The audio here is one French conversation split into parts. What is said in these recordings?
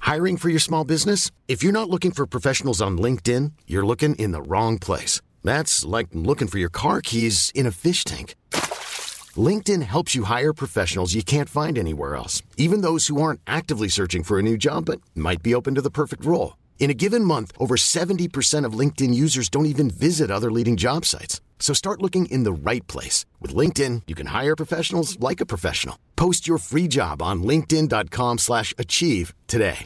Hiring for your small business? If you're not looking for professionals on LinkedIn, you're looking in the wrong place. That's like looking for your car keys in a fish tank. LinkedIn helps you hire professionals you can't find anywhere else, even those who aren't actively searching for a new job but might be open to the perfect role. In a given month, over 70% of LinkedIn users don't even visit other leading job sites. So start looking in the right place. With LinkedIn, you can hire professionals like a professional. Post your free job on linkedin.com/achieve today.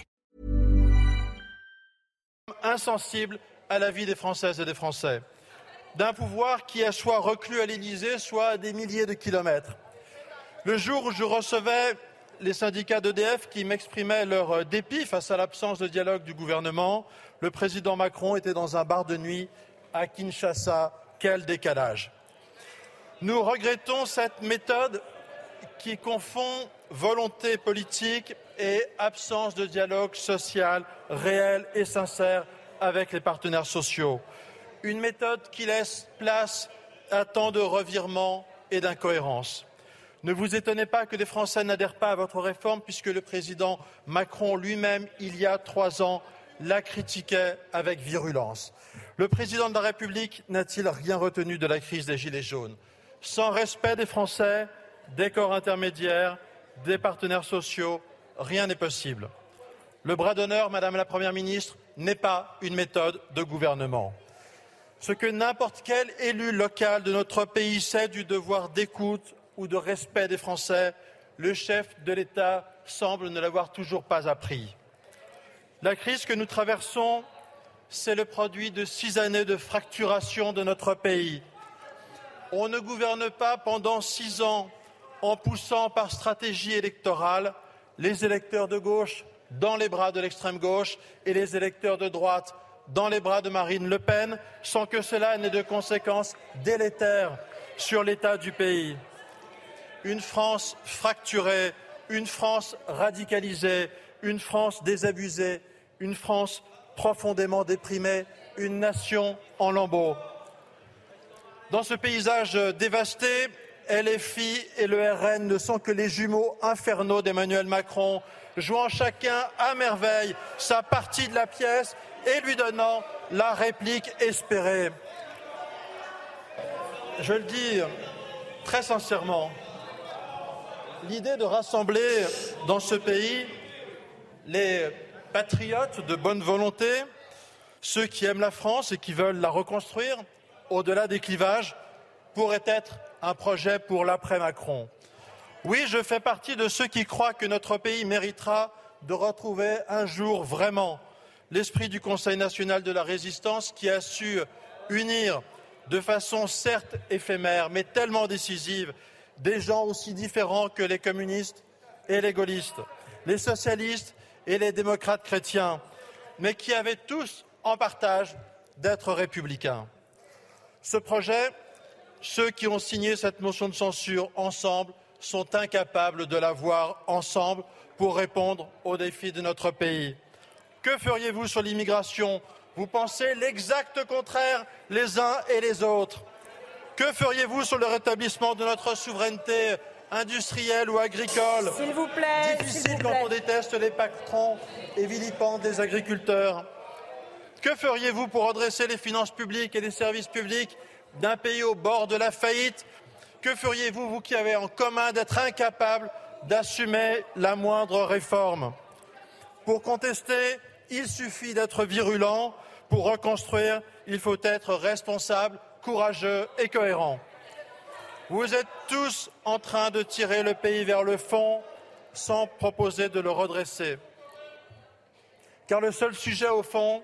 Insensible à la vie des Françaises et des Français. D'un pouvoir qui est soit reclus à l'Élysée, soit à des milliers de kilomètres. Le jour où je recevais les syndicats d'EDF qui m'exprimaient leur dépit face à l'absence de dialogue du gouvernement, le président Macron était dans un bar de nuit à Kinshasa. Quel décalage! Nous regrettons cette méthode qui confond volonté politique et absence de dialogue social réel et sincère avec les partenaires sociaux. Une méthode qui laisse place à tant de revirements et d'incohérences. Ne vous étonnez pas que les Français n'adhèrent pas à votre réforme, puisque le président Macron lui-même, il y a 3 ans, la critiquait avec virulence. Le président de la République n'a-t-il rien retenu de la crise des Gilets jaunes? Sans respect des Français, des corps intermédiaires, des partenaires sociaux, rien n'est possible. Le bras d'honneur, Madame la Première ministre, n'est pas une méthode de gouvernement. Ce que n'importe quel élu local de notre pays sait du devoir d'écoute ou de respect des Français, le chef de l'État semble ne l'avoir toujours pas appris. La crise que nous traversons, c'est le produit de 6 années de fracturation de notre pays. On ne gouverne pas pendant 6 ans en poussant par stratégie électorale les électeurs de gauche dans les bras de l'extrême gauche et les électeurs de droite dans les bras de Marine Le Pen, sans que cela n'ait de conséquences délétères sur l'état du pays. Une France fracturée, une France radicalisée, une France désabusée, une France profondément déprimée, une nation en lambeaux. Dans ce paysage dévasté, LFI et le RN ne sont que les jumeaux infernaux d'Emmanuel Macron, jouant chacun à merveille sa partie de la pièce et lui donnant la réplique espérée. Je le dis très sincèrement, l'idée de rassembler dans ce pays les patriotes de bonne volonté, ceux qui aiment la France et qui veulent la reconstruire au-delà des clivages, pourrait être un projet pour l'après-Macron. Oui, je fais partie de ceux qui croient que notre pays méritera de retrouver un jour vraiment l'esprit du Conseil national de la résistance qui a su unir de façon certes éphémère, mais tellement décisive, des gens aussi différents que les communistes et les gaullistes, les socialistes et les démocrates chrétiens, mais qui avaient tous en partage d'être républicains. Ce projet, ceux qui ont signé cette motion de censure ensemble sont incapables de la voir ensemble pour répondre aux défis de notre pays. Que feriez-vous sur l'immigration? Vous pensez l'exact contraire les uns et les autres. Que feriez-vous sur le rétablissement de notre souveraineté industrielle ou agricole? S'il vous plaît. Difficile quand on déteste les patrons et vilipende des agriculteurs. Que feriez-vous pour redresser les finances publiques et les services publics d'un pays au bord de la faillite? Que feriez-vous, vous qui avez en commun d'être incapable d'assumer la moindre réforme? Pour contester, il suffit d'être virulent. Pour reconstruire, il faut être responsable, courageux et cohérent. Vous êtes tous en train de tirer le pays vers le fond sans proposer de le redresser. Car le seul sujet au fond,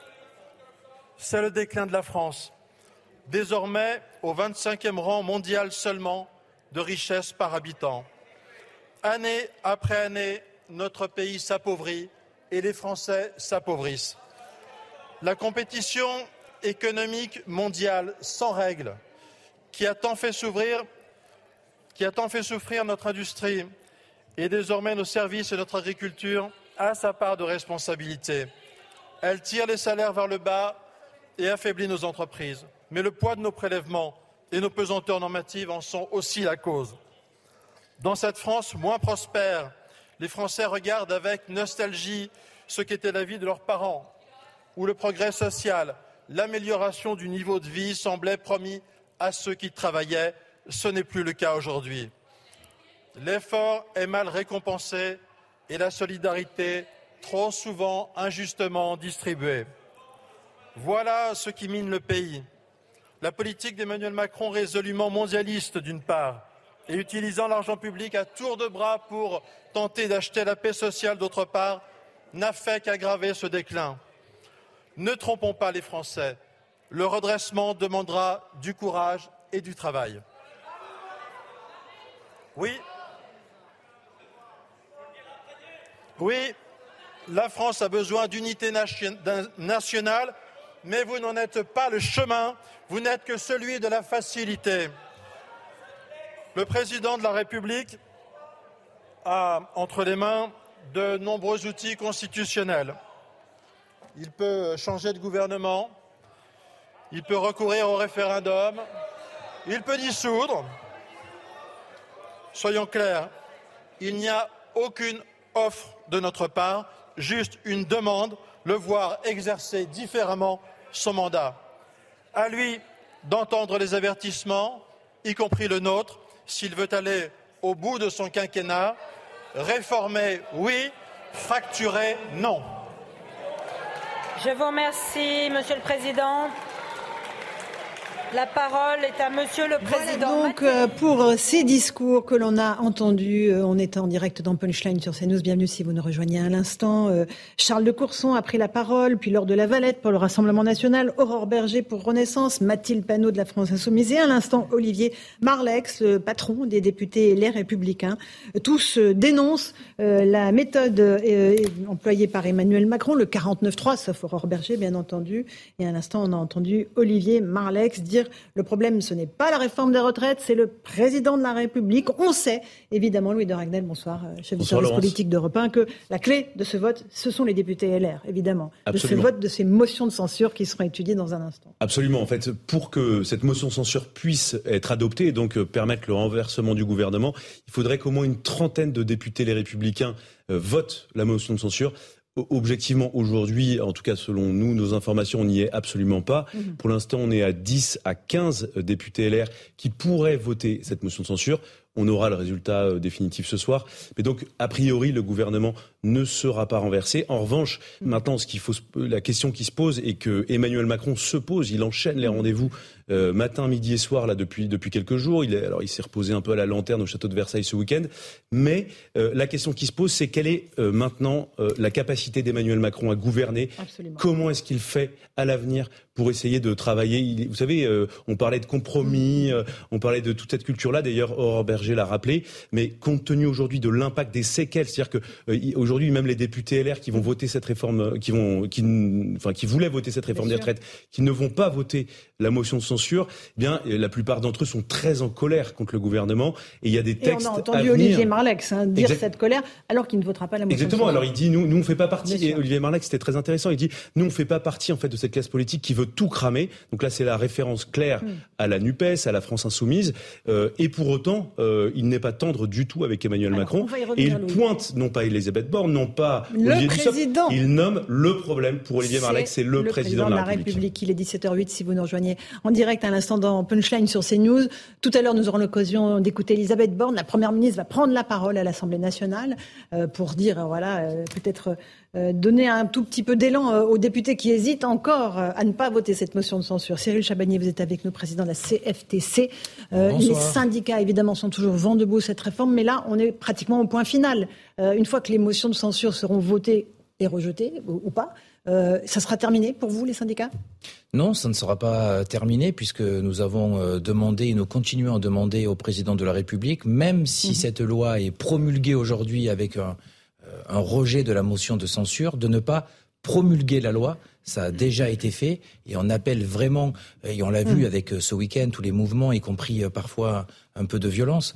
c'est le déclin de la France. Désormais, au 25e rang mondial seulement de richesse par habitant. Année après année, notre pays s'appauvrit et les Français s'appauvrissent. La compétition économique mondiale sans règles, qui a tant fait souffrir notre industrie et désormais nos services et notre agriculture, a sa part de responsabilité. Elle tire les salaires vers le bas et affaiblit nos entreprises. Mais le poids de nos prélèvements et nos pesanteurs normatives en sont aussi la cause. Dans cette France moins prospère, les Français regardent avec nostalgie ce qu'était la vie de leurs parents, où le progrès social, l'amélioration du niveau de vie semblaient promis à ceux qui travaillaient. Ce n'est plus le cas aujourd'hui. L'effort est mal récompensé et la solidarité trop souvent injustement distribuée. Voilà ce qui mine le pays. La politique d'Emmanuel Macron, résolument mondialiste d'une part, et utilisant l'argent public à tour de bras pour tenter d'acheter la paix sociale d'autre part, n'a fait qu'aggraver ce déclin. Ne trompons pas les Français. Le redressement demandera du courage et du travail. Oui, la France a besoin d'unité nationale, mais vous n'en êtes pas le chemin, vous n'êtes que celui de la facilité. Le président de la République a entre les mains de nombreux outils constitutionnels. Il peut changer de gouvernement, il peut recourir au référendum, il peut dissoudre. Soyons clairs, il n'y a aucune offre de notre part, juste une demande, le voir exercer différemment son mandat. À lui d'entendre les avertissements, y compris le nôtre, s'il veut aller au bout de son quinquennat. Réformer, oui. Fracturer, non. Je vous remercie, Monsieur le Président. La parole est à Monsieur le Président. Voilà donc pour ces discours que l'on a entendus, on est en direct dans Punchline sur CNews. Bienvenue si vous nous rejoignez à l'instant. Charles de Courson a pris la parole, puis Laure de la Valette pour le Rassemblement National, Aurore Berger pour Renaissance, Mathilde Panot de la France Insoumise et à l'instant Olivier Marleix, le patron des députés Les Républicains. Tous dénoncent la méthode employée par Emmanuel Macron, le 49-3, sauf Aurore Berger bien entendu. Et à l'instant on a entendu Olivier Marleix dire le problème, ce n'est pas la réforme des retraites, c'est le président de la République. On sait, évidemment, Louis de Ragnel, bonsoir, chef du service politique d'Europe 1, que la clé de ce vote, ce sont les députés LR, évidemment. Absolument. De ce vote, de ces motions de censure qui seront étudiées dans un instant. Absolument. En fait, pour que cette motion de censure puisse être adoptée et donc permettre le renversement du gouvernement, il faudrait qu'au moins une trentaine de députés Les Républicains votent la motion de censure. Objectivement, aujourd'hui, en tout cas selon nous, nos informations, on n'y est absolument pas. Pour l'instant, on est à 10 à 15 députés LR qui pourraient voter cette motion de censure. On aura le résultat définitif ce soir. Mais donc, a priori, le gouvernement ne sera pas renversé. En revanche, maintenant, la question qui se pose et que Emmanuel Macron se pose, il enchaîne les rendez-vous matin, midi et soir là depuis quelques jours. Il s'est reposé un peu à la lanterne au château de Versailles ce week-end. Mais la question qui se pose, c'est quelle est maintenant la capacité d'Emmanuel Macron à gouverner. Absolument. Comment est-ce qu'il fait à l'avenir pour essayer de travailler. Vous savez, on parlait de compromis, on parlait de toute cette culture-là. D'ailleurs, Aurore Berger l'a rappelé. Mais compte tenu aujourd'hui de l'impact des séquelles, c'est-à-dire que aujourd'hui, même les députés LR qui vont voter cette réforme, qui voulaient voter cette réforme des retraites, qui ne vont pas voter la motion de censure, eh bien, la plupart d'entre eux sont très en colère contre le gouvernement. Et il y a des textes à venir. On a entendu Olivier Marleix dire cette colère, alors qu'il ne votera pas la motion de censure. Exactement. Alors il dit, nous on fait pas partie. Et Olivier Marleix, c'était très intéressant. Il dit, nous on fait pas partie en fait de cette classe politique qui veut tout cramer. Donc là, c'est la référence claire à la NUPES, à la France Insoumise. Et pour autant, il n'est pas tendre du tout avec Emmanuel Macron. Et il pointe non pas Elisabeth Borne, non pas Olivier Dussopt. Il nomme le problème pour Olivier Marleix, c'est le président de la République. Il est 17h08 si vous nous rejoignez en direct à l'instant dans Punchline sur CNews. Tout à l'heure, nous aurons l'occasion d'écouter Elisabeth Borne. La Première ministre va prendre la parole à l'Assemblée nationale pour dire, peut-être donner un tout petit peu d'élan aux députés qui hésitent encore à ne pas voter cette motion de censure. Cyril Chabagnier, vous êtes avec nous, président de la CFTC. Les syndicats, évidemment, sont toujours vent debout cette réforme, mais là, on est pratiquement au point final. Une fois que les motions de censure seront votées et rejetées, ou pas, ça sera terminé pour vous, les syndicats ? Non, ça ne sera pas terminé puisque nous avons demandé et nous continuons à demander au président de la République, même si cette loi est promulguée aujourd'hui avec un rejet de la motion de censure, de ne pas promulguer la loi. Ça a déjà été fait et on appelle vraiment, et on l'a vu avec ce week-end, tous les mouvements, y compris parfois un peu de violence,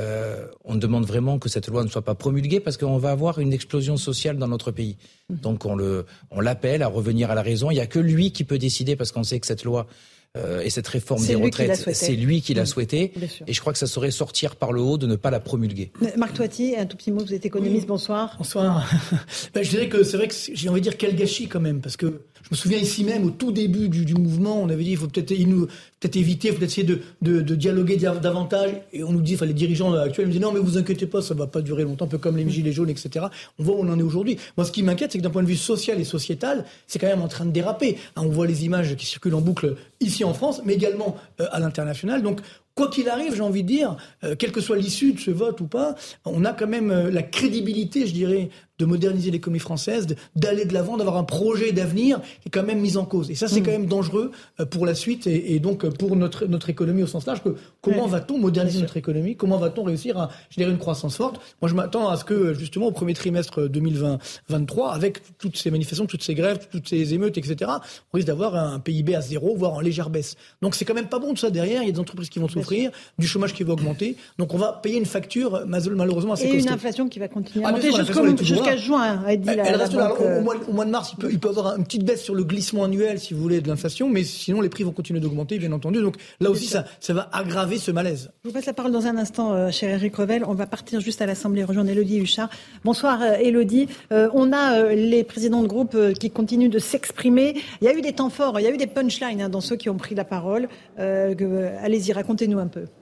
on demande vraiment que cette loi ne soit pas promulguée parce qu'on va avoir une explosion sociale dans notre pays. Donc on l'appelle à revenir à la raison. Il n'y a que lui qui peut décider parce qu'on sait que cette loi et cette réforme des retraites, c'est lui qui l'a souhaité. Et je crois que ça saurait sortir par le haut de ne pas la promulguer. Marc Toiti, un tout petit mot, vous êtes économiste, bonsoir. Bonsoir. Je dirais que c'est vrai que j'ai envie de dire quel gâchis quand même, parce que je me souviens ici même, au tout début du mouvement, on avait dit il faut peut-être éviter, il faut essayer de dialoguer davantage. Et on nous dit, les dirigeants actuels nous disent non mais vous inquiétez pas, ça va pas durer longtemps, un peu comme les gilets jaunes, etc. On voit où on en est aujourd'hui. Moi, ce qui m'inquiète, c'est que d'un point de vue social et sociétal, c'est quand même en train de déraper. On voit les images qui circulent en boucle ici en France, mais également à l'international. Donc, quoi qu'il arrive, j'ai envie de dire, quelle que soit l'issue de ce vote ou pas, on a quand même la crédibilité, je dirais, de moderniser l'économie française, d'aller de l'avant, d'avoir un projet d'avenir qui est quand même mis en cause. Et ça, c'est quand même dangereux pour la suite et donc pour notre économie au sens large. Comment va-t-on moderniser notre économie ? Comment va-t-on réussir à générer une croissance forte ? Moi, je m'attends à ce que, justement, au premier trimestre 2023, avec toutes ces manifestations, toutes ces grèves, toutes ces émeutes, etc., on risque d'avoir un PIB à 0, voire en légère baisse. Donc, c'est quand même pas bon tout ça derrière. Il y a des entreprises qui vont souffrir, du chômage qui va augmenter. Donc, on va payer une facture, malheureusement, assez costaude. Et une inflation qui va continuer à monter jusqu'à juin, a dit elle reste là. Au mois de mars, il peut y avoir une petite baisse sur le glissement annuel, si vous voulez, de l'inflation, mais sinon, les prix vont continuer d'augmenter, bien entendu. Donc, là aussi, ça va aggraver ce malaise. Je vous passe la parole dans un instant, cher Éric Revel. On va partir juste à l'Assemblée, rejoindre Élodie Huchard. Bonsoir, Élodie. On a les présidents de groupe qui continuent de s'exprimer. Il y a eu des temps forts, il y a eu des punchlines dans ceux qui ont pris la parole. Allez-y, racontez-nous un peu.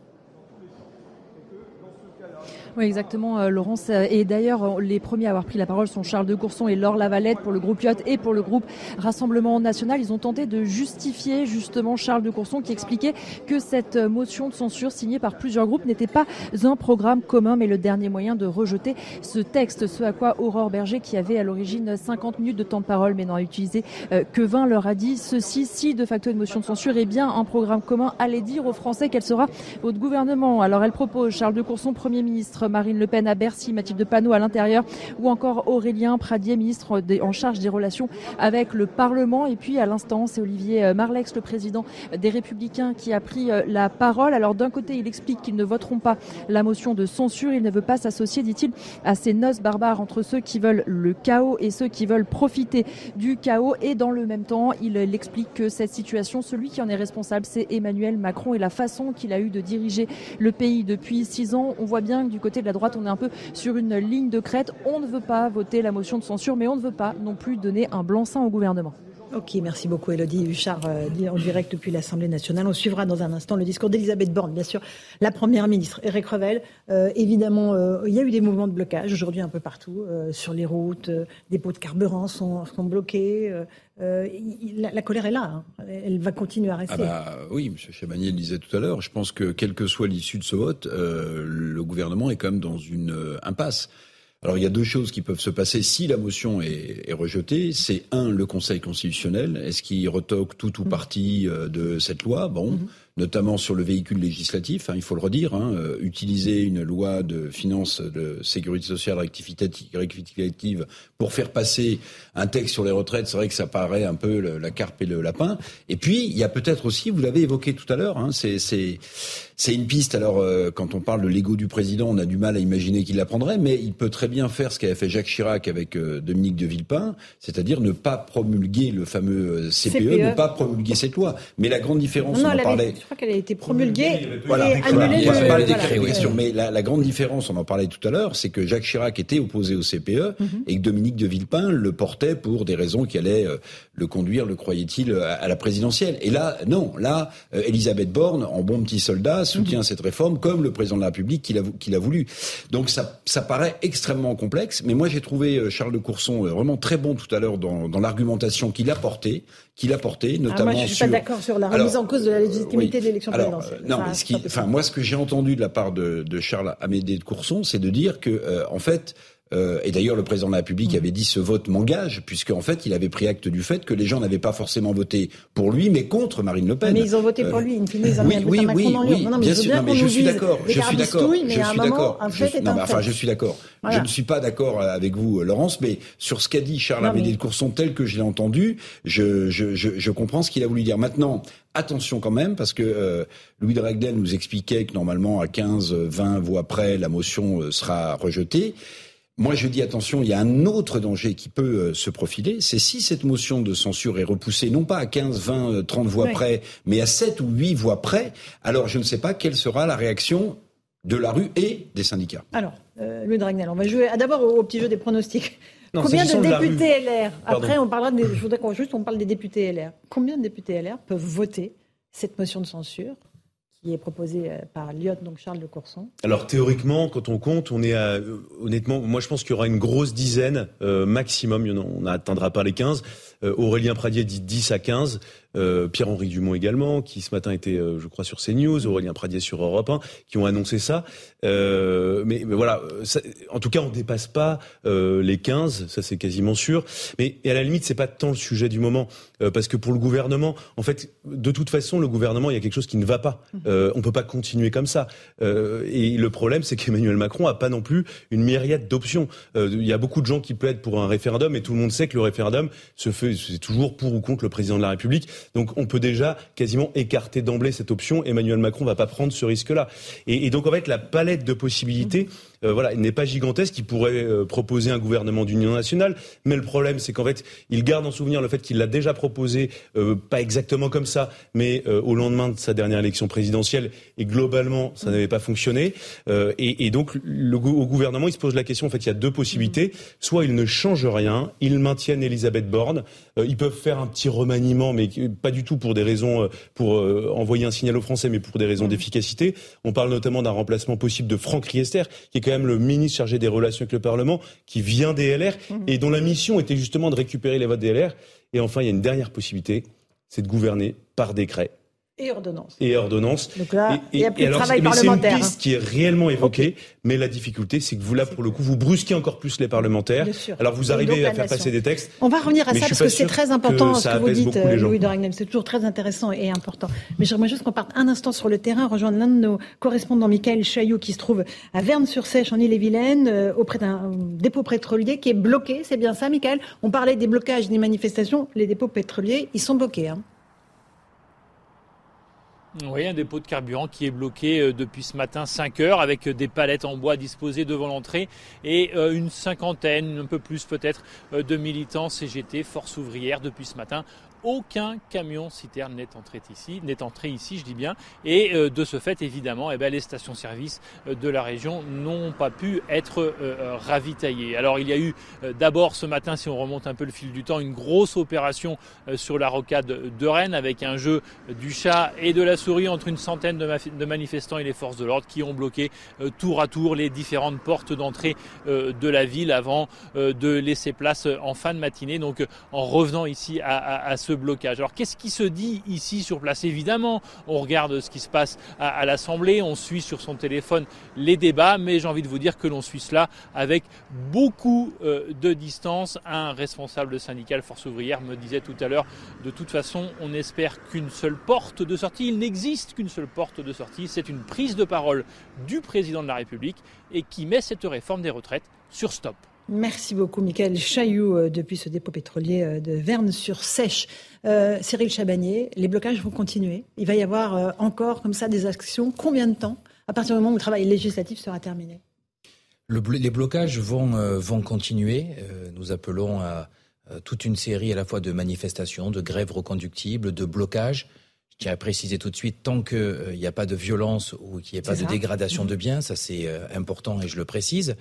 Oui, exactement, Laurence. Et d'ailleurs, les premiers à avoir pris la parole sont Charles de Courson et Laure Lavalette pour le groupe IOT et pour le groupe Rassemblement National. Ils ont tenté de justifier justement Charles de Courson qui expliquait que cette motion de censure signée par plusieurs groupes n'était pas un programme commun, mais le dernier moyen de rejeter ce texte. Ce à quoi Aurore Berger, qui avait à l'origine 50 minutes de temps de parole, mais n'en a utilisé que 20, leur a dit ceci: si de facto une motion de censure est bien un programme commun, allez dire aux Français quel sera votre gouvernement. Alors elle propose Charles de Courson, Premier ministre, Marine Le Pen à Bercy, Mathilde Panot à l'intérieur, ou encore Aurélien Pradier, ministre en charge des relations avec le Parlement. Et puis à l'instant, c'est Olivier Marleix, le président des Républicains, qui a pris la parole. Alors d'un côté, il explique qu'ils ne voteront pas la motion de censure. Il ne veut pas s'associer, dit-il, à ces noces barbares entre ceux qui veulent le chaos et ceux qui veulent profiter du chaos. Et dans le même temps, il explique que cette situation, celui qui en est responsable, c'est Emmanuel Macron et la façon qu'il a eu de diriger le pays depuis 6 ans. On voit bien que du côté de la droite, on est un peu sur une ligne de crête. On ne veut pas voter la motion de censure, mais on ne veut pas non plus donner un blanc-seing au gouvernement. Ok, merci beaucoup Élodie Huchard, en direct depuis l'Assemblée nationale. On suivra dans un instant le discours d'Elisabeth Borne, bien sûr, la Première ministre. Éric Revel, évidemment, il y a eu des mouvements de blocage aujourd'hui un peu partout, sur les routes, des pots de carburant sont bloqués. La colère est là, elle va continuer à rester. Oui, M. Chabagnier le disait tout à l'heure, je pense que quelle que soit l'issue de ce vote, le gouvernement est quand même dans une impasse. Alors il y a deux choses qui peuvent se passer si la motion est rejetée. C'est le Conseil constitutionnel. Est-ce qu'il retoque tout ou partie de cette loi ? Notamment sur le véhicule législatif, il faut le redire, utiliser une loi de finances de sécurité sociale rectificative pour faire passer un texte sur les retraites, c'est vrai que ça paraît un peu la carpe et le lapin. Et puis, il y a peut-être aussi, vous l'avez évoqué tout à l'heure, c'est une piste. Alors, quand on parle de l'ego du président, on a du mal à imaginer qu'il la prendrait, mais il peut très bien faire ce qu'avait fait Jacques Chirac avec Dominique de Villepin, c'est-à-dire ne pas promulguer le fameux CPE, ne pas promulguer cette loi. Mais la grande différence, on en parlait... Je crois qu'elle a été promulguée et annulée. Voilà. Mais la grande différence, on en parlait tout à l'heure, c'est que Jacques Chirac était opposé au CPE et que Dominique de Villepin le portait pour des raisons qui allaient le conduire, le croyait-il, à la présidentielle. Et là, non. Là, Elisabeth Borne, en bon petit soldat, soutient cette réforme comme le président de la République qui l'a voulu. Donc ça paraît extrêmement complexe. Mais moi, j'ai trouvé Charles de Courson vraiment très bon tout à l'heure dans l'argumentation qu'il a portée, notamment moi, je suis pas d'accord sur la remise en cause de la légitimité de l'élection présidentielle. Moi, ce que j'ai entendu de la part de Charles Amédée de Courson, c'est de dire que, en fait, et d'ailleurs le président de la République avait dit ce vote m'engage, puisqu'en fait il avait pris acte du fait que les gens n'avaient pas forcément voté pour lui, mais contre Marine Le Pen. Mais ils ont voté pour lui, in fine, ils ont mis Macron dans l'urne. Bien sûr, mais je suis d'accord. Je suis d'accord. Voilà. Je ne suis pas d'accord avec vous, Laurence, mais sur ce qu'a dit Charles Amédée de Courson, tel que je l'ai entendu, je comprends ce qu'il a voulu dire. Maintenant, attention quand même, parce que Louis de Raguel nous expliquait que normalement à 15-20 voix près, la motion sera rejetée. Moi, je dis attention, il y a un autre danger qui peut se profiler, c'est si cette motion de censure est repoussée, non pas à 15, 20, 30 voix près, mais à 7 ou 8 voix près, alors je ne sais pas quelle sera la réaction de la rue et des syndicats. Alors, Louis Dragnel, on va jouer d'abord au petit jeu des pronostics. Non, combien de députés LR, Pardon. après on parlera je voudrais qu'on parle des députés LR, combien de députés LR peuvent voter cette motion de censure qui est proposée par Lyotte, donc Charles de Courson? Alors théoriquement, quand on compte, on est à, honnêtement, moi je pense qu'il y aura une grosse dizaine maximum, on n'atteindra pas les 15. Aurélien Pradier dit 10 à 15. Pierre-Henri Dumont également, qui ce matin était, je crois, sur CNews, Aurélien Pradier sur Europe 1, qui ont annoncé ça. Mais voilà, ça, en tout cas, on dépasse pas les 15, ça c'est quasiment sûr. Mais et à la limite, c'est pas tant le sujet du moment, parce que pour le gouvernement, en fait, de toute façon, le gouvernement, il y a quelque chose qui ne va pas. On peut pas continuer comme ça. Et le problème, c'est qu'Emmanuel Macron a pas non plus une myriade d'options. Il y a beaucoup de gens qui plaident pour un référendum, et tout le monde sait que le référendum se fait, c'est toujours pour ou contre le président de la République. Donc on peut déjà quasiment écarter d'emblée cette option. Emmanuel Macron va pas prendre ce risque-là. Et donc en fait, la palette de possibilités, voilà, n'est pas gigantesque. Il pourrait proposer un gouvernement d'union nationale, mais le problème, c'est qu'en fait, il garde en souvenir le fait qu'il l'a déjà proposé, pas exactement comme ça, mais au lendemain de sa dernière élection présidentielle, et globalement, ça n'avait pas fonctionné. Et donc, au gouvernement, il se pose la question. En fait, il y a deux possibilités. Soit ils ne changent rien, ils maintiennent Elisabeth Borne. Ils peuvent faire un petit remaniement, mais pas du tout pour des raisons pour envoyer un signal aux Français, mais pour des raisons d'efficacité. On parle notamment d'un remplacement possible de Franck Riester, qui est quand même le ministre chargé des relations avec le Parlement, qui vient des LR et dont la mission était justement de récupérer les votes des LR. Et enfin, il y a une dernière possibilité, c'est de gouverner par décret. Et ordonnance. Et ordonnance. Donc là, il n'y a plus de travail parlementaire. C'est une piste qui est réellement évoquée, mais la difficulté, c'est que vous, là, pour le coup, vous brusquez encore plus les parlementaires. Alors vous arrivez à faire passer des textes. On va revenir à ça parce que c'est très important ce que vous dites, Louis Dragnel. C'est toujours très intéressant et important. Mais j'aimerais juste qu'on parte un instant sur le terrain, rejoindre l'un de nos correspondants, Michael Chailloux, qui se trouve à Verne-sur-Sèche, en Ille-et-Vilaine, auprès d'un dépôt pétrolier qui est bloqué. C'est bien ça, Michael? On parlait des blocages, des manifestations. Les dépôts pétroliers, ils sont bloqués, Oui, un dépôt de carburant qui est bloqué depuis ce matin 5 heures avec des palettes en bois disposées devant l'entrée et une cinquantaine, un peu plus peut-être, de militants CGT, Force ouvrière depuis ce matin. Aucun camion citerne n'est entré ici, je dis bien, et de ce fait, évidemment, les stations-service de la région n'ont pas pu être ravitaillées. Alors, il y a eu d'abord ce matin, si on remonte un peu le fil du temps, une grosse opération sur la rocade de Rennes avec un jeu du chat et de la souris entre une centaine de manifestants et les forces de l'ordre qui ont bloqué tour à tour les différentes portes d'entrée de la ville avant de laisser place en fin de matinée. Donc, en revenant ici à ce blocage. Alors qu'est-ce qui se dit ici sur place? Évidemment, on regarde ce qui se passe à l'Assemblée, on suit sur son téléphone les débats, mais j'ai envie de vous dire que l'on suit cela avec beaucoup de distance. Un responsable syndical Force ouvrière me disait tout à l'heure, de toute façon, on n'espère qu'une seule porte de sortie. Il n'existe qu'une seule porte de sortie. C'est une prise de parole du président de la République et qui met cette réforme des retraites sur stop. Merci beaucoup, Michael Chailloux, depuis ce dépôt pétrolier de Verne-sur-Sèche. Cyril Chabagnier, les blocages vont continuer. Il va y avoir encore comme ça des actions. Combien de temps, à partir du moment où le travail législatif sera terminé? Les blocages vont continuer. Nous appelons à toute une série à la fois de manifestations, de grèves reconductibles, de blocages. Je tiens à préciser tout de suite, tant qu'il n'y a pas de violence ou qu'il n'y ait pas de dégradation de biens, ça c'est important et je le précise.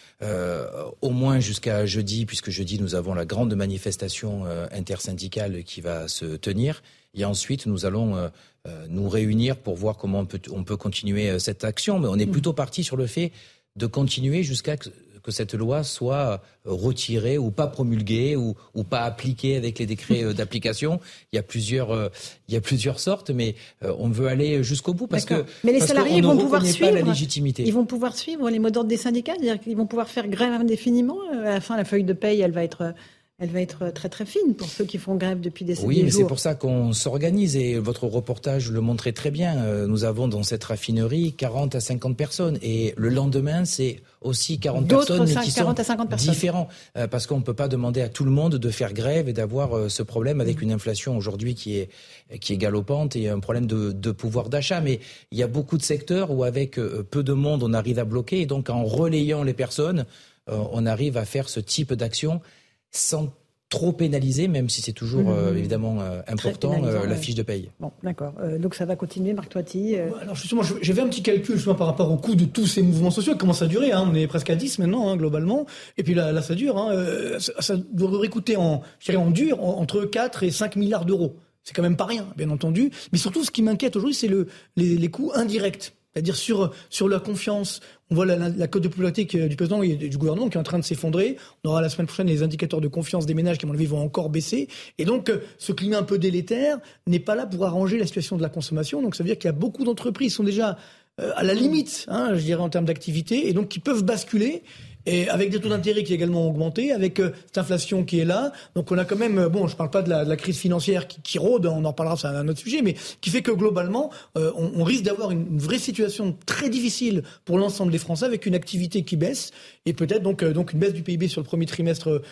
Au moins jusqu'à jeudi, puisque jeudi nous avons la grande manifestation intersyndicale qui va se tenir. Et ensuite nous allons nous réunir pour voir comment on peut continuer cette action. Mais on est plutôt parti sur le fait de continuer jusqu'à que cette loi soit retirée ou pas promulguée ou pas appliquée avec les décrets d'application. Il y a plusieurs sortes, mais on veut aller jusqu'au bout parce que mais les salariés vont pouvoir suivre la légitimité. Ils vont pouvoir suivre les mots d'ordre des syndicats, c'est-à-dire qu'ils vont pouvoir faire grève indéfiniment. À la fin, la feuille de paye, elle va être très très fine pour ceux qui font grève depuis des jours. Oui, mais c'est pour ça qu'on s'organise et votre reportage le montrait très bien. Nous avons dans cette raffinerie 40 à 50 personnes et le lendemain c'est aussi 40 personnes mais qui sont différents parce qu'on ne peut pas demander à tout le monde de faire grève et d'avoir ce problème avec une inflation aujourd'hui qui est galopante et un problème de pouvoir d'achat. Mais il y a beaucoup de secteurs où avec peu de monde on arrive à bloquer et donc en relayant les personnes, on arrive à faire ce type d'action sans trop pénalisé, même si c'est toujours évidemment important, la fiche de paye. Bon, d'accord. Donc ça va continuer, Marc Toiti. Alors justement, j'ai fait un petit calcul justement par rapport au coût de tous ces mouvements sociaux. Comment ça a duré, on est presque à 10 maintenant, globalement. Et puis là ça dure. Ça devrait coûter en dur entre 4 et 5 milliards d'euros. C'est quand même pas rien, bien entendu. Mais surtout, ce qui m'inquiète aujourd'hui, c'est les coûts indirects. C'est-à-dire sur la confiance. On voit la cote de popularité du président et du gouvernement qui est en train de s'effondrer. On aura la semaine prochaine les indicateurs de confiance des ménages qui, à mon avis, vont encore baisser. Et donc, ce climat un peu délétère n'est pas là pour arranger la situation de la consommation. Donc, ça veut dire qu'il y a beaucoup d'entreprises qui sont déjà à la limite, je dirais, en termes d'activité, et donc qui peuvent basculer. Et avec des taux d'intérêt qui également ont augmenté, avec cette inflation qui est là. Donc on a quand même, je parle pas de la crise financière qui rôde, on en reparlera, c'est un autre sujet, mais qui fait que globalement, on risque d'avoir une vraie situation très difficile pour l'ensemble des Français, avec une activité qui baisse, et peut-être donc une baisse du PIB sur le premier trimestre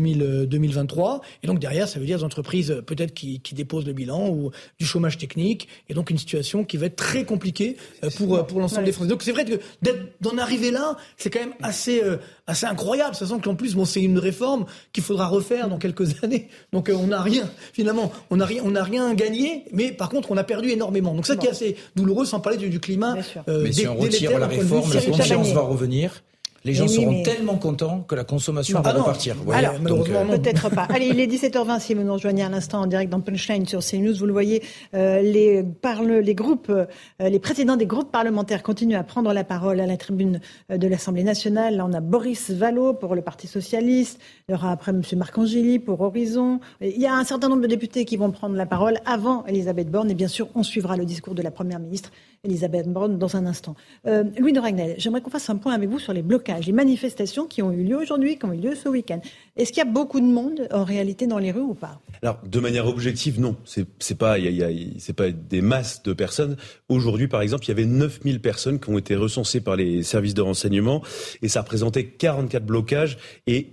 2023. Et donc derrière, ça veut dire des entreprises peut-être qui déposent le bilan, ou du chômage technique, et donc une situation qui va être très compliquée pour l'ensemble des Français. Donc c'est vrai que d'en arriver là, c'est quand même assez incroyable, sachant qu'en plus, c'est une réforme qu'il faudra refaire dans quelques années. Donc on n'a rien, finalement, on n'a rien gagné, mais par contre, on a perdu énormément. Donc ça qui est assez douloureux, sans parler du climat. Mais si on retire la réforme, la confiance va revenir. Les gens seront tellement contents que la consommation va repartir. Alors, peut-être pas. Allez, il est 17h20 si vous nous rejoignez à l'instant en direct dans Punchline sur CNews. Vous le voyez, les présidents des groupes parlementaires continuent à prendre la parole à la tribune de l'Assemblée nationale. Là, on a Boris Vallaud pour le Parti socialiste. Il y aura après M. Marcangeli pour Horizon. Il y a un certain nombre de députés qui vont prendre la parole avant Elisabeth Borne. Et bien sûr, on suivra le discours de la Première ministre Elisabeth Borne dans un instant. Louis de Ragnel, j'aimerais qu'on fasse un point avec vous sur les blocages, les manifestations qui ont eu lieu aujourd'hui, qui ont eu lieu ce week-end. Est-ce qu'il y a beaucoup de monde en réalité dans les rues ou pas ? Alors, de manière objective, non. C'est pas des masses de personnes. Aujourd'hui, par exemple, il y avait 9000 personnes qui ont été recensées par les services de renseignement et ça représentait 44 blocages et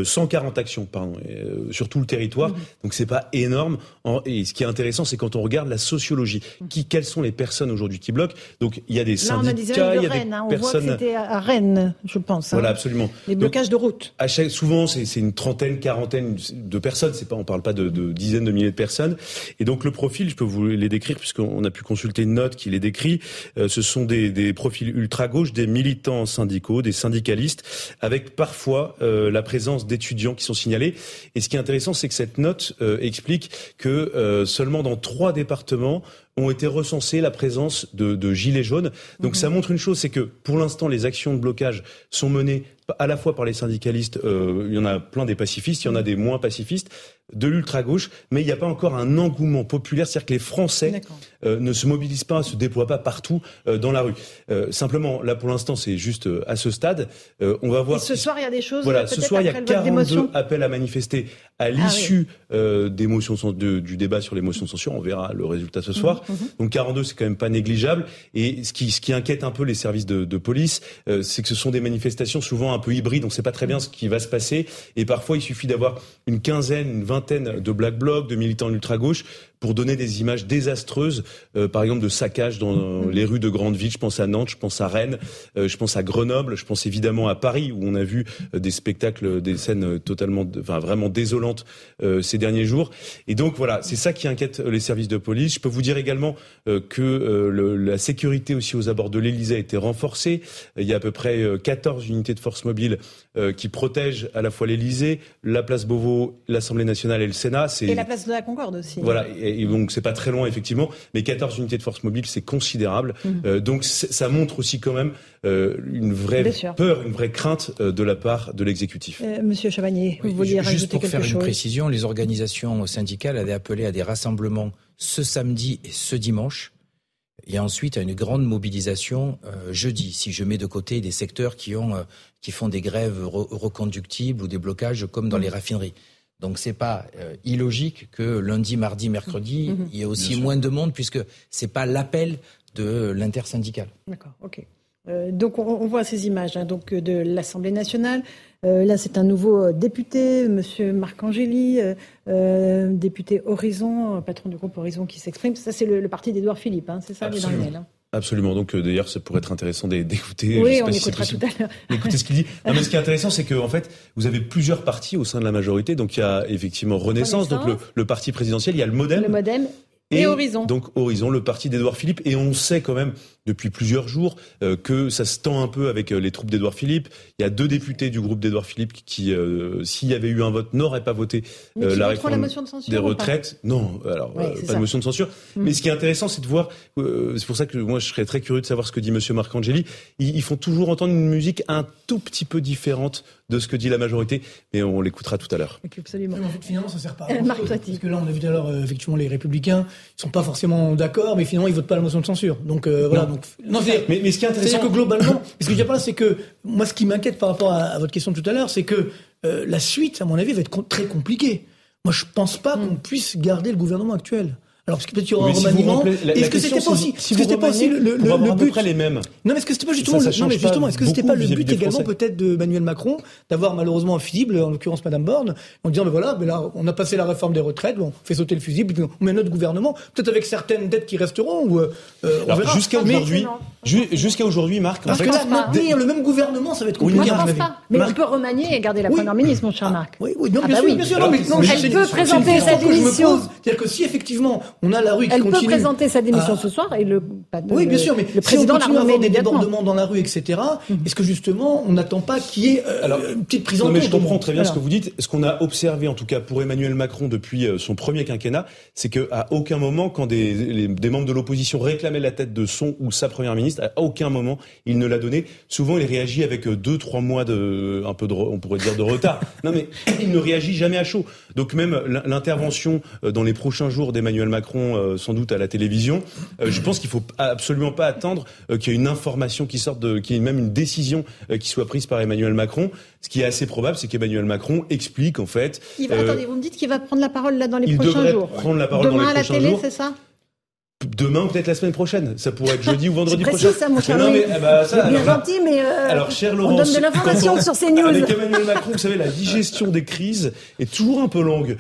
140 actions, sur tout le territoire. Donc, c'est pas énorme. Et ce qui est intéressant, c'est quand on regarde la sociologie. Quelles sont les personnes aujourd'hui qui bloquent ? Donc, il y a des syndicats, il y a des on personnes. Voit que c'était à Rennes, je pense. Voilà, absolument. Les blocages de route. Souvent, c'est une trentaine, quarantaine de personnes. On parle pas de dizaines de milliers de personnes. Et donc, le profil, je peux vous les décrire puisqu'on a pu consulter une note qui les décrit. Ce sont des profils ultra-gauche, des militants syndicaux, des syndicalistes, avec parfois la présence d'étudiants qui sont signalés. Et ce qui est intéressant, c'est que cette note explique que seulement dans 3 départements ont été recensés la présence de gilets jaunes. Donc ça montre une chose, c'est que pour l'instant, les actions de blocage sont menées à la fois par les syndicalistes, il y en a plein des pacifistes, il y en a des moins pacifistes, de l'ultra-gauche, mais il n'y a pas encore un engouement populaire, c'est-à-dire que les Français ne se mobilisent pas, ne se déploient pas partout dans la rue. Simplement, là pour l'instant, c'est juste à ce stade. On va voir. Et ce soir, il y a des choses. Voilà, ce soir, il y a 42 appels à manifester à l'issue des motions du débat sur les motions de censure. On verra le résultat ce soir. Donc 42, c'est quand même pas négligeable. Et ce qui inquiète un peu les services de police, c'est que ce sont des manifestations souvent un peu hybrides. On ne sait pas très bien ce qui va se passer. Et parfois, il suffit d'avoir une quinzaine, une vingtaine de black blocs, de militants ultra-gauche pour donner des images désastreuses, par exemple de saccages dans les rues de grandes villes. Je pense à Nantes, je pense à Rennes, je pense à Grenoble, je pense évidemment à Paris où on a vu des spectacles, des scènes vraiment désolantes ces derniers jours. Et donc voilà, c'est ça qui inquiète les services de police. Je peux vous dire également que la sécurité aussi aux abords de l'Élysée a été renforcée. Il y a à peu près 14 unités de force mobile qui protègent à la fois l'Élysée, la place Beauvau, l'Assemblée nationale et le Sénat. Et la place de la Concorde aussi. Voilà. Et donc c'est pas très loin effectivement, mais 14 unités de force mobile, c'est considérable. Donc ça montre aussi quand même une vraie peur, une vraie crainte de la part de l'exécutif. Monsieur Chabagnier, vous vouliez rajouter juste pour quelque faire chose. Une précision, les organisations syndicales avaient appelé à des rassemblements ce samedi et ce dimanche, et ensuite à une grande mobilisation jeudi. Si je mets de côté des secteurs qui font des grèves reconductibles ou des blocages comme dans les raffineries. Donc c'est pas illogique que lundi, mardi, mercredi, il y ait aussi moins de monde puisque c'est pas l'appel de l'intersyndicale. D'accord, ok. Donc on voit ces images donc de l'Assemblée nationale. Là c'est un nouveau député, Monsieur Marcangeli, député Horizon, patron du groupe Horizon qui s'exprime. Ça c'est le parti d'Édouard Philippe, c'est ça, les Darnel. Absolument. Donc d'ailleurs, ça pourrait être intéressant d'écouter. Oui, on écoutera tout à l'heure. Écoutez ce qu'il dit. Non, mais ce qui est intéressant, c'est que en fait, vous avez plusieurs partis au sein de la majorité. Donc il y a effectivement Renaissance, donc le parti présidentiel. Il y a le MoDem. Le MoDem. Et Horizon. Donc Horizon, le parti d'Édouard Philippe. Et on sait quand même depuis plusieurs jours que ça se tend un peu avec les troupes d'Édouard Philippe. Il y a 2 députés du groupe d'Édouard Philippe qui, s'il y avait eu un vote, n'auraient pas voté la réforme la motion de censure, des retraites. Non, alors pas de motion de censure. Mais ce qui est intéressant, c'est de voir. C'est pour ça que moi, je serais très curieux de savoir ce que dit Monsieur Marcangeli. Ils font toujours entendre une musique un tout petit peu différente de ce que dit la majorité, mais on l'écoutera tout à l'heure. Absolument. En fait, finalement, ça sert pas à grand chose, parce que là, on a vu tout à l'heure, effectivement, les Républicains, ils sont pas forcément d'accord, mais finalement, ils votent pas la motion de censure. Donc voilà. Non, mais ce qui est intéressant, c'est que globalement, ce que je dis pas là, c'est que moi, ce qui m'inquiète par rapport à votre question tout à l'heure, c'est que la suite, à mon avis, va être très compliquée. Moi, je pense pas qu'on puisse garder le gouvernement actuel. Alors, parce que peut-être qu'il y aura un remaniement. Est-ce que c'était pas aussi, le but les mêmes. Non, mais est-ce que c'était pas justement est-ce que c'était pas le but également peut-être de Emmanuel Macron d'avoir malheureusement un fusible, en l'occurrence Madame Borne, en disant, mais là, on a passé la réforme des retraites, on fait sauter le fusible, on met notre gouvernement, peut-être avec certaines dettes qui resteront, ou, on verra. Jusqu'à aujourd'hui, Marc. Parce que là, maintenir le même gouvernement, ça va être compliqué. Moi, je pense pas. Mais on peut remanier et garder la première ministre, mon cher Marc. Oui, non, bien sûr. Elle peut présenter sa démission. C'est-à-dire que si effectivement, on a la rue qui elle continue. Elle peut présenter sa démission ce soir et oui, bien sûr, mais le président si on continue à avoir des débordements dans la rue, etc., est-ce que justement, on n'attend pas qu'il y ait une petite prise en compte? Non, mais je comprends très bien ce que vous dites. Ce qu'on a observé, en tout cas pour Emmanuel Macron depuis son premier quinquennat, c'est qu'à aucun moment, quand des membres de l'opposition réclamaient la tête de son ou sa première ministre, à aucun moment, il ne l'a donné. Souvent, il réagit avec 2-3 mois on pourrait dire de retard. Non, mais il ne réagit jamais à chaud. Donc même l'intervention dans les prochains jours d'Emmanuel Macron, sans doute à la télévision, je pense qu'il faut absolument pas attendre qu'il y ait une information qui sorte, qu'il y ait même une décision qui soit prise par Emmanuel Macron. Ce qui est assez probable, c'est qu'Emmanuel Macron explique en fait. Attendez, vous me dites qu'il va prendre la parole là dans les prochains jours. Il devrait prendre la parole demain dans les prochains jours. Demain à la télé, c'est ça? Demain ou peut-être la semaine prochaine. Ça pourrait être jeudi ou vendredi prochain. C'est précis ça, mon cher Louis. C'est bien gentil, mais alors, cher Laurence, on donne de l'information sur CNews. Avec Emmanuel Macron, vous savez, la digestion des crises est toujours un peu longue.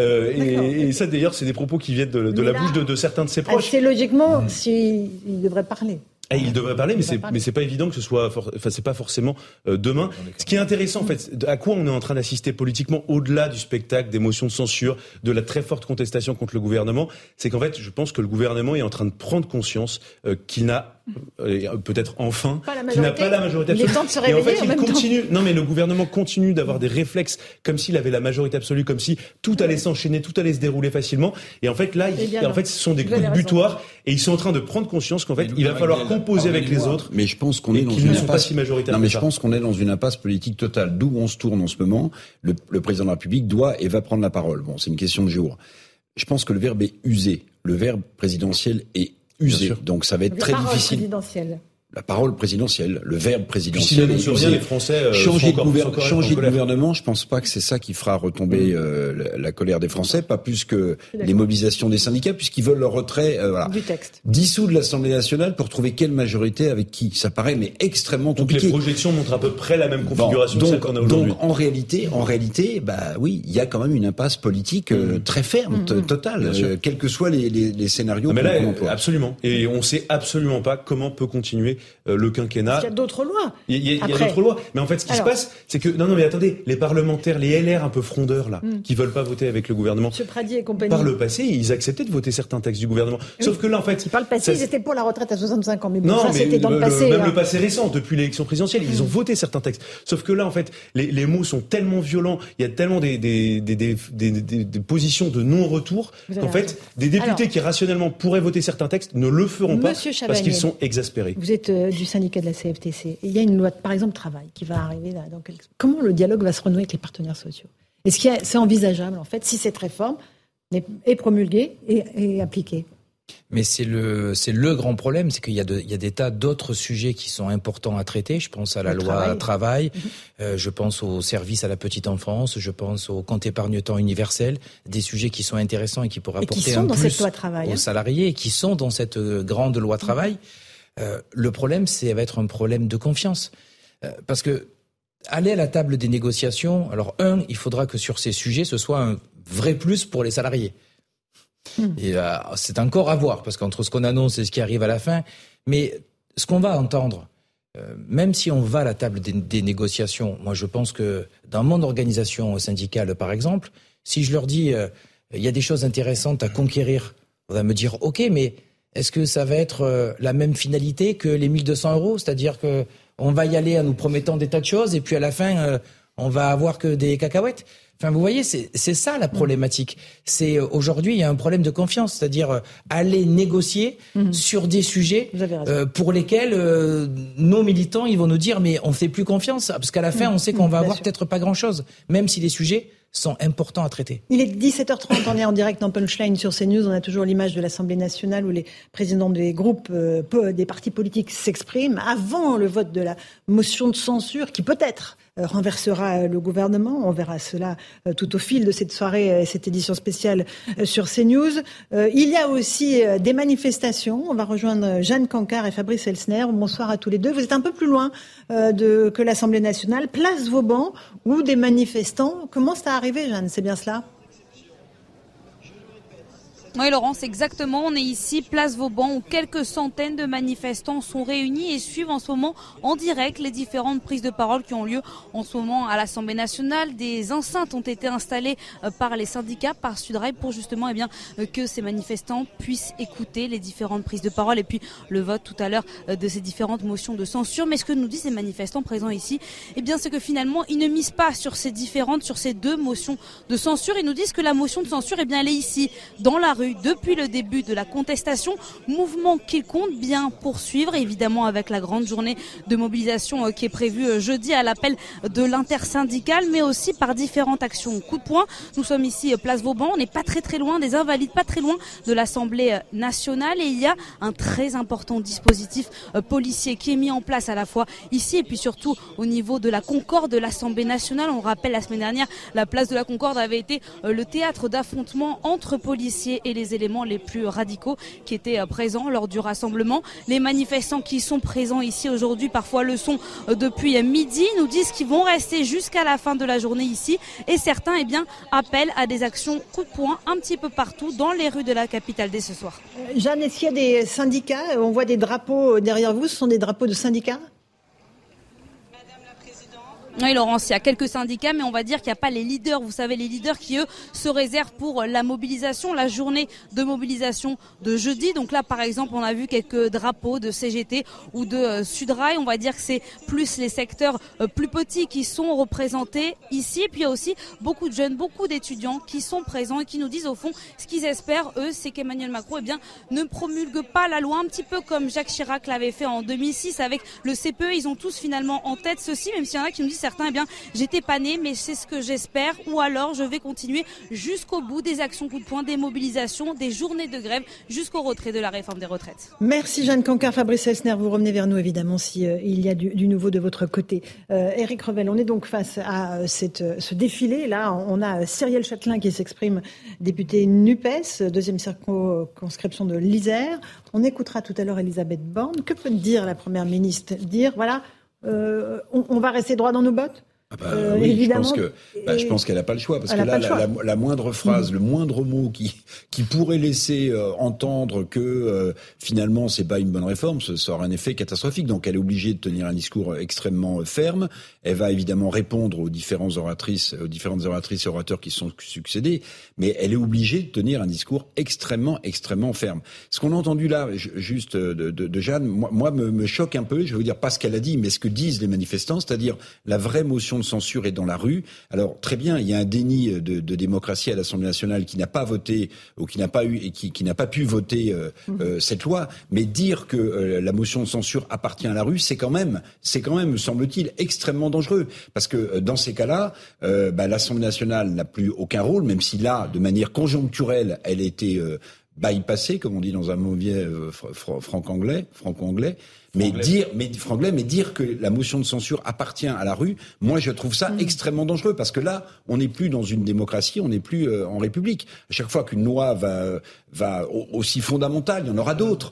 Et ça, d'ailleurs, c'est des propos qui viennent de la bouche de certains de ses proches. C'est logiquement, il devrait parler. Il devrait parler, mais c'est pas évident que ce soit, c'est pas forcément demain. Ce qui est intéressant, en fait, à quoi on est en train d'assister politiquement, au-delà du spectacle, des motions de censure, de la très forte contestation contre le gouvernement, c'est qu'en fait, je pense que le gouvernement est en train de prendre conscience qu'il n'a peut-être enfin, qu'il n'a pas la majorité absolue. Il est temps de se réveiller, et en fait, il continue. Non, mais le gouvernement continue d'avoir des réflexes comme s'il avait la majorité absolue, comme si tout allait s'enchaîner, tout allait se dérouler facilement. Et en fait, là, ce sont des coups de butoir, et ils sont en train de prendre conscience qu'en fait, il va falloir composer avec les autres. Mais je pense qu'on est dans une impasse. Je pense qu'on est dans une impasse politique totale. D'où on se tourne en ce moment. Le président de la République doit et va prendre la parole. Bon, c'est une question de jour. Je pense que le verbe est usé. Le verbe présidentiel est usé. Donc ça va être très difficile. La parole présidentielle, le verbe présidentiel. Puis si les Français changer de gouvernement, je pense pas que c'est ça qui fera retomber la colère des Français, pas plus que les mobilisations des syndicats, puisqu'ils veulent leur retrait du texte. Dissoudre l'Assemblée nationale pour trouver quelle majorité avec qui. Ça paraît mais extrêmement compliqué. Donc les projections montrent à peu près la même configuration que celle qu'on a aujourd'hui. Donc en réalité, oui, il y a quand même une impasse politique très ferme, totale, quels que soient les scénarios qu'on emploie. Absolument. Et on sait absolument pas comment peut continuer le quinquennat. Il y a d'autres lois. Il y a d'autres lois. Mais en fait, ce qui se passe, c'est que non, mais attendez, les parlementaires, les LR un peu frondeurs là, qui veulent pas voter avec le gouvernement. M. Pradier et compagnie. Par le passé, ils acceptaient de voter certains textes du gouvernement. Sauf que là, en fait, par le passé, ils étaient pour la retraite à 65 ans. Mais bon, c'était dans le passé. Même le passé récent, depuis l'élection présidentielle, ils ont voté certains textes. Sauf que là, en fait, les mots sont tellement violents, il y a tellement des positions de non-retour qu'en fait, des députés qui rationnellement pourraient voter certains textes ne le feront pas parce qu'ils sont exaspérés. Vous êtes du syndicat de la CFTC. Il y a une loi, par exemple, travail, qui va arriver là. Comment le dialogue va se renouer avec les partenaires sociaux? Est-ce que c'est envisageable, en fait, si cette réforme est promulguée et appliquée? Mais c'est le grand problème, c'est qu'il y a des tas d'autres sujets qui sont importants à traiter. Je pense à la loi travail, je pense au service à la petite enfance, je pense au compte épargne-temps universel, des sujets qui sont intéressants et qui pourraient apporter un plus aux salariés et qui sont dans cette grande loi travail. Le problème, va être un problème de confiance. Parce que aller à la table des négociations, alors il faudra que sur ces sujets, ce soit un vrai plus pour les salariés. Et c'est encore à voir, parce qu'entre ce qu'on annonce et ce qui arrive à la fin, Mais ce qu'on va entendre, même si on va à la table des négociations, moi je pense que dans mon organisation syndicale par exemple, si je leur dis il y a des choses intéressantes à conquérir, on va me dire ok, mais est-ce que ça va être la même finalité que les 1 200 €? C'est-à-dire que on va y aller en nous promettant des tas de choses et puis à la fin on va avoir que des cacahuètes. Enfin, vous voyez, c'est ça la problématique. C'est aujourd'hui il y a un problème de confiance, c'est-à-dire aller négocier sur des sujets pour lesquels nos militants ils vont nous dire mais on fait plus confiance parce qu'à la fin on sait qu'on va avoir peut-être pas grand-chose, même si les sujets sont importants à traiter. Il est 17h30, on est en direct dans Punchline sur CNews. On a toujours l'image de l'Assemblée nationale où les présidents des groupes, des partis politiques s'expriment avant le vote de la motion de censure qui peut-être renversera le gouvernement. On verra cela tout au fil de cette soirée, cette édition spéciale sur CNews. Il y a aussi des manifestations. On va rejoindre Jeanne Cancard et Fabrice Elsner. Bonsoir à tous les deux. Vous êtes un peu plus loin que l'Assemblée nationale. Place Vauban, où des manifestants commencent à arriver, Jeanne, c'est bien cela ? Oui, Laurence, exactement. On est ici, place Vauban, où quelques centaines de manifestants sont réunis et suivent en ce moment en direct les différentes prises de parole qui ont lieu en ce moment à l'Assemblée nationale. Des enceintes ont été installées par les syndicats, par Sudrail, pour justement que ces manifestants puissent écouter les différentes prises de parole et puis le vote tout à l'heure de ces différentes motions de censure. Mais ce que nous disent les manifestants présents ici, c'est que finalement, ils ne misent pas sur ces deux motions de censure. Ils nous disent que la motion de censure, elle est ici, dans la rue, depuis le début de la contestation, mouvement qu'ils comptent bien poursuivre, évidemment avec la grande journée de mobilisation qui est prévue jeudi à l'appel de l'intersyndicale, mais aussi par différentes actions. Coup de poing, nous sommes ici place Vauban, on n'est pas très loin des Invalides, pas très loin de l'Assemblée nationale, et il y a un très important dispositif policier qui est mis en place à la fois ici et puis surtout au niveau de la Concorde de l'Assemblée nationale. On rappelle, la semaine dernière, la place de la Concorde avait été le théâtre d'affrontements entre policiers et les éléments les plus radicaux qui étaient présents lors du rassemblement. Les manifestants qui sont présents ici aujourd'hui, parfois le sont depuis midi, nous disent qu'ils vont rester jusqu'à la fin de la journée ici, et certains appellent à des actions coup de poing un petit peu partout dans les rues de la capitale dès ce soir. Jeanne, est-ce qu'il y a des syndicats ? On voit des drapeaux derrière vous, ce sont des drapeaux de syndicats ? Oui, Laurence, il y a quelques syndicats, mais on va dire qu'il n'y a pas les leaders. Vous savez, les leaders qui, eux, se réservent pour la mobilisation, la journée de mobilisation de jeudi. Donc là, par exemple, on a vu quelques drapeaux de CGT ou de Sudrail. On va dire que c'est plus les secteurs plus petits qui sont représentés ici. Et puis il y a aussi beaucoup de jeunes, beaucoup d'étudiants qui sont présents et qui nous disent, au fond, ce qu'ils espèrent, eux, c'est qu'Emmanuel Macron, ne promulgue pas la loi, un petit peu comme Jacques Chirac l'avait fait en 2006 avec le CPE. Ils ont tous finalement en tête ceci, même s'il y en a qui nous disent, certains, j'étais pas né, mais c'est ce que j'espère, ou alors je vais continuer jusqu'au bout des actions coup de poing, des mobilisations, des journées de grève, jusqu'au retrait de la réforme des retraites. Merci Jeanne Cancard. Fabrice Elsner, vous revenez vers nous évidemment si il y a du nouveau de votre côté. Éric Revel, on est donc face à ce défilé. Là, on a Cyrielle Châtelain qui s'exprime, député NUPES, deuxième circonscription de l'Isère. On écoutera tout à l'heure Elisabeth Borne. Que peut dire la Première ministre ? Dire, voilà, on va rester droit dans nos bottes ? Oui, évidemment. Je pense qu'elle n'a pas le choix, parce que là, la moindre phrase, le moindre mot qui pourrait laisser entendre que finalement c'est pas une bonne réforme, ça aura un effet catastrophique. Donc elle est obligée de tenir un discours extrêmement ferme. Elle va évidemment répondre aux différentes oratrices et orateurs qui sont succédés, mais elle est obligée de tenir un discours extrêmement ferme. Ce qu'on a entendu là, juste de Jeanne, moi me choque un peu. Je vais vous dire pas ce qu'elle a dit, mais ce que disent les manifestants, c'est-à-dire la vraie motion de censure est dans la rue. Alors très bien, il y a un déni de démocratie à l'Assemblée nationale qui n'a pas voté ou qui n'a pas eu et qui n'a pas pu voter cette loi. Mais dire que la motion de censure appartient à la rue, c'est quand même, me semble-t-il, extrêmement dangereux. Parce que dans ces cas-là, l'Assemblée nationale n'a plus aucun rôle, même si là, de manière conjoncturelle, elle a été bypassée, comme on dit dans un mauvais franco-anglais. Mais dire que la motion de censure appartient à la rue, moi je trouve ça extrêmement dangereux, parce que là, on n'est plus dans une démocratie, on n'est plus en République. À chaque fois qu'une loi va aussi fondamentale, il y en aura d'autres,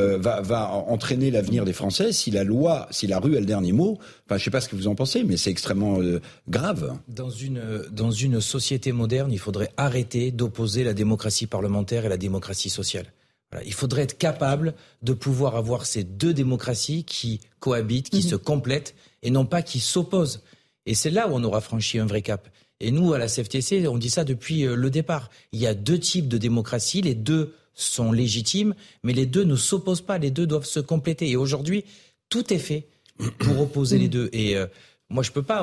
va entraîner l'avenir des Français, si la rue a le dernier mot, je sais pas ce que vous en pensez, mais c'est extrêmement grave. Dans une société moderne, il faudrait arrêter d'opposer la démocratie parlementaire et la démocratie sociale. Voilà, il faudrait être capable de pouvoir avoir ces deux démocraties qui cohabitent, qui se complètent, et non pas qui s'opposent. Et c'est là où on aura franchi un vrai cap. Et nous, à la CFTC, on dit ça depuis le départ. Il y a deux types de démocratie, les deux sont légitimes, mais les deux ne s'opposent pas, les deux doivent se compléter. Et aujourd'hui, tout est fait pour opposer les deux. Et moi, je peux pas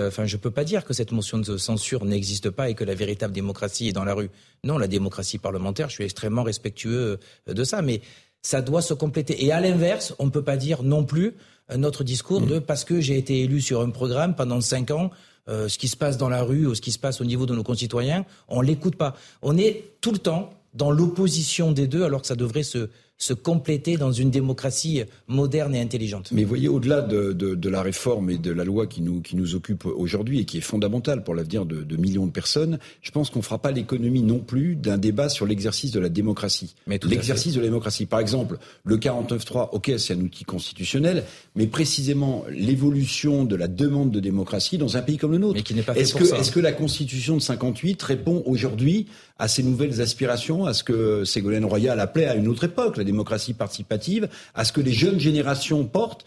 dire que cette motion de censure n'existe pas et que la véritable démocratie est dans la rue. Non, la démocratie parlementaire, je suis extrêmement respectueux de ça, mais ça doit se compléter. Et à l'inverse, on ne peut pas dire non plus notre discours de parce que j'ai été élu sur un programme pendant 5 ans, ce qui se passe dans la rue ou ce qui se passe au niveau de nos concitoyens, on l'écoute pas. On est tout le temps dans l'opposition des deux, alors que ça devrait se compléter dans une démocratie moderne et intelligente. Mais voyez, au-delà de la réforme et de la loi qui nous occupe aujourd'hui et qui est fondamentale pour l'avenir de millions de personnes, je pense qu'on ne fera pas l'économie non plus d'un débat sur l'exercice de la démocratie. L'exercice de la démocratie. Par exemple, le 49.3, ok, c'est un outil constitutionnel, mais précisément l'évolution de la demande de démocratie dans un pays comme le nôtre. Mais qui n'est pas fait pour ça. Est-ce que la Constitution de 58 répond aujourd'hui à ces nouvelles aspirations, à ce que Ségolène Royal appelait à une autre époque, la démocratie participative, à ce que les jeunes générations portent?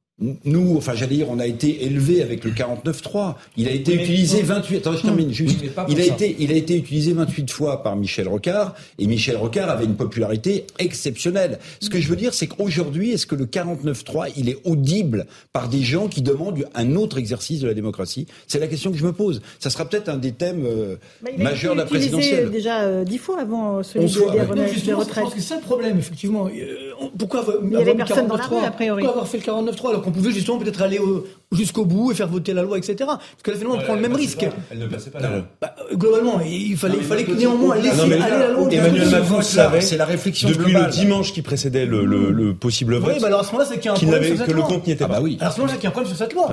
Nous, on a été élevés avec le 49.3. Il a été utilisé 28. Attends, je termine juste. Il a été utilisé 28 fois par Michel Rocard, et Michel Rocard avait une popularité exceptionnelle. Ce que je veux dire, c'est qu'aujourd'hui, est-ce que le 49.3, il est audible par des gens qui demandent un autre exercice de la démocratie? C'est la question que je me pose. Ça sera peut-être un des thèmes majeurs de la présidentielle. Déjà 10 fois avant celui des retraites. Je pense que c'est ça le problème, effectivement. Pourquoi il n'y avait personne dans la rue, a priori. Pourquoi avoir fait le 49.3 alors qu'on pouvait justement peut-être aller jusqu'au bout et faire voter la loi, etc. Parce que là, finalement, on prend le même risque. Elle ne passait pas la loi. Globalement, il fallait néanmoins laisser aller la loi. Emmanuel Macron savait, c'est la réflexion depuis globale. le dimanche qui précédait le possible vote, alors à ce moment-là, c'est qu'il y a un problème sur cette loi. que le compte n'y était pas. Alors à ce moment-là, c'est qu'il y a un problème sur cette loi.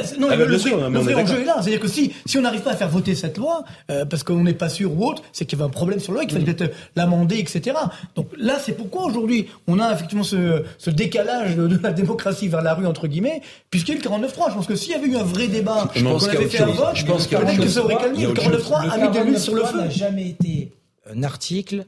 Le vrai enjeu est là. C'est-à-dire que si on n'arrive pas à faire voter cette loi, parce qu'on n'est pas sûr ou autre, c'est qu'il y avait un problème sur la loi, qu'il fallait peut-être l'amender, etc. Donc là, c'est pourquoi aujourd'hui, on a effectivement ce décalage de la démocratie vers la rue, entre guillemets, puisqu'il y a eu le 49.3. Je pense que s'il y avait eu un vrai débat, qu'on avait fait un vote, peut-être que ça aurait calmé. Le 49.3 a mis de l'huile sur le feu. Le 49.3 n'a jamais été un article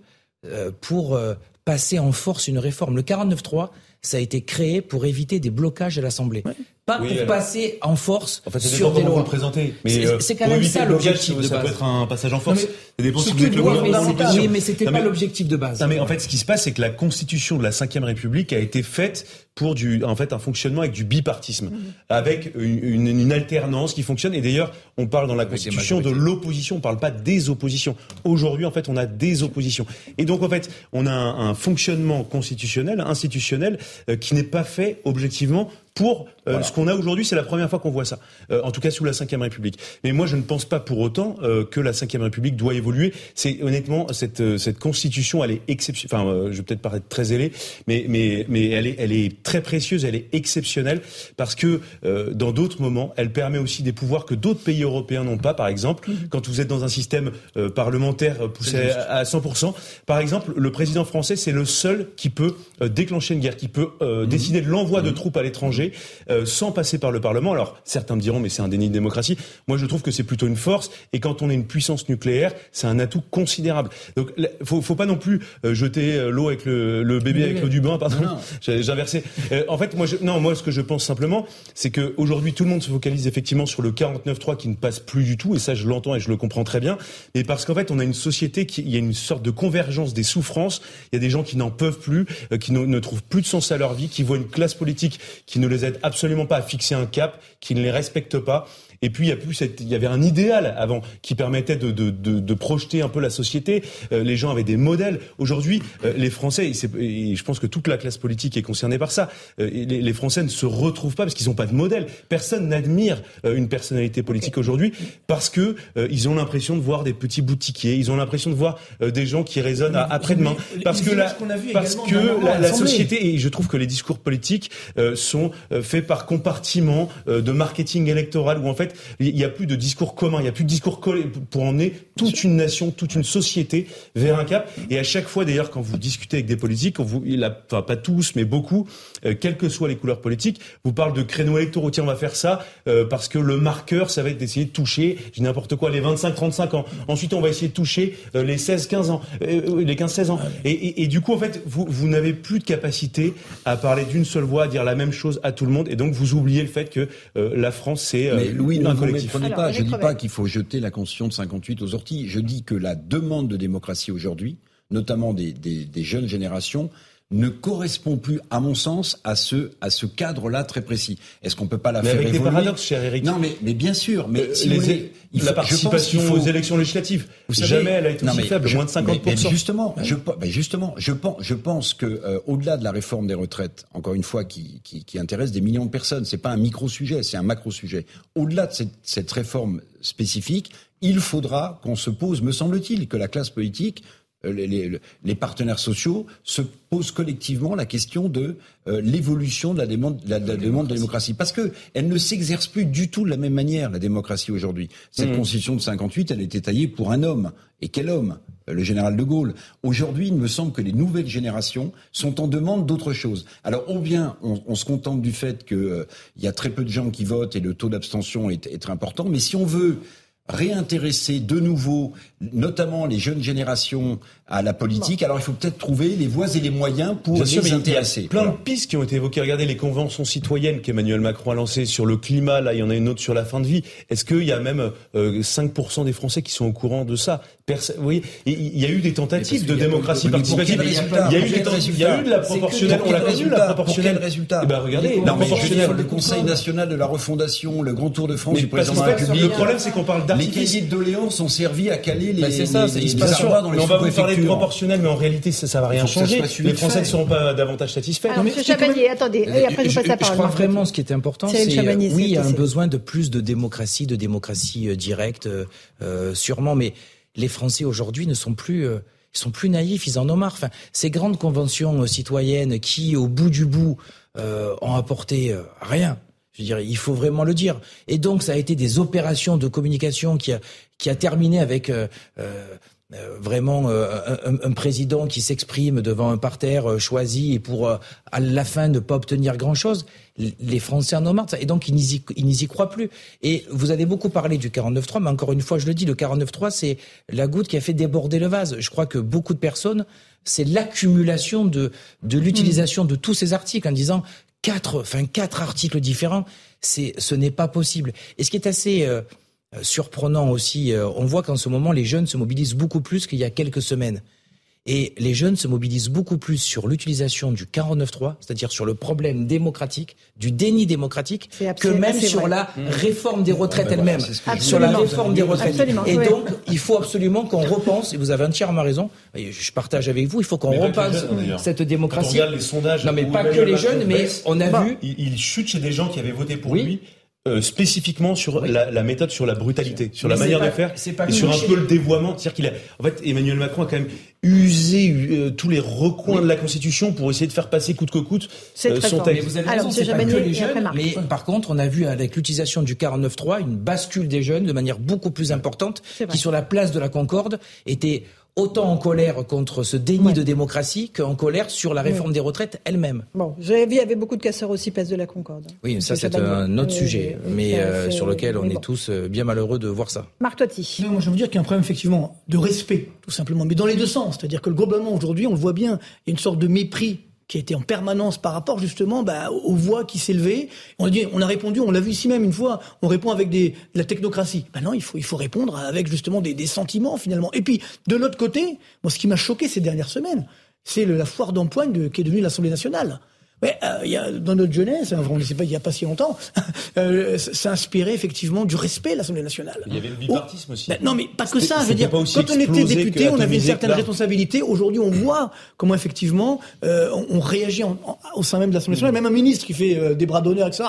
pour passer en force une réforme. Le 49.3, ça a été créé pour éviter des blocages à l'Assemblée. Pas pour passer en force sur des lois. Mais c'est quand même ça l'objectif de base. Ça peut être un passage en force. Ça dépend si vous êtes le gouvernement. Oui, mais c'était pas l'objectif de base. Non, mais en fait, ce qui se passe, c'est que la constitution de la Ve République a été faite pour un fonctionnement avec du bipartisme, avec une alternance qui fonctionne. Et d'ailleurs, on parle dans la Constitution de l'opposition, on parle pas des oppositions. Aujourd'hui, en fait, on a des oppositions. Et donc, en fait, on a un fonctionnement constitutionnel, institutionnel, qui n'est pas fait objectivement pour ce qu'on a aujourd'hui. C'est la première fois qu'on voit ça, en tout cas sous la Ve République. Mais moi, je ne pense pas pour autant que la Ve République doit évoluer. C'est honnêtement cette constitution, elle est exceptionnelle. Enfin, je vais peut-être paraître très zélé, mais elle est très précieuse, elle est exceptionnelle parce que dans d'autres moments, elle permet aussi des pouvoirs que d'autres pays européens n'ont pas. Par exemple, quand vous êtes dans un système parlementaire poussé à 100%, par exemple, le président français, c'est le seul qui peut déclencher une guerre, qui peut décider de l'envoi de troupes à l'étranger sans passer par le Parlement. Alors, certains me diront, mais c'est un déni de démocratie. Moi, je trouve que c'est plutôt une force. Et quand on est une puissance nucléaire, c'est un atout considérable. Donc, faut pas non plus jeter l'eau avec le bébé avec l'eau du bain. Pardon, j'ai inversé. En fait, moi, ce que je pense simplement, c'est que aujourd'hui, tout le monde se focalise effectivement sur le 49.3 qui ne passe plus du tout. Et ça, je l'entends et je le comprends très bien. Mais parce qu'en fait, on a une société il y a une sorte de convergence des souffrances. Il y a des gens qui n'en peuvent plus, qui ne trouvent plus de sens à leur vie, qui voient une classe politique qui ne les aide absolument pas à fixer un cap, qui ne les respecte pas. Et puis il y avait un idéal avant qui permettait de projeter un peu la société. Les gens avaient des modèles. Aujourd'hui, les Français, et je pense que toute la classe politique est concernée par ça. Les Français ne se retrouvent pas parce qu'ils n'ont pas de modèle. Personne n'admire une personnalité politique aujourd'hui parce que ils ont l'impression de voir des petits boutiquiers. Ils ont l'impression de voir des gens qui raisonnent après-demain. Parce que la société, et je trouve que les discours politiques sont faits par compartiments de marketing électoral où en fait fait, il n'y a plus de discours commun, il n'y a plus de discours collé pour emmener toute une nation, toute une société vers un cap. Et à chaque fois, d'ailleurs, quand vous discutez avec des politiques, pas tous, mais beaucoup, quelles que soient les couleurs politiques, vous parlent de créneaux électoraux. Tiens, on va faire ça parce que le marqueur, ça va être d'essayer de toucher, n'importe quoi, les 25-35 ans. Ensuite, on va essayer de toucher les 16-15 ans, les 15-16 ans. Et du coup, en fait, vous n'avez plus de capacité à parler d'une seule voix, à dire la même chose à tout le monde. Et donc, vous oubliez le fait que la France, c'est un collectif. Je ne dis pas qu'il faut jeter la Constitution de 58 aux orties. Je dis que la demande de démocratie aujourd'hui, notamment des jeunes générations, ne correspond plus, à mon sens, à ce cadre-là très précis. Est-ce qu'on peut pas la faire évoluer ? Mais avec des paradoxes, cher Éric. Non, mais bien sûr. Mais si la participation aux élections législatives, jamais elle a été aussi faible, moins de 50%. Je pense que au-delà de la réforme des retraites, encore une fois, qui intéresse des millions de personnes, c'est pas un micro-sujet, c'est un macro-sujet. Au-delà de cette réforme spécifique, il faudra qu'on se pose, me semble-t-il, que la classe politique, les partenaires sociaux se posent collectivement la question de l'évolution de la demande de démocratie. Parce que elle ne s'exerce plus du tout de la même manière, la démocratie aujourd'hui. Cette Constitution de 58, elle était taillée pour un homme. Et quel homme ? Le général de Gaulle. Aujourd'hui, il me semble que les nouvelles générations sont en demande d'autre chose. Alors, ou bien on se contente du fait qu'il y a très peu de gens qui votent et le taux d'abstention est très important, mais si on veut réintéresser de nouveau, notamment les jeunes générations, à la politique. Alors il faut peut-être trouver les voies et les moyens pour les intéresser. Il y a plein de pistes qui ont été évoquées. Regardez les conventions citoyennes qu'Emmanuel Macron a lancées sur le climat. Là, il y en a une autre sur la fin de vie. Est-ce qu'il y a même 5% des Français qui sont au courant de ça ? Vous voyez, il y a eu des tentatives de démocratie participative. Il y a eu de la proportionnelle. On l'a connu, la proportionnelle. Quel résultat ? Regardez, le Conseil national de la refondation, le Grand Tour de France du président de la République. Le problème, c'est qu'on parle d'artifice. Les cahiers de doléances ont servi à caler les armoires dans les sous-préfectures. On va vous parler de proportionnel, mais en réalité, ça va rien changer. Les Français ne seront pas davantage satisfaits. Alors, M. Chabagnier, attendez, et après je passe la parole. Je crois vraiment ce qui est important, c'est oui, il y a un besoin de plus de démocratie directe, sûrement, mais les Français aujourd'hui ne sont plus... Ils sont plus naïfs, ils en ont marre. Enfin, ces grandes conventions citoyennes qui, au bout du bout, ont apporté rien. Je veux dire, il faut vraiment le dire. Et donc, ça a été des opérations de communication qui a terminé avec vraiment un président qui s'exprime devant un parterre choisi et pour à la fin ne pas obtenir grand-chose. Les Français en ont marre de ça. Et donc, ils n'y croient plus. Et vous avez beaucoup parlé du 49.3, mais encore une fois, je le dis, le 49.3, c'est la goutte qui a fait déborder le vase. Je crois que beaucoup de personnes, c'est l'accumulation de l'utilisation de tous ces articles en disant 4 articles différents, ce n'est pas possible. Et ce qui est assez surprenant aussi, on voit qu'en ce moment, les jeunes se mobilisent beaucoup plus qu'il y a quelques semaines. Et les jeunes se mobilisent beaucoup plus sur l'utilisation du 49.3, c'est-à-dire sur le problème démocratique, du déni démocratique, que même sur la réforme des retraites elle-même. Sur la réforme des retraites. Et donc, il faut absolument qu'on repense, et vous avez entièrement raison, et je partage avec vous, il faut qu'on repense cette démocratie. Quand on regarde les sondages, non mais pas que les jeunes, mais on a vu... Il chute chez des gens qui avaient voté pour lui. Spécifiquement sur la méthode, sur la brutalité, sur la manière de faire, et sur un peu le dévoiement. C'est-à-dire en fait, Emmanuel Macron a quand même usé tous les recoins de la Constitution pour essayer de faire passer coûte que coûte son texte. Mais vous avez raison, c'est pas que les jeunes, mais par contre, on a vu avec l'utilisation du 49.3 une bascule des jeunes de manière beaucoup plus importante, qui sur la place de la Concorde était autant en colère contre ce déni de démocratie qu'en colère sur la réforme des retraites elle-même. Bon, j'avais vu, il y avait beaucoup de casseurs aussi place de la Concorde. Oui, ça c'est un autre sujet, mais sur lequel on est tous bien malheureux de voir ça. Marc Toiti. Non, moi je veux dire qu'il y a un problème effectivement de respect, tout simplement, mais dans les deux sens. C'est-à-dire que globalement aujourd'hui, on le voit bien, il y a une sorte de mépris qui a été en permanence par rapport justement aux voix qui s'élevaient. On a répondu, on l'a vu ici même une fois, on répond avec de la technocratie. Ben non, il faut répondre avec justement des sentiments finalement. Et puis de l'autre côté, moi ce qui m'a choqué ces dernières semaines, c'est la foire d'empoigne qui est devenue l'Assemblée nationale. Ouais, dans notre jeunesse, on ne sait pas, il n'y a pas si longtemps, ça inspirait effectivement du respect de l'Assemblée nationale. Il y avait le bipartisme aussi. Non, mais pas que ça. Je veux dire, quand on était député, on avait une certaine responsabilité. Aujourd'hui, on voit comment effectivement on réagit au sein même de l'Assemblée nationale. Même un ministre qui fait des bras d'honneur, etc.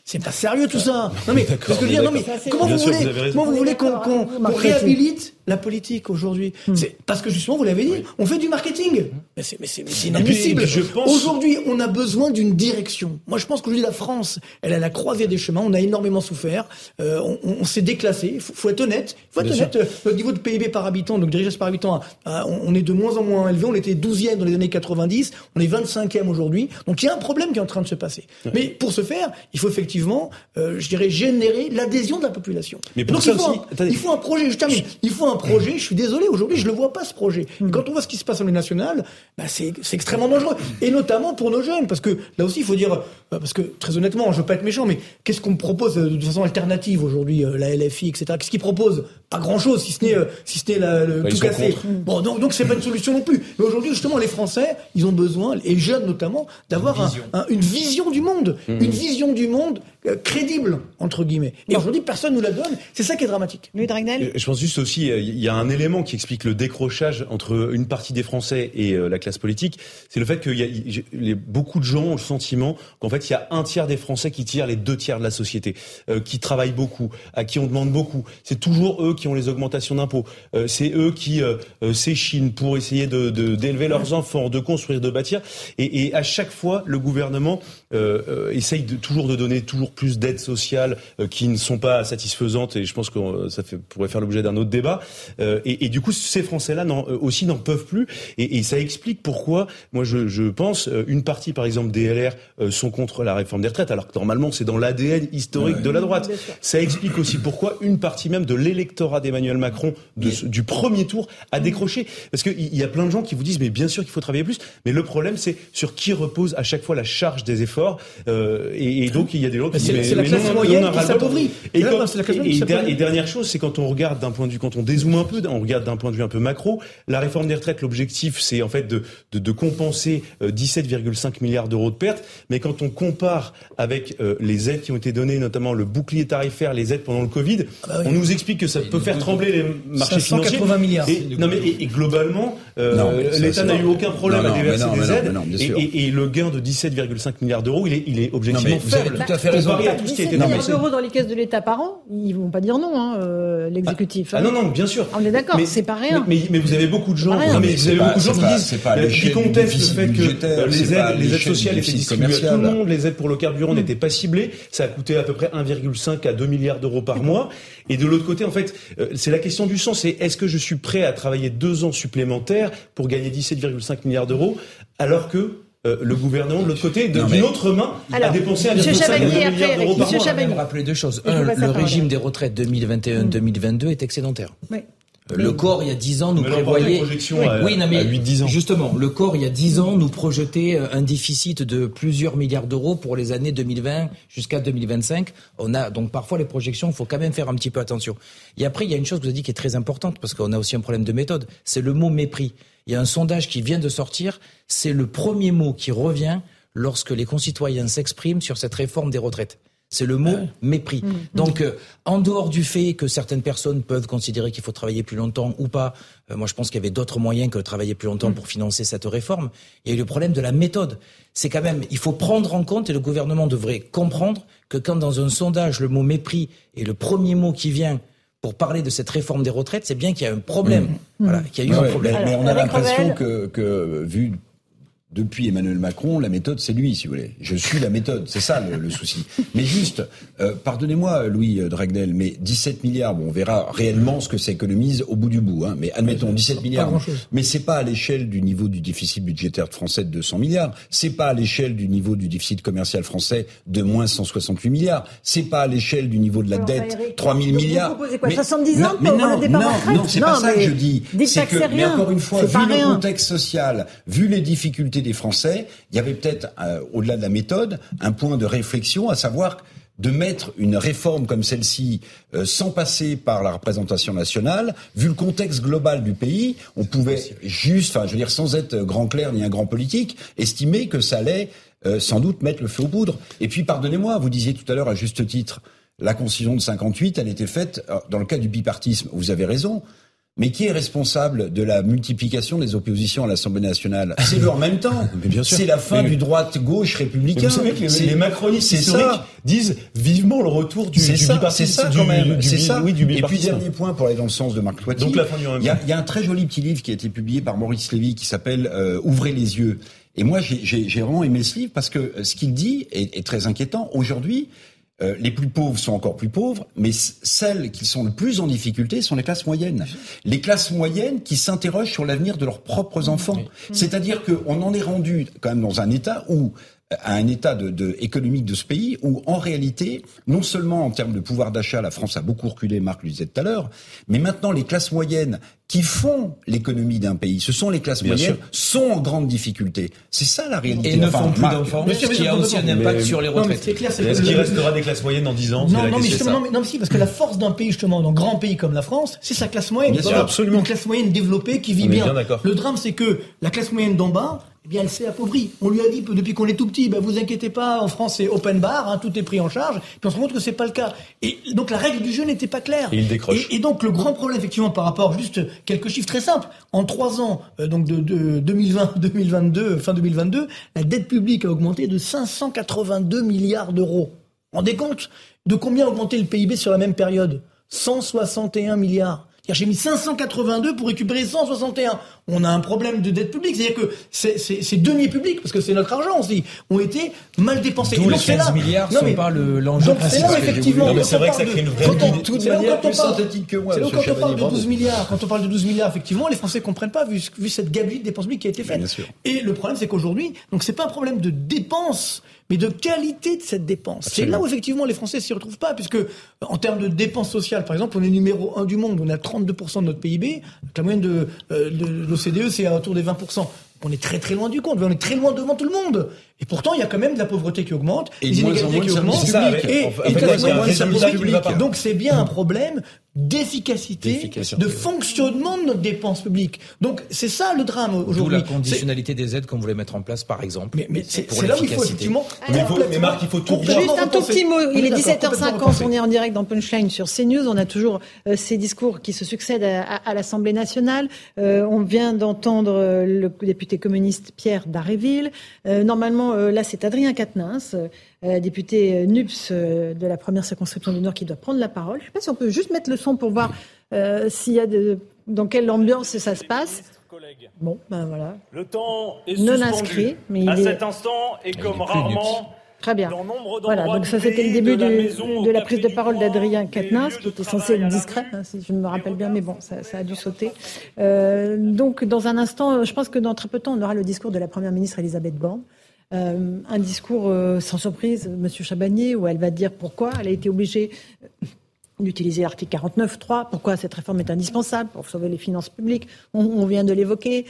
C'est pas sérieux tout ça. Non mais parce que je veux dire, non mais comment vous voulez qu'on réhabilite la politique aujourd'hui? C'est parce que justement vous l'avez dit, on fait du marketing. Mais c'est inadmissible. Aujourd'hui, on a besoin d'une direction. Moi, je pense qu'aujourd'hui la France, elle est à la croisée des chemins. On a énormément souffert. On s'est déclassé. Il faut être honnête. Notre niveau de PIB par habitant, donc de richesse par habitant, on est de moins en moins élevé. On était 12e dans les années 90. On est 25e aujourd'hui. Donc il y a un problème qui est en train de se passer. Mais pour ce faire, il faut effectivement je dirais générer l'adhésion de la population. Mais pour donc ça il faut un projet, je termine. Il faut un projet, je suis désolé, aujourd'hui je le vois pas ce projet. Et quand on voit ce qui se passe à l'Assemblée nationale, c'est extrêmement dangereux. Et notamment pour nos jeunes, parce que là aussi il faut dire, parce que très honnêtement, je veux pas être méchant, mais qu'est-ce qu'on propose de façon alternative aujourd'hui, la LFI, etc. Qu'est-ce qu'ils proposent? Pas grand-chose, si ce n'est tout casser. Bon, donc c'est pas une solution non plus. Mais aujourd'hui, justement, les Français, ils ont besoin, et les jeunes notamment, d'avoir une vision du monde. Une vision du monde crédible, entre guillemets. Et aujourd'hui, personne nous la donne. C'est ça qui est dramatique. Louis Dragnel. Je pense juste aussi, il y a un élément qui explique le décrochage entre une partie des Français et la classe politique. C'est le fait que beaucoup de gens ont le sentiment qu'en fait, il y a un tiers des Français qui tirent les 2 tiers de la société, qui travaillent beaucoup, à qui on demande beaucoup. C'est toujours eux qui ont les augmentations d'impôts. C'est eux qui s'échinent pour essayer d'élever leurs enfants, de construire, de bâtir. Et à chaque fois, le gouvernement essaye toujours de donner toujours plus d'aides sociales qui ne sont pas satisfaisantes, et je pense que ça pourrait faire l'objet d'un autre débat. Et du coup, ces Français-là aussi n'en peuvent plus, et ça explique pourquoi, moi je pense, une partie par exemple des LR sont contre la réforme des retraites, alors que normalement c'est dans l'ADN historique de la droite. Ça explique aussi pourquoi une partie même de l'électorat d'Emmanuel Macron du premier tour a décroché, parce qu'il y a plein de gens qui vous disent mais bien sûr qu'il faut travailler plus, mais le problème c'est sur qui repose à chaque fois la charge des efforts, et donc il y a des gens qui c'est la classe moyenne qui s'appauvrit. Et dernière chose, c'est quand on regarde quand on dézoome un peu, on regarde d'un point de vue un peu macro, la réforme des retraites, l'objectif c'est en fait de compenser 17,5 milliards d'euros de pertes, mais quand on compare avec les aides qui ont été données, notamment le bouclier tarifaire, les aides pendant le Covid, on nous explique que ça peut faire trembler les marchés financiers. 180 milliards. Et globalement, l'État n'a eu aucun problème à déverser des aides, et le gain de 17,5 milliards d'euros, il est objectivement faible. Tout à fait raison. 17 milliards d'euros dans les caisses de l'État par an, ils vont pas dire non, l'exécutif. Non, bien sûr. On est d'accord, c'est pas rien. Mais vous avez beaucoup de gens, qui contestent le fait que les aides sociales étaient distribuées à tout le monde, les aides pour le carburant n'étaient pas ciblées, ça a coûté à peu près 1,5 à 2 milliards d'euros par mois. Et de l'autre côté, en fait, c'est la question du sens, c'est est-ce que je suis prêt à travailler 2 ans supplémentaires pour gagner 17,5 milliards d'euros, alors que le gouvernement, de l'autre côté, d'une autre main, a dépensé 1,5 milliard d'euros par mois. Je vais rappeler 2 choses. Le régime des retraites 2021-2022 est excédentaire. Oui. Le corps, il y a 10 ans, nous prévoyait... Oui, non, mais à 8-10 ans. Justement, le corps, il y a 10 ans, nous projetait un déficit de plusieurs milliards d'euros pour les années 2020 jusqu'à 2025. Donc parfois, les projections, il faut quand même faire un petit peu attention. Et après, il y a une chose que vous avez dit qui est très importante, parce qu'on a aussi un problème de méthode, c'est le mot mépris. Il y a un sondage qui vient de sortir, c'est le premier mot qui revient lorsque les concitoyens s'expriment sur cette réforme des retraites. C'est le mot mépris. Donc, en dehors du fait que certaines personnes peuvent considérer qu'il faut travailler plus longtemps ou pas, moi je pense qu'il y avait d'autres moyens que de travailler plus longtemps pour financer cette réforme. Il y a eu le problème de la méthode. C'est quand même, il faut prendre en compte, et le gouvernement devrait comprendre, que quand dans un sondage le mot mépris est le premier mot qui vient pour parler de cette réforme des retraites, c'est bien qu'il y a un problème. Voilà, qu'il y a eu un problème. Mais on a l'impression que vu depuis Emmanuel Macron, la méthode, c'est lui, si vous voulez. Je suis la méthode, c'est ça le souci. Mais juste, pardonnez-moi, Louis Dragnel, mais 17 milliards, bon, on verra réellement ce que ça économise au bout du bout, hein, mais admettons 17 milliards. Mais c'est pas à l'échelle du niveau du déficit budgétaire français de 200 milliards. C'est pas à l'échelle du niveau du déficit commercial français de moins 168 milliards. C'est pas à l'échelle du niveau de la dette, 3000 milliards. Vous proposez quoi, 70 ans pour avoir un départ en retraite? Non, c'est pas ça que je dis. C'est que, mais encore une fois, vu le contexte social, vu les difficultés des Français, il y avait peut-être, au-delà de la méthode, un point de réflexion, à savoir de mettre une réforme comme celle-ci sans passer par la représentation nationale. Vu le contexte global du pays, on pouvait juste, enfin, je veux dire, sans être grand clerc ni un grand politique, estimer que ça allait sans doute mettre le feu aux poudres. Et puis, pardonnez-moi, vous disiez tout à l'heure à juste titre, la Constitution de 58, elle était faite dans le cas du bipartisme. Vous avez raison. Mais qui est responsable de la multiplication des oppositions à l'Assemblée nationale? C'est eux en même temps. Mais bien sûr. C'est la fin du droite-gauche républicain. Vous savez que les macronistes historiques disent vivement le retour du bipartisme. C'est ça quand même. C'est ça. Oui, du et puis bipartisme. dernier point pour aller dans le sens de Marc Toiti. Donc la fin du Il y a un très joli petit livre qui a été publié par Maurice Lévy qui s'appelle Ouvrez les yeux. Et moi j'ai vraiment aimé ce livre parce que ce qu'il dit est très inquiétant. Aujourd'hui, les plus pauvres sont encore plus pauvres, mais celles qui sont le plus en difficulté sont les classes moyennes. Les classes moyennes qui s'interrogent sur l'avenir de leurs propres enfants. Oui. C'est-à-dire qu'on en est rendu quand même dans un état où à un état économique de ce pays où, en réalité, non seulement en termes de pouvoir d'achat, la France a beaucoup reculé, Marc le disait tout à l'heure, mais maintenant les classes moyennes qui font l'économie d'un pays, ce sont les classes moyennes, sont en grande difficulté. C'est ça la réalité. Et ne font plus d'enfants, ce qui a aussi un impact sur les retraites. Est-ce qu'il restera des classes moyennes dans 10 ans? Non, mais si, parce que la force d'un pays, justement, d'un grand pays comme la France, c'est sa classe moyenne. Bien sûr, absolument. Une classe moyenne développée qui vit bien. Le drame, c'est que la classe moyenne d'en bas, eh bien, elle s'est appauvrie. On lui a dit depuis qu'on est tout petit, vous inquiétez pas, en France c'est open bar, tout est pris en charge. Puis on se rend compte que c'est pas le cas. Et donc la règle du jeu n'était pas claire. Et il décroche. Et donc le grand problème, effectivement, par rapport, juste quelques chiffres très simples. En 3 ans, donc de 2020, 2022, fin 2022, la dette publique a augmenté de 582 milliards d'euros. Vous vous rendez compte de combien a augmenté le PIB sur la même période? 161 milliards. J'ai mis 582 pour récupérer 161. On a un problème de dette publique. C'est-à-dire que ces deniers publics, parce que c'est notre argent aussi, ont été mal dépensés. D'où les 15 milliards sont pas l'enjeu principal. Effectivement. Non, mais c'est vrai que ça crée une vraie de toute manière plus synthétique que moi. C'est quand on parle de 12 milliards. Quand on parle de 12 milliards, effectivement, les Français comprennent pas, vu cette gabegie de dépenses publiques qui a été faite. Et le problème, c'est qu'aujourd'hui, donc c'est pas un problème de dépenses, mais de qualité de cette dépense. Absolument. C'est là où effectivement les Français s'y retrouvent pas, puisque en termes de dépenses sociales, par exemple, on est numéro 1 du monde, on a 32% de notre PIB, la moyenne de l'OCDE c'est autour des 20%. On est très très loin du compte, on est très loin devant tout le monde. Et pourtant, il y a quand même de la pauvreté qui augmente, des inégalités qui augmentent, donc c'est bien un problème d'efficacité, de fonctionnement de notre dépense publique. Donc c'est ça le drame aujourd'hui. D'où la conditionnalité des aides qu'on voulait mettre en place, par exemple. Mais c'est là où il faut effectivement. Mais Marc, il faut tout dire. Juste un tout petit mot. Il est 17h50. On est en direct dans Punchline sur CNews. On a toujours ces discours qui se succèdent à l'Assemblée nationale. On vient d'entendre le député communiste Pierre Dharréville. Normalement, là, c'est Adrien Quatennens, député NUPS de la première circonscription du Nord, qui doit prendre la parole. Je ne sais pas si on peut juste mettre le son pour voir s'il y a dans quelle ambiance ça se passe. Bon, ben voilà. Le temps est non suspendu inscrit, mais à cet instant et comme rarement. Très bien. Voilà, donc ça c'était le début de la prise de parole d'Adrien Quatennens, qui était censé être discret, si je me rappelle bien, mais bon, ça a dû sauter. Donc dans un instant, je pense que dans très peu de temps, on aura le discours de la Première ministre Elisabeth Borne. Un discours sans surprise, Monsieur Chabagnier, où elle va dire pourquoi elle a été obligée d'utiliser l'article 49.3, pourquoi cette réforme est indispensable pour sauver les finances publiques. On vient de l'évoquer.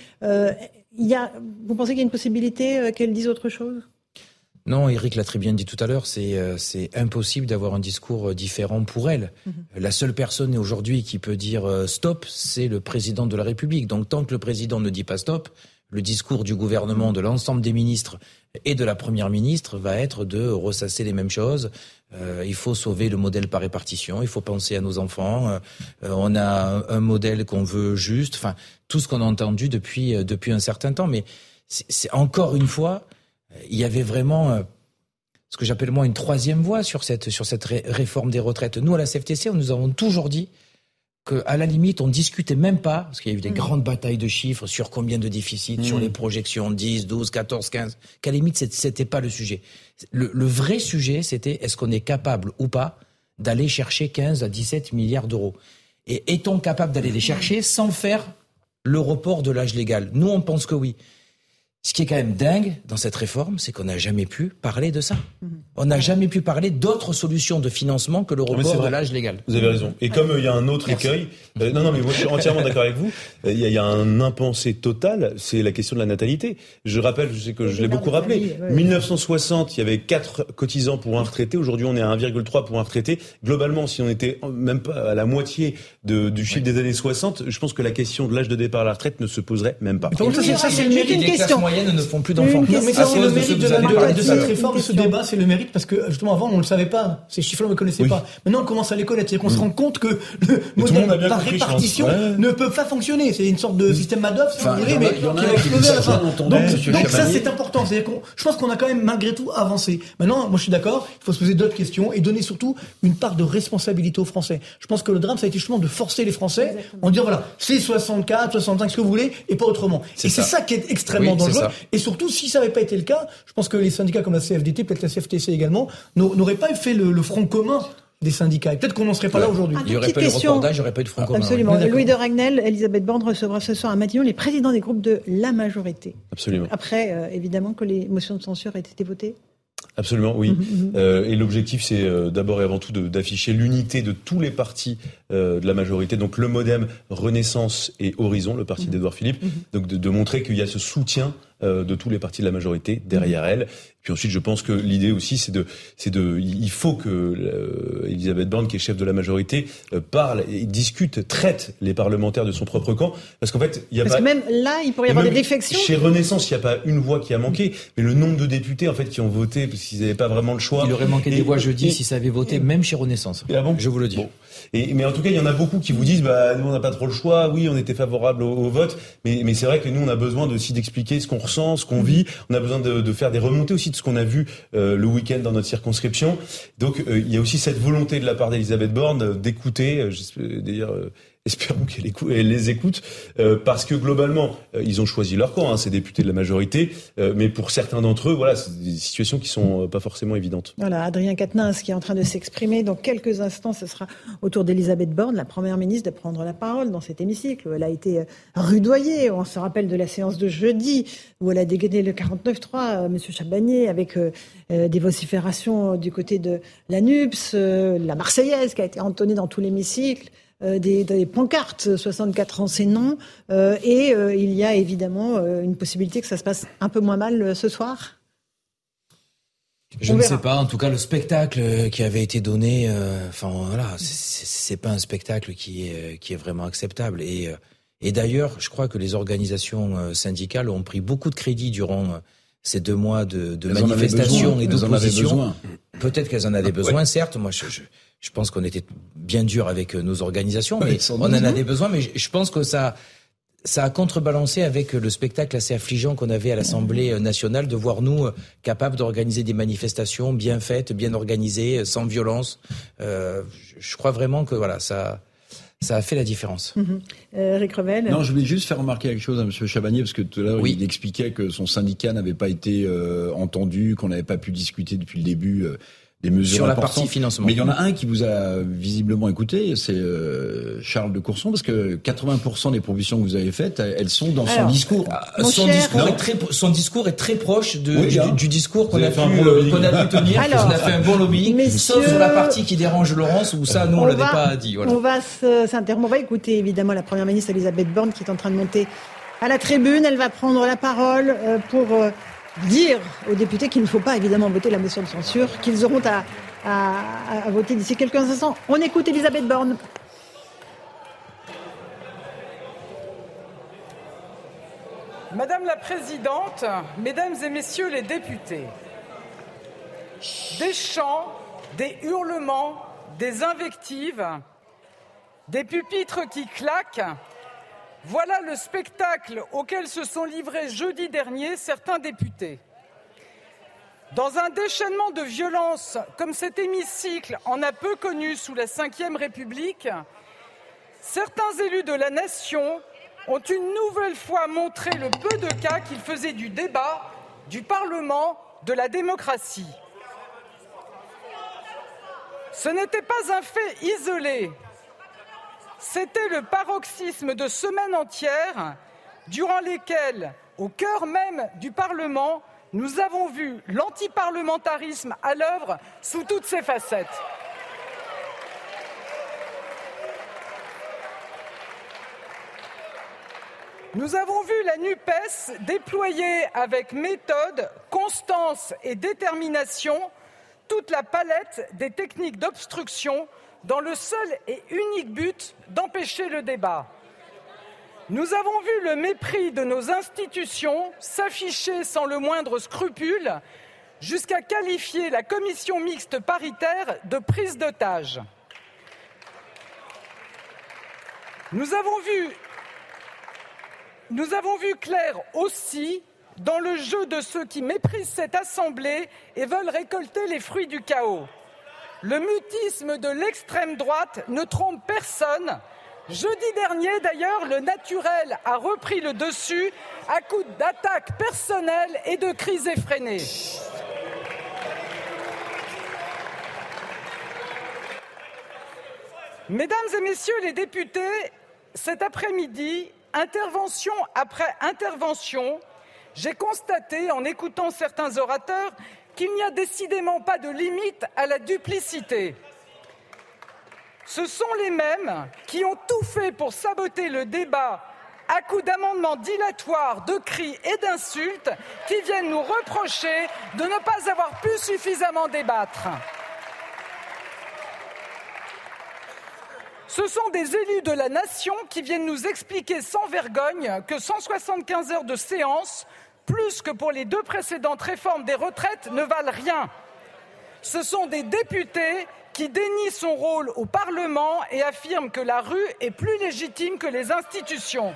Vous pensez qu'il y a une possibilité qu'elle dise autre chose ? Non, Éric l'a très bien dit tout à l'heure, c'est impossible d'avoir un discours différent pour elle. La seule personne aujourd'hui qui peut dire stop, c'est le président de la République. Donc tant que le président ne dit pas stop, le discours du gouvernement, de l'ensemble des ministres et de la première ministre va être de ressasser les mêmes choses. Il faut sauver le modèle par répartition, il faut penser à nos enfants. On a un modèle qu'on veut juste, enfin tout ce qu'on a entendu depuis un certain temps. Mais c'est encore une fois, il y avait vraiment ce que j'appelle moi une troisième voie sur cette réforme des retraites. Nous à la CFTC, nous avons toujours dit qu'à la limite, on discutait même pas, parce qu'il y a eu des grandes batailles de chiffres sur combien de déficits, sur les projections, 10, 12, 14, 15, qu'à la limite, c'était pas le sujet. Le vrai sujet, c'était est-ce qu'on est capable ou pas d'aller chercher 15 à 17 milliards d'euros. Et est-on capable d'aller les chercher sans faire le report de l'âge légal ? Nous, on pense que oui. Ce qui est quand même dingue dans cette réforme, c'est qu'on n'a jamais pu parler de ça. On n'a jamais pu parler d'autres solutions de financement que le report de l'âge légal. Vous avez raison. Et comme il y a un autre écueil, non, mais moi je suis entièrement d'accord avec vous, il y a un impensé total, c'est la question de la natalité. Je rappelle, je sais que je l'ai beaucoup rappelé, 1960, il y avait 4 cotisants pour un retraité, aujourd'hui on est à 1,3 pour un retraité. Globalement, si on était même pas à la moitié du chiffre des années 60, je pense que la question de l'âge de départ à la retraite ne se poserait même pas. Donc, ça, c'est une question. moyenne ne font plus d'enfants. Mais ça, c'est le mérite de cette réforme, de ce débat, c'est le mérite, parce que justement, avant, on ne le savait pas. Ces chiffres-là, on ne les connaissait pas. Maintenant, on commence à les connaître. C'est-à-dire qu'on se rend compte que le modèle par répartition ne peut pas fonctionner. C'est une sorte de système Madoff, si vous voulez, mais qui va exploser à la fin. Donc ça, c'est important. C'est-à-dire je pense qu'on a quand même, malgré tout, avancé. Maintenant, moi, je suis d'accord, il faut se poser d'autres questions et donner surtout une part de responsabilité aux Français. Je pense que le drame, ça a été justement de forcer les Français en disant, voilà, c'est 64, 65, ce que vous voulez, et pas autrement. C'est ça qui est extrêmement dangereux. Et surtout, si ça n'avait pas été le cas, je pense que les syndicats comme la CFDT, peut-être la CFTC également, n'auraient pas fait le front commun des syndicats. Et peut-être qu'on n'en serait pas là aujourd'hui. Il n'y aurait pas eu de reportage, il n'y aurait pas eu de front commun. Absolument. Louis de Ragnel, Elisabeth Borne recevra ce soir à Matignon les présidents des groupes de la majorité. Absolument. Après, évidemment, que les motions de censure aient été votées. Absolument, oui. Et l'objectif, c'est d'abord et avant tout d'afficher l'unité de tous les partis de la majorité. Donc le MoDem, Renaissance et Horizon, le parti d'Édouard Philippe. Donc de montrer qu'il y a ce soutien de tous les partis de la majorité derrière elle. Puis ensuite, je pense que l'idée aussi, il faut que Elisabeth Borne, qui est chef de la majorité, parle et discute, traite les parlementaires de son propre camp. Parce qu'en fait, que même là, il pourrait y avoir des défections. Chez Renaissance, il n'y a pas une voix qui a manqué, mais le nombre de députés, en fait, qui ont voté, parce qu'ils n'avaient pas vraiment le choix. Il aurait manqué des voix jeudi si ça avait voté, même chez Renaissance. Ah bon, je vous le dis. Bon. Mais en tout cas, il y en a beaucoup qui vous disent, nous, on n'a pas trop le choix. Oui, on était favorable au vote. Mais c'est vrai que nous, on a besoin aussi d'expliquer ce qu'on ressent, ce qu'on vit. On a besoin de faire des remontées aussi de ce qu'on a vu le week-end dans notre circonscription. Donc, il y a aussi cette volonté de la part d'Elisabeth Borne d'écouter, d'ailleurs, espérons qu'elle les écoute, parce que globalement, ils ont choisi leur camp, ces députés de la majorité, mais pour certains d'entre eux, voilà, c'est des situations qui sont pas forcément évidentes. Voilà, Adrien Quatennens qui est en train de s'exprimer. Dans quelques instants, ce sera au tour d'Elisabeth Borne, la première ministre, de prendre la parole dans cet hémicycle. Elle a été rudoyée. On se rappelle de la séance de jeudi où elle a dégainé le 49.3, Monsieur Chabagnier, avec des vociférations du côté de la NUPS, la Marseillaise qui a été entonnée dans tout l'hémicycle. Des pancartes, 64 ans c'est non, et il y a évidemment une possibilité que ça se passe un peu moins mal ce soir. Je ne sais pas, en tout cas le spectacle qui avait été donné, c'est pas un spectacle qui est vraiment acceptable. Et d'ailleurs, je crois que les organisations syndicales ont pris beaucoup de crédit durant ces 2 mois de manifestations et d'opposition. Peut-être qu'elles en avaient besoin, certes. Moi, je pense qu'on était bien dur avec nos organisations, mais on en avait besoin. Mais je pense que ça a contrebalancé avec le spectacle assez affligeant qu'on avait à l'Assemblée nationale, de voir nous capables d'organiser des manifestations bien faites, bien organisées, sans violence. Je crois vraiment que voilà, ça a fait la différence. Éric Revel. Non, je voulais juste faire remarquer quelque chose à M. Chabagnier, parce que tout à l'heure, il expliquait que son syndicat n'avait pas été entendu, qu'on n'avait pas pu discuter depuis le début des mesures sur la importantes. Partie financement. Mais il y en a un qui vous a visiblement écouté, c'est Charles de Courson, parce que 80% des propositions que vous avez faites, elles sont dans son discours. Son discours est très proche du discours qu'on a pu tenir. Alors, on a fait un bon lobbying, sauf sur la partie qui dérange Laurence, où ça, nous, on l'avait pas dit. Voilà. On va s'interrompre. On va écouter évidemment la Première ministre Elisabeth Borne qui est en train de monter à la tribune. Elle va prendre la parole pour dire aux députés qu'il ne faut pas évidemment voter la motion de censure, qu'ils auront à voter d'ici quelques instants. On écoute Elisabeth Borne. Madame la Présidente, Mesdames et Messieurs les députés, des chants, des hurlements, des invectives, des pupitres qui claquent, voilà le spectacle auquel se sont livrés jeudi dernier certains députés. Dans un déchaînement de violence comme cet hémicycle en a peu connu sous la Ve République, certains élus de la nation ont une nouvelle fois montré le peu de cas qu'ils faisaient du débat, du Parlement, de la démocratie. Ce n'était pas un fait isolé. C'était le paroxysme de semaines entières durant lesquelles, au cœur même du Parlement, nous avons vu l'antiparlementarisme à l'œuvre sous toutes ses facettes. Nous avons vu la NUPES déployer avec méthode, constance et détermination toute la palette des techniques d'obstruction dans le seul et unique but d'empêcher le débat. Nous avons vu le mépris de nos institutions s'afficher sans le moindre scrupule, jusqu'à qualifier la commission mixte paritaire de prise d'otage. Nous avons vu clair aussi dans le jeu de ceux qui méprisent cette Assemblée et veulent récolter les fruits du chaos. Le mutisme de l'extrême droite ne trompe personne. Jeudi dernier, d'ailleurs, le naturel a repris le dessus à coups d'attaques personnelles et de cris effrénés. Mesdames et messieurs les députés, cet après-midi, intervention après intervention, j'ai constaté, en écoutant certains orateurs, qu'il n'y a décidément pas de limite à la duplicité. Ce sont les mêmes qui ont tout fait pour saboter le débat à coups d'amendements dilatoires, de cris et d'insultes qui viennent nous reprocher de ne pas avoir pu suffisamment débattre. Ce sont des élus de la nation qui viennent nous expliquer sans vergogne que 175 heures de séance, plus que pour les 2 précédentes réformes des retraites, ne valent rien. Ce sont des députés qui dénient son rôle au Parlement et affirment que la rue est plus légitime que les institutions.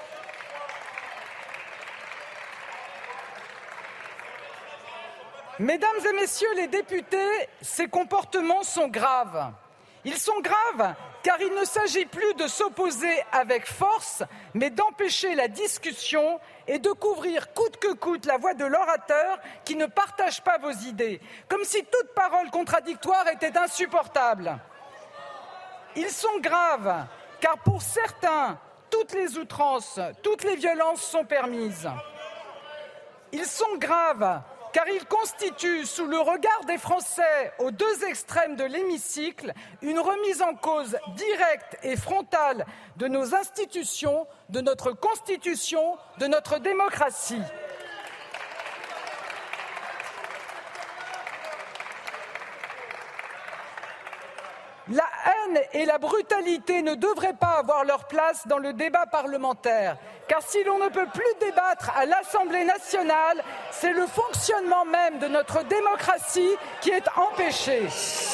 Mesdames et messieurs les députés, ces comportements sont graves. Ils sont graves car il ne s'agit plus de s'opposer avec force, mais d'empêcher la discussion et de couvrir coûte que coûte la voix de l'orateur qui ne partage pas vos idées, comme si toute parole contradictoire était insupportable. Ils sont graves car pour certains, toutes les outrances, toutes les violences sont permises. Ils sont graves car ils constituent, sous le regard des Français aux 2 extrêmes de l'hémicycle, une remise en cause directe et frontale de nos institutions, de notre Constitution, de notre démocratie. La haine et la brutalité ne devraient pas avoir leur place dans le débat parlementaire, car si l'on ne peut plus débattre à l'Assemblée nationale, c'est le fonctionnement même de notre démocratie qui est empêché.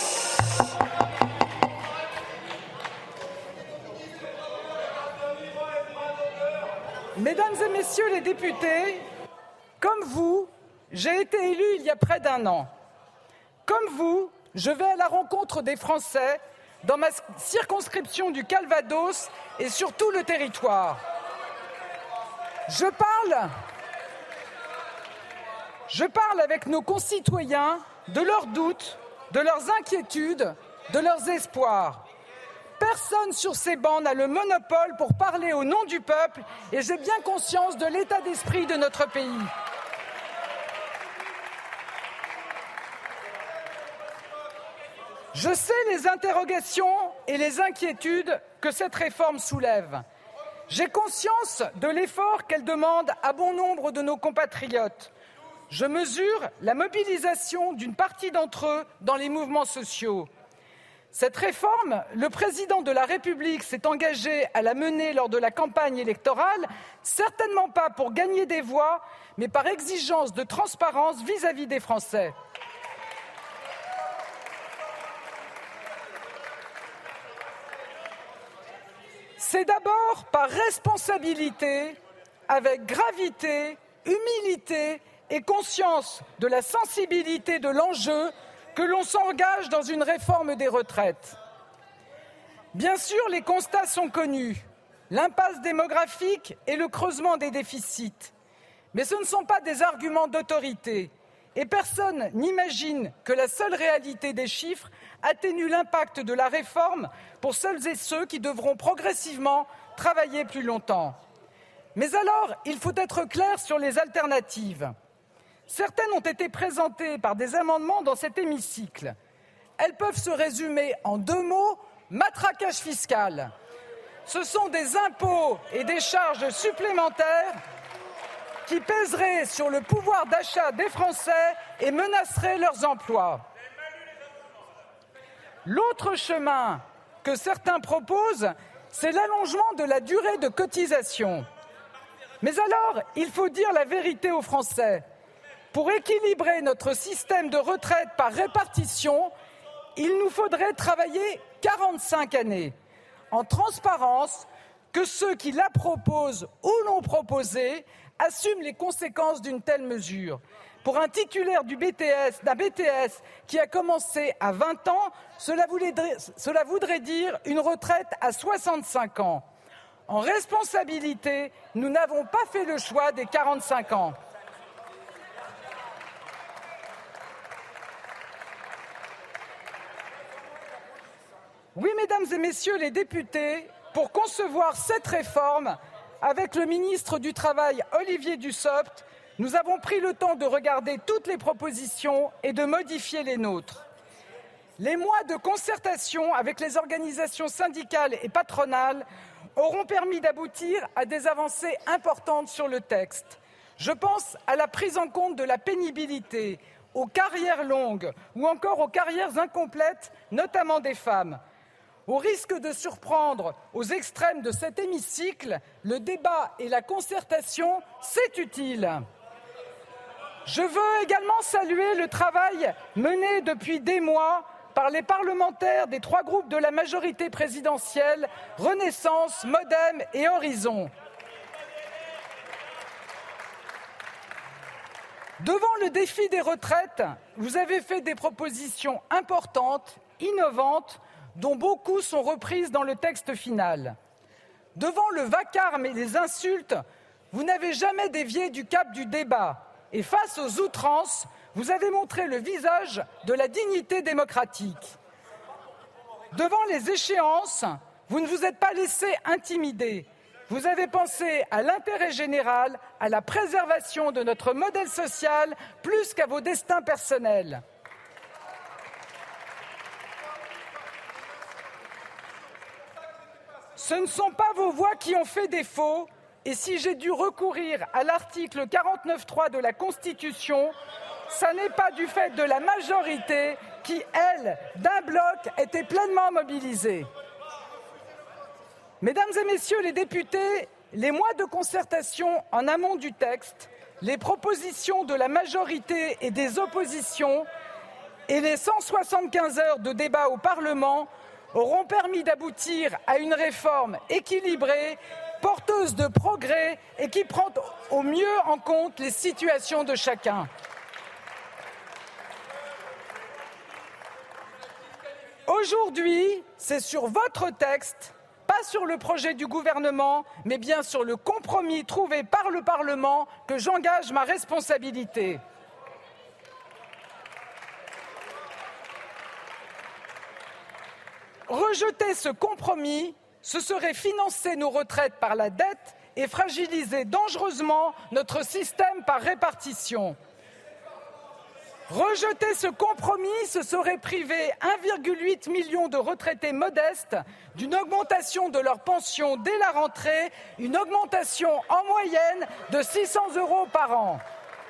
Mesdames et messieurs les députés, comme vous, j'ai été élu il y a près d'1 an. Comme vous, je vais à la rencontre des Français dans ma circonscription du Calvados et sur tout le territoire. Je parle avec nos concitoyens de leurs doutes, de leurs inquiétudes, de leurs espoirs. Personne sur ces bancs n'a le monopole pour parler au nom du peuple et j'ai bien conscience de l'état d'esprit de notre pays. Je sais les interrogations et les inquiétudes que cette réforme soulève. J'ai conscience de l'effort qu'elle demande à bon nombre de nos compatriotes. Je mesure la mobilisation d'une partie d'entre eux dans les mouvements sociaux. Cette réforme, le président de la République s'est engagé à la mener lors de la campagne électorale, certainement pas pour gagner des voix, mais par exigence de transparence vis-à-vis des Français. C'est d'abord par responsabilité, avec gravité, humilité et conscience de la sensibilité de l'enjeu que l'on s'engage dans une réforme des retraites. Bien sûr, les constats sont connus, l'impasse démographique et le creusement des déficits. Mais ce ne sont pas des arguments d'autorité. Et personne n'imagine que la seule réalité des chiffres atténue l'impact de la réforme pour celles et ceux qui devront progressivement travailler plus longtemps. Mais alors, il faut être clair sur les alternatives. Certaines ont été présentées par des amendements dans cet hémicycle. Elles peuvent se résumer en 2 mots, matraquage fiscal. Ce sont des impôts et des charges supplémentaires qui pèseraient sur le pouvoir d'achat des Français et menaceraient leurs emplois. L'autre chemin que certains proposent, c'est l'allongement de la durée de cotisation. Mais alors, il faut dire la vérité aux Français. Pour équilibrer notre système de retraite par répartition, il nous faudrait travailler 45 années. En transparence, que ceux qui la proposent ou l'ont proposée assument les conséquences d'une telle mesure. Pour un titulaire d'un BTS qui a commencé à 20 ans, cela voudrait dire une retraite à 65 ans. En responsabilité, nous n'avons pas fait le choix des 45 ans. Oui, mesdames et messieurs les députés, pour concevoir cette réforme, avec le ministre du Travail, Olivier Dussopt, nous avons pris le temps de regarder toutes les propositions et de modifier les nôtres. Les mois de concertation avec les organisations syndicales et patronales auront permis d'aboutir à des avancées importantes sur le texte. Je pense à la prise en compte de la pénibilité, aux carrières longues ou encore aux carrières incomplètes, notamment des femmes. Au risque de surprendre aux extrêmes de cet hémicycle, le débat et la concertation, c'est utile. Je veux également saluer le travail mené depuis des mois par les parlementaires des 3 groupes de la majorité présidentielle, Renaissance, Modem et Horizon. Devant le défi des retraites, vous avez fait des propositions importantes, innovantes, dont beaucoup sont reprises dans le texte final. Devant le vacarme et les insultes, vous n'avez jamais dévié du cap du débat. Et face aux outrances, vous avez montré le visage de la dignité démocratique. Devant les échéances, vous ne vous êtes pas laissé intimider. Vous avez pensé à l'intérêt général, à la préservation de notre modèle social, plus qu'à vos destins personnels. Ce ne sont pas vos voix qui ont fait défaut, et si j'ai dû recourir à l'article 49.3 de la Constitution, ça n'est pas du fait de la majorité qui, elle, d'un bloc, était pleinement mobilisée. Mesdames et messieurs les députés, les mois de concertation en amont du texte, les propositions de la majorité et des oppositions et les 175 heures de débat au Parlement auront permis d'aboutir à une réforme équilibrée, porteuse de progrès et qui prend au mieux en compte les situations de chacun. Aujourd'hui, c'est sur votre texte, pas sur le projet du gouvernement, mais bien sur le compromis trouvé par le Parlement que j'engage ma responsabilité. Rejeter ce compromis, ce serait financer nos retraites par la dette et fragiliser dangereusement notre système par répartition. Rejeter ce compromis, ce serait priver 1,8 million de retraités modestes d'une augmentation de leur pension dès la rentrée, une augmentation en moyenne de 600 € par an.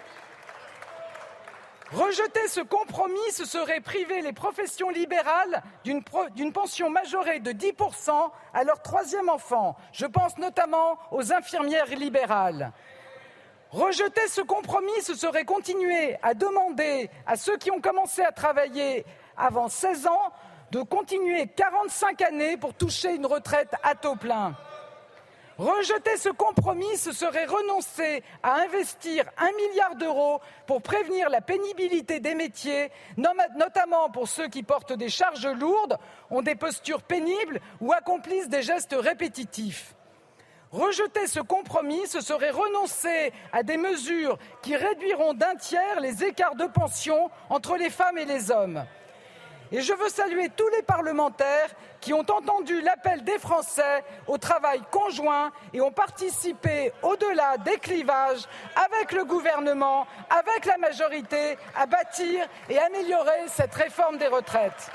Rejeter ce compromis, ce serait priver les professions libérales d'une pension majorée de 10% à leur 3e enfant. Je pense notamment aux infirmières libérales. Rejeter ce compromis, ce serait continuer à demander à ceux qui ont commencé à travailler avant 16 ans de continuer 45 années pour toucher une retraite à taux plein. Rejeter ce compromis, ce serait renoncer à investir 1 milliard d'euros pour prévenir la pénibilité des métiers, notamment pour ceux qui portent des charges lourdes, ont des postures pénibles ou accomplissent des gestes répétitifs. Rejeter ce compromis, ce serait renoncer à des mesures qui réduiront d'1 tiers les écarts de pension entre les femmes et les hommes. Et je veux saluer tous les parlementaires qui ont entendu l'appel des Français au travail conjoint et ont participé, au-delà des clivages, avec le gouvernement, avec la majorité, à bâtir et améliorer cette réforme des retraites.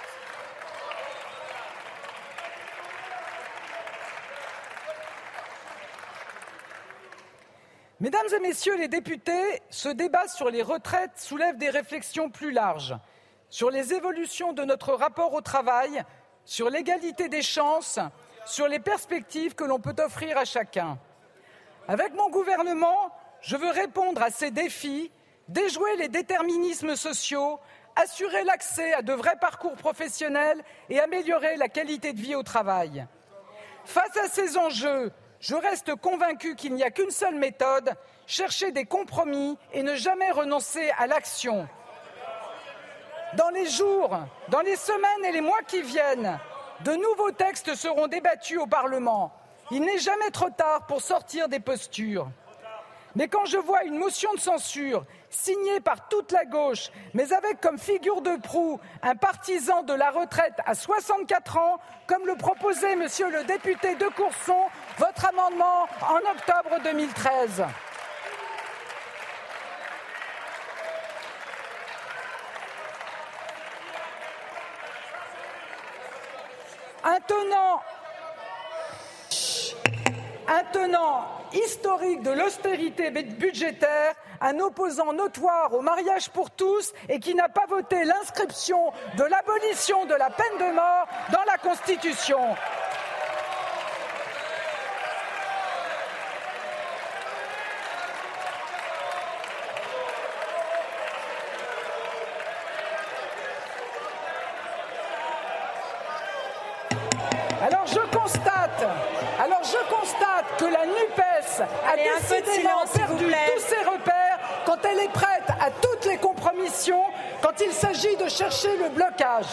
Mesdames et messieurs les députés, ce débat sur les retraites soulève des réflexions plus larges sur les évolutions de notre rapport au travail, sur l'égalité des chances, sur les perspectives que l'on peut offrir à chacun. Avec mon gouvernement, je veux répondre à ces défis, déjouer les déterminismes sociaux, assurer l'accès à de vrais parcours professionnels et améliorer la qualité de vie au travail. Face à ces enjeux, je reste convaincu qu'il n'y a qu'une seule méthode, chercher des compromis et ne jamais renoncer à l'action. Dans les jours, dans les semaines et les mois qui viennent, de nouveaux textes seront débattus au Parlement. Il n'est jamais trop tard pour sortir des postures. Mais quand je vois une motion de censure signée par toute la gauche, mais avec comme figure de proue un partisan de la retraite à 64 ans, comme le proposait monsieur le député de Courson, votre amendement en octobre 2013. Un tenant historique de l'austérité budgétaire, un opposant notoire au mariage pour tous et qui n'a pas voté l'inscription de l'abolition de la peine de mort dans la Constitution. Alors je constate que la NUPES a décidément perdu tous ses repères quand elle est prête à toutes les compromissions quand il s'agit de chercher le blocage.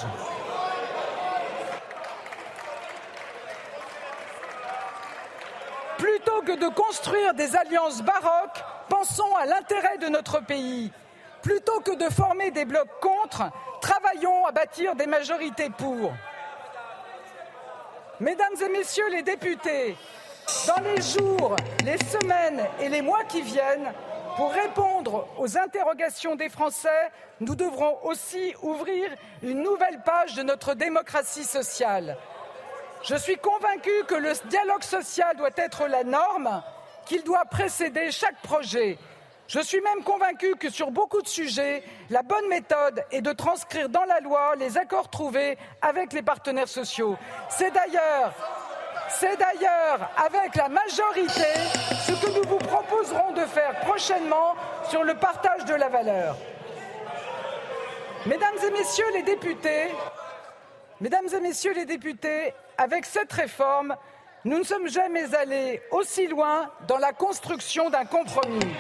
Plutôt que de construire des alliances baroques, pensons à l'intérêt de notre pays. Plutôt que de former des blocs contre, travaillons à bâtir des majorités pour. Mesdames et messieurs les députés, dans les jours, les semaines et les mois qui viennent, pour répondre aux interrogations des Français, nous devrons aussi ouvrir une nouvelle page de notre démocratie sociale. Je suis convaincu que le dialogue social doit être la norme, qu'il doit précéder chaque projet. Je suis même convaincu que sur beaucoup de sujets, la bonne méthode est de transcrire dans la loi les accords trouvés avec les partenaires sociaux. C'est d'ailleurs avec la majorité ce que nous vous proposerons de faire prochainement sur le partage de la valeur. Mesdames et messieurs les députés, avec cette réforme, nous ne sommes jamais allés aussi loin dans la construction d'un compromis.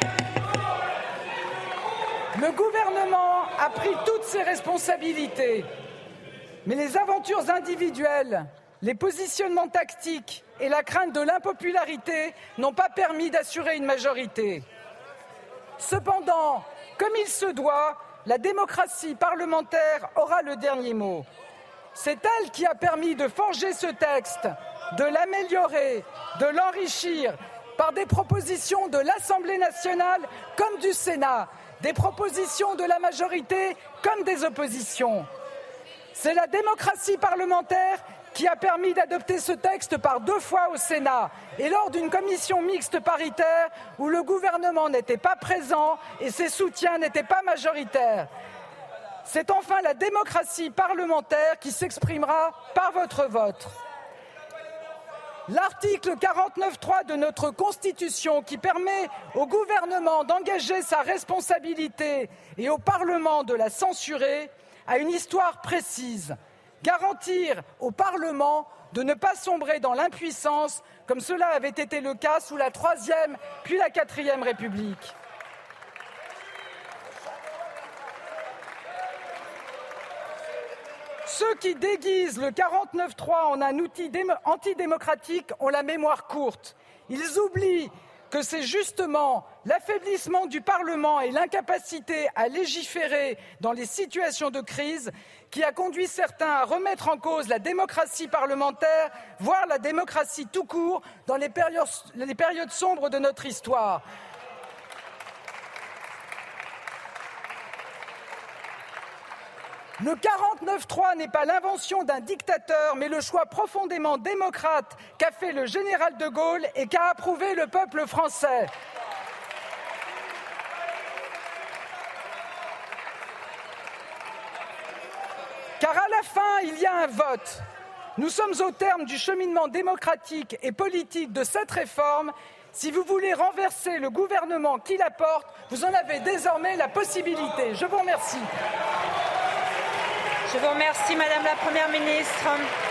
Le gouvernement a pris toutes ses responsabilités, mais les aventures individuelles, les positionnements tactiques et la crainte de l'impopularité n'ont pas permis d'assurer une majorité. Cependant, comme il se doit, la démocratie parlementaire aura le dernier mot. C'est elle qui a permis de forger ce texte, de l'améliorer, de l'enrichir par des propositions de l'Assemblée nationale comme du Sénat, des propositions de la majorité comme des oppositions. C'est la démocratie parlementaire qui a permis d'adopter ce texte par 2 fois au Sénat et lors d'une commission mixte paritaire où le gouvernement n'était pas présent et ses soutiens n'étaient pas majoritaires. C'est enfin la démocratie parlementaire qui s'exprimera par votre vote. L'article 49.3 de notre Constitution, qui permet au gouvernement d'engager sa responsabilité et au Parlement de la censurer, a une histoire précise. Garantir au Parlement de ne pas sombrer dans l'impuissance, comme cela avait été le cas sous la Troisième puis la Quatrième République. Ceux qui déguisent le 49.3 en un outil antidémocratique ont la mémoire courte. Ils oublient que c'est justement l'affaiblissement du Parlement et l'incapacité à légiférer dans les situations de crise qui a conduit certains à remettre en cause la démocratie parlementaire, voire la démocratie tout court, dans les périodes sombres de notre histoire. Le 49.3 n'est pas l'invention d'un dictateur, mais le choix profondément démocrate qu'a fait le général de Gaulle et qu'a approuvé le peuple français. Car à la fin, il y a un vote. Nous sommes au terme du cheminement démocratique et politique de cette réforme. Si vous voulez renverser le gouvernement qui la porte, vous en avez désormais la possibilité. Je vous remercie. Je vous remercie, Madame la Première ministre.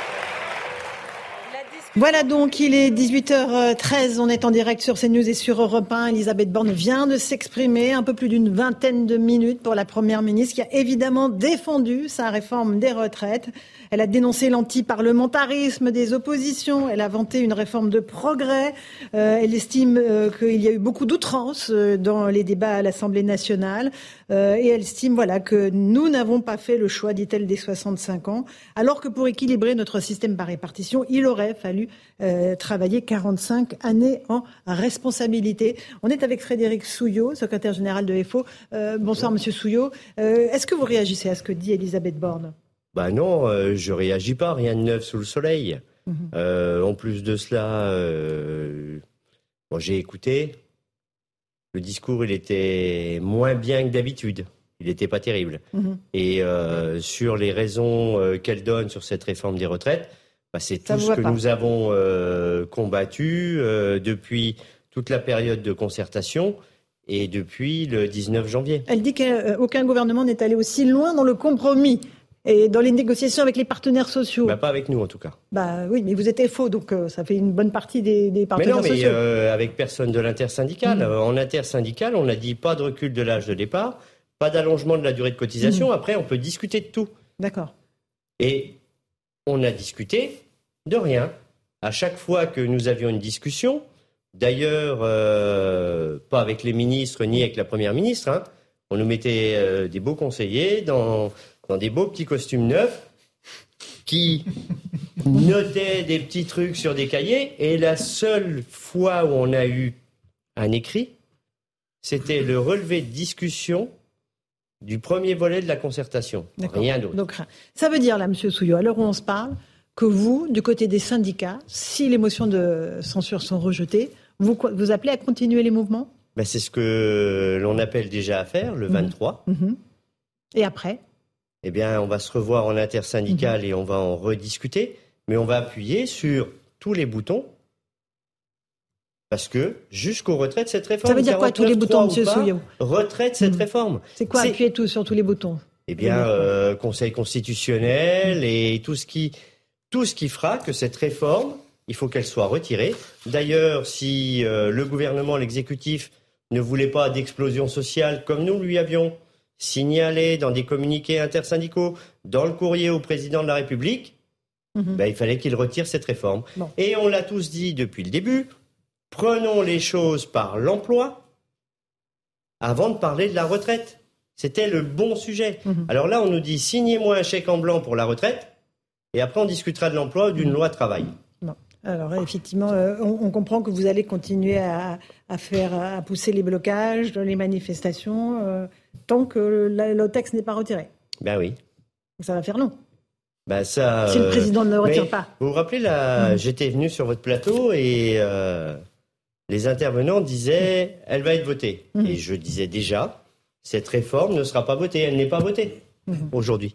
Voilà donc, il est 18h13, on est en direct sur CNews et sur Europe 1. Elisabeth Borne vient de s'exprimer, un peu plus d'une vingtaine de minutes pour la Première ministre qui a évidemment défendu sa réforme des retraites. Elle a dénoncé l'antiparlementarisme des oppositions, elle a vanté une réforme de progrès. Elle estime qu'il y a eu beaucoup d'outrances dans les débats à l'Assemblée nationale. Et elle estime que nous n'avons pas fait le choix, dit-elle, des 65 ans, alors que pour équilibrer notre système par répartition, il aurait fallu travailler 45 années en responsabilité. On est avec Frédéric Souillot, secrétaire général de FO. Bonsoir, Monsieur Souillot. Est-ce que vous réagissez à ce que dit Elisabeth Borne ? Non, je réagis pas, rien de neuf sous le soleil. En plus de cela, j'ai écouté. Le discours, il était moins bien que d'habitude. Il n'était pas terrible. Et sur les raisons qu'elle donne sur cette réforme des retraites, c'est tout ce que nous avons combattu depuis toute la période de concertation et depuis le 19 janvier. Elle dit qu'aucun gouvernement n'est allé aussi loin dans le compromis et dans les négociations avec les partenaires sociaux. Pas avec nous, en tout cas. Oui, mais vous êtes FO, donc ça fait une bonne partie des partenaires sociaux. Avec personne de l'intersyndicale. En intersyndicale, on a dit pas de recul de l'âge de départ, pas d'allongement de la durée de cotisation. Après, on peut discuter de tout. D'accord. Et on a discuté de rien. À chaque fois que nous avions une discussion, d'ailleurs, pas avec les ministres ni avec la Première ministre, on nous mettait des beaux conseillers dans des beaux petits costumes neufs qui notaient des petits trucs sur des cahiers. Et la seule fois où on a eu un écrit, c'était le relevé de discussion du premier volet de la concertation. D'accord. Rien d'autre. Donc, ça veut dire, là, M. Souillot, à l'heure où on se parle, que vous, du côté des syndicats, si les motions de censure sont rejetées, vous appelez à continuer les mouvements ? C'est ce que l'on appelle déjà à faire, le 23. Et après ? On va se revoir en intersyndicale et on va en rediscuter, mais on va appuyer sur tous les boutons, parce que jusqu'au retrait de cette réforme... Ça veut dire quoi, tous les boutons, M. Souillot ? Retrait de cette réforme. C'est quoi, appuyer sur tous les boutons ? Conseil constitutionnel et tout ce qui fera que cette réforme, il faut qu'elle soit retirée. D'ailleurs, si le gouvernement, l'exécutif, ne voulait pas d'explosion sociale comme nous lui avions signalé dans des communiqués intersyndicaux, dans le courrier au président de la République, il fallait qu'il retire cette réforme. Et on l'a tous dit depuis le début, prenons les choses par l'emploi avant de parler de la retraite. C'était le bon sujet. Alors là, on nous dit, signez-moi un chèque en blanc pour la retraite, et après on discutera de l'emploi ou d'une loi travail. Alors effectivement, on comprend que vous allez continuer à pousser les blocages, les manifestations, tant que le texte n'est pas retiré. Oui. Ça va faire long. Si Si le président ne le retire pas. Vous vous rappelez, j'étais venu sur votre plateau et les intervenants disaient « elle va être votée ». Et je disais déjà, cette réforme ne sera pas votée, elle n'est pas votée aujourd'hui.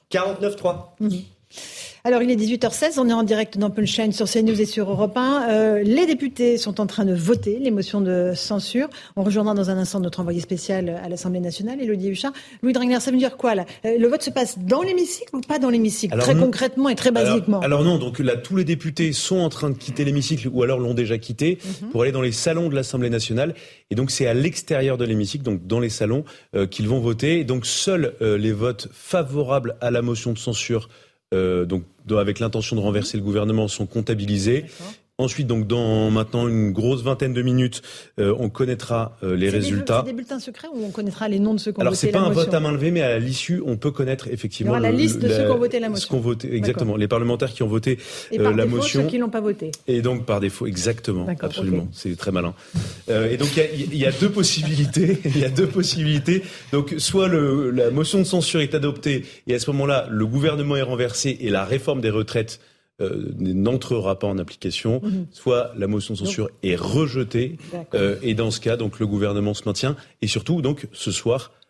49-3. Alors, il est 18h16, on est en direct dans Punchline sur CNews et sur Europe 1. Les députés sont en train de voter les motions de censure. On rejoindra dans un instant notre envoyé spécial à l'Assemblée nationale, Élodie Huchard. Louis Dragner, ça veut dire quoi là ? Le vote se passe dans l'hémicycle ou pas dans l'hémicycle ? Très concrètement et très basiquement. Alors non, donc là, tous les députés sont en train de quitter l'hémicycle ou alors l'ont déjà quitté pour aller dans les salons de l'Assemblée nationale. Et donc, c'est à l'extérieur de l'hémicycle, donc dans les salons, qu'ils vont voter. Et donc, seuls les votes favorables à la motion de censure avec l'intention de renverser le gouvernement sont comptabilisés. D'accord. Ensuite, donc, dans maintenant une grosse vingtaine de minutes, on connaîtra les résultats. C'est des bulletins secrets où on connaîtra les noms de ceux qui ont voté la motion. Alors, c'est pas un vote à main levée, mais à l'issue, on peut connaître effectivement la liste de ceux qui ont voté la motion. Exactement, les parlementaires qui ont voté et par la défaut, motion. Ceux qui l'ont pas voté. Et donc, par défaut, exactement, absolument. Okay. C'est très malin. Et donc, il y a deux possibilités. Il y a deux possibilités. Donc, soit la motion de censure est adoptée et à ce moment-là, le gouvernement est renversé et la réforme des retraites n'entrera pas en application, soit la motion de censure est rejetée, et dans ce cas, donc le gouvernement se maintient, et surtout, donc ce soir,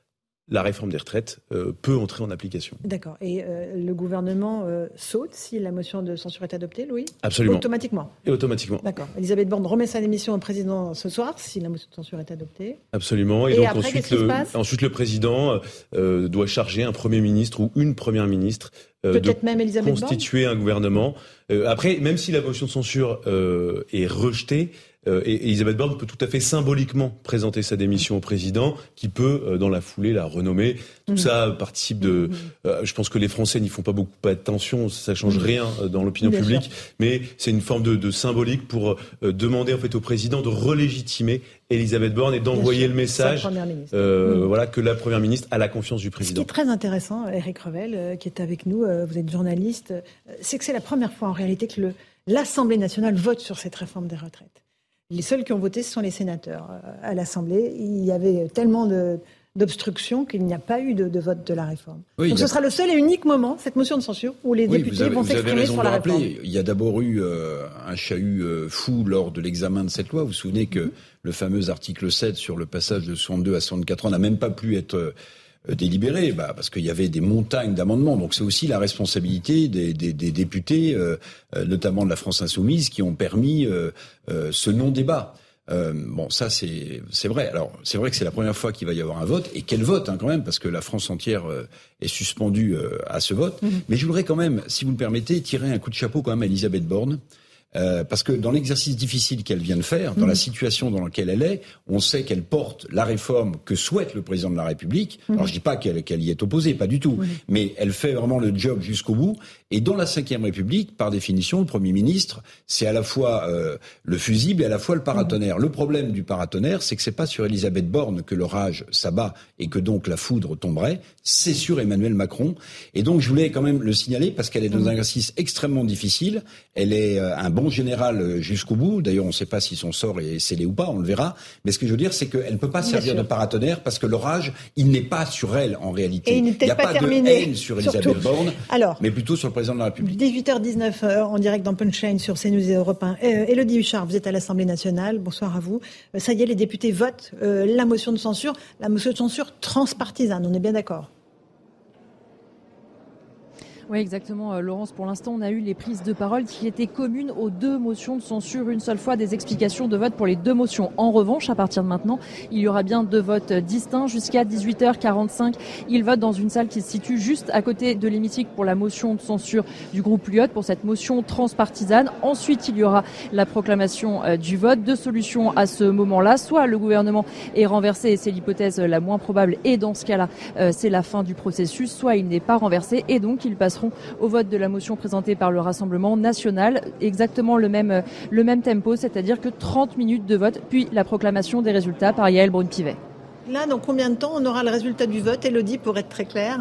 la réforme des retraites peut entrer en application. D'accord. Et le gouvernement saute si la motion de censure est adoptée, Louis ? Absolument. Automatiquement. Et automatiquement. D'accord. Elisabeth Borne remet sa démission au président ce soir si la motion de censure est adoptée. Absolument. Et donc après, ensuite le président doit charger un Premier ministre ou une Première ministre peut-être même Elisabeth Borne, constituer un gouvernement. Après, même si la motion de censure est rejetée, et Elisabeth Borne peut tout à fait symboliquement présenter sa démission au président, qui peut, dans la foulée, la renommer. Tout ça participe de... je pense que les Français n'y font pas beaucoup attention, ça change rien dans l'opinion publique, mais c'est une forme de symbolique pour demander en fait au président de relégitimer Elisabeth Borne et d'envoyer le message voilà, que la Première ministre a la confiance du président. Ce qui est très intéressant, Éric Revel, qui est avec nous, vous êtes journaliste, c'est que c'est la première fois en réalité que l'Assemblée nationale vote sur cette réforme des retraites. Les seuls qui ont voté, ce sont les sénateurs. À l'Assemblée, il y avait tellement d'obstruction qu'il n'y a pas eu de vote de la réforme. Oui, donc ce sera le seul et unique moment, cette motion de censure, où les députés vont s'exprimer sur la réforme. Il y a d'abord eu un chahut fou lors de l'examen de cette loi. Vous vous souvenez que le fameux article 7 sur le passage de 62 à 64 ans n'a même pas pu être délibéré, parce qu'il y avait des montagnes d'amendements. Donc c'est aussi la responsabilité des députés, notamment de la France Insoumise, qui ont permis ce non-débat. Ça c'est vrai. Alors c'est vrai que c'est la première fois qu'il va y avoir un vote, et quel vote quand même, parce que la France entière est suspendue à ce vote. Mais je voudrais quand même, si vous me permettez, tirer un coup de chapeau quand même à Elisabeth Borne. Parce que dans l'exercice difficile qu'elle vient de faire, dans la situation dans laquelle elle est, on sait qu'elle porte la réforme que souhaite le président de la République. Alors je dis pas qu'elle y est opposée, pas du tout, mais elle fait vraiment le job jusqu'au bout. Et dans la Ve République, par définition, le Premier ministre, c'est à la fois le fusible et à la fois le paratonnerre. Le problème du paratonnerre, c'est que c'est pas sur Elisabeth Borne que l'orage s'abat et que donc la foudre tomberait, c'est sur Emmanuel Macron. Et donc je voulais quand même le signaler parce qu'elle est dans un exercice extrêmement difficile. Elle est un bon général jusqu'au bout. D'ailleurs, on ne sait pas si son sort est scellé ou pas, on le verra. Mais ce que je veux dire, c'est qu'elle ne peut pas servir de paratonnerre parce que l'orage, il n'est pas sur elle en réalité. Et il n'y a pas de haine sur Elisabeth Borne, mais plutôt sur le président de la République. 18h19 en direct dans Punchline sur CNews et Europe 1. Élodie Huchard, vous êtes à l'Assemblée nationale. Bonsoir à vous. Ça y est, les députés votent la motion de censure transpartisane. On est bien d'accord? Oui, exactement, Laurence. Pour l'instant, on a eu les prises de parole qui étaient communes aux deux motions de censure. Une seule fois, des explications de vote pour les deux motions. En revanche, à partir de maintenant, il y aura bien deux votes distincts. Jusqu'à 18h45, ils votent dans une salle qui se situe juste à côté de l'hémicycle pour la motion de censure du groupe Lyot, pour cette motion transpartisane. Ensuite, il y aura la proclamation du vote. Deux solutions à ce moment-là. Soit le gouvernement est renversé, et c'est l'hypothèse la moins probable, et dans ce cas-là, c'est la fin du processus. Soit il n'est pas renversé, et donc il passe au vote de la motion présentée par le Rassemblement national. Exactement le même tempo, c'est-à-dire que 30 minutes de vote, puis la proclamation des résultats par Yaël Braun-Pivet. Là, dans combien de temps on aura le résultat du vote, Élodie, pour être très clair?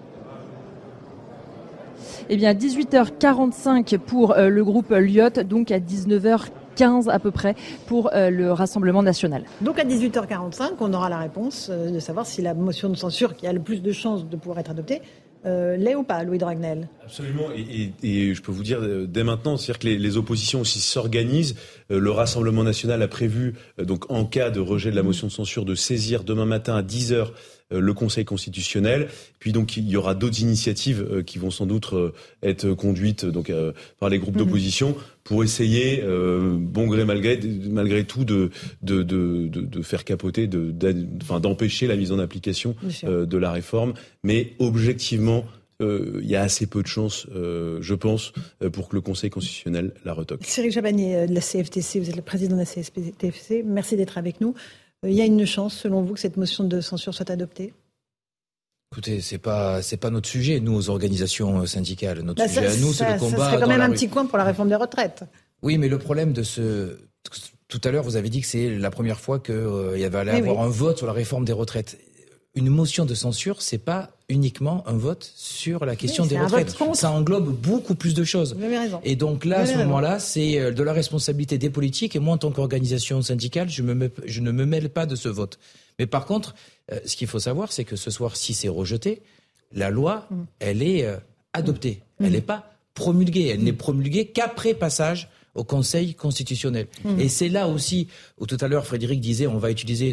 Eh bien, 18h45 pour le groupe Lyot, donc à 19h15 à peu près pour le Rassemblement national. Donc à 18h45, on aura la réponse de savoir si la motion de censure qui a le plus de chances de pouvoir être adoptée l'est ou pas, Louis Dragnel. Absolument, et je peux vous dire dès maintenant, c'est-à-dire que les oppositions aussi s'organisent. Le Rassemblement national a prévu, donc en cas de rejet de la motion de censure, de saisir demain matin à 10h le Conseil constitutionnel. Puis donc il y aura d'autres initiatives qui vont sans doute être conduites par les groupes d'opposition pour essayer, bon gré malgré tout, de faire capoter, d'empêcher la mise en application de la réforme. Mais objectivement, il y a assez peu de chances, je pense, pour que le Conseil constitutionnel la retoque. Cyril Chabagnier de la CFTC, vous êtes le président de la CFTC. Merci d'être avec nous. Il y a une chance, selon vous, que cette motion de censure soit adoptée? Écoutez, c'est pas notre sujet, nous, aux organisations syndicales. Notre sujet à nous, c'est le combat. Ça serait quand même un petit coin pour la réforme des retraites. Oui, mais le problème de tout à l'heure, vous avez dit que c'est la première fois qu'il y avait allé avoir un vote sur la réforme des retraites. Une motion de censure, c'est pas uniquement un vote sur la question des retraites. Ça englobe beaucoup plus de choses. Vous avez raison. Et donc là, à ce moment-là, c'est de la responsabilité des politiques. Et moi, en tant qu'organisation syndicale, je ne me mêle pas de ce vote. Mais par contre, ce qu'il faut savoir, c'est que ce soir, si c'est rejeté, la loi, elle est adoptée. Elle n'est pas promulguée. Elle n'est promulguée qu'après passage au Conseil constitutionnel. Et c'est là aussi où tout à l'heure, Frédéric disait, on va utiliser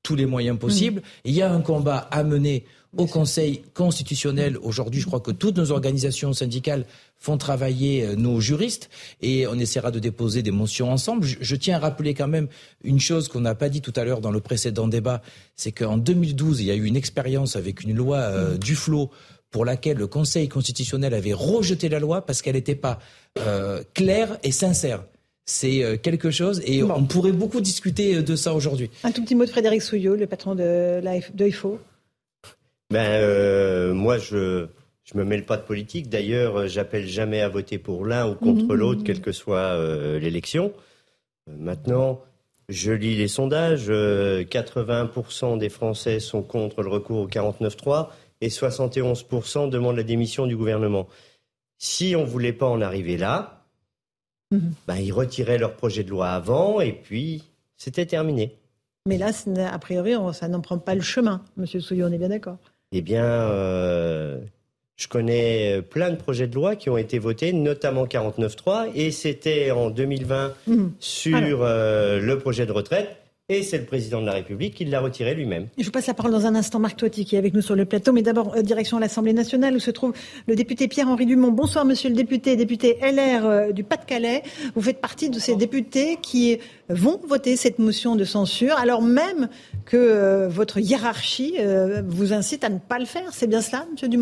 tous les moyens possibles. Il y a un combat à mener au Conseil constitutionnel. Aujourd'hui, je crois que toutes nos organisations syndicales font travailler nos juristes et on essaiera de déposer des motions ensemble. Je tiens à rappeler quand même une chose qu'on n'a pas dit tout à l'heure dans le précédent débat, c'est qu'en 2012, il y a eu une expérience avec une loi Duflot pour laquelle le Conseil constitutionnel avait rejeté la loi parce qu'elle n'était pas claire et sincère. C'est quelque chose et on pourrait beaucoup discuter de ça aujourd'hui. Un tout petit mot de Frédéric Souillot, le patron de IFO. Moi, je me mêle pas de politique. D'ailleurs, j'appelle jamais à voter pour l'un ou contre l'autre, quelle que soit l'élection. Maintenant, je lis les sondages. 80% des Français sont contre le recours au 49.3 et 71% demandent la démission du gouvernement. Si on voulait pas en arriver là, ils retiraient leur projet de loi avant et puis c'était terminé. Mais là, a priori, ça n'en prend pas le chemin, Monsieur Souillot, on est bien d'accord. Eh bien, je connais plein de projets de loi qui ont été votés, notamment 49.3, et c'était en 2020 sur le projet de retraite, et c'est le président de la République qui l'a retiré lui-même. Je vous passe la parole dans un instant, Marc Toiti, qui est avec nous sur le plateau, mais d'abord, direction l'Assemblée nationale, où se trouve le député Pierre-Henri Dumont. Bonsoir, monsieur le député LR du Pas-de-Calais. Vous faites partie de ces députés qui vont voter cette motion de censure, alors même que votre hiérarchie vous incite à ne pas le faire. C'est bien cela, monsieur Dumont ?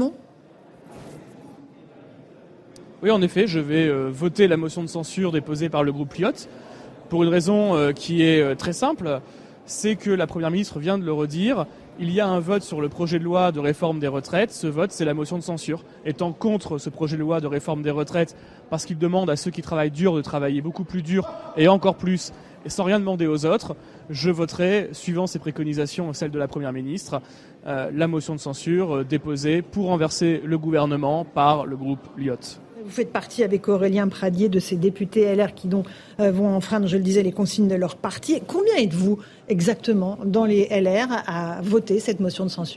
Oui, en effet, je vais voter la motion de censure déposée par le groupe Lyotte. Pour une raison qui est très simple, c'est que la Première ministre vient de le redire, il y a un vote sur le projet de loi de réforme des retraites, ce vote c'est la motion de censure. Étant contre ce projet de loi de réforme des retraites, parce qu'il demande à ceux qui travaillent dur de travailler beaucoup plus dur et encore plus, et sans rien demander aux autres, je voterai, suivant ses préconisations, celle de la Première ministre, la motion de censure déposée pour renverser le gouvernement par le groupe Lyotte. Vous faites partie avec Aurélien Pradier de ces députés LR qui donc vont enfreindre, je le disais, les consignes de leur parti. Combien êtes-vous exactement dans les LR à voter cette motion de censure ?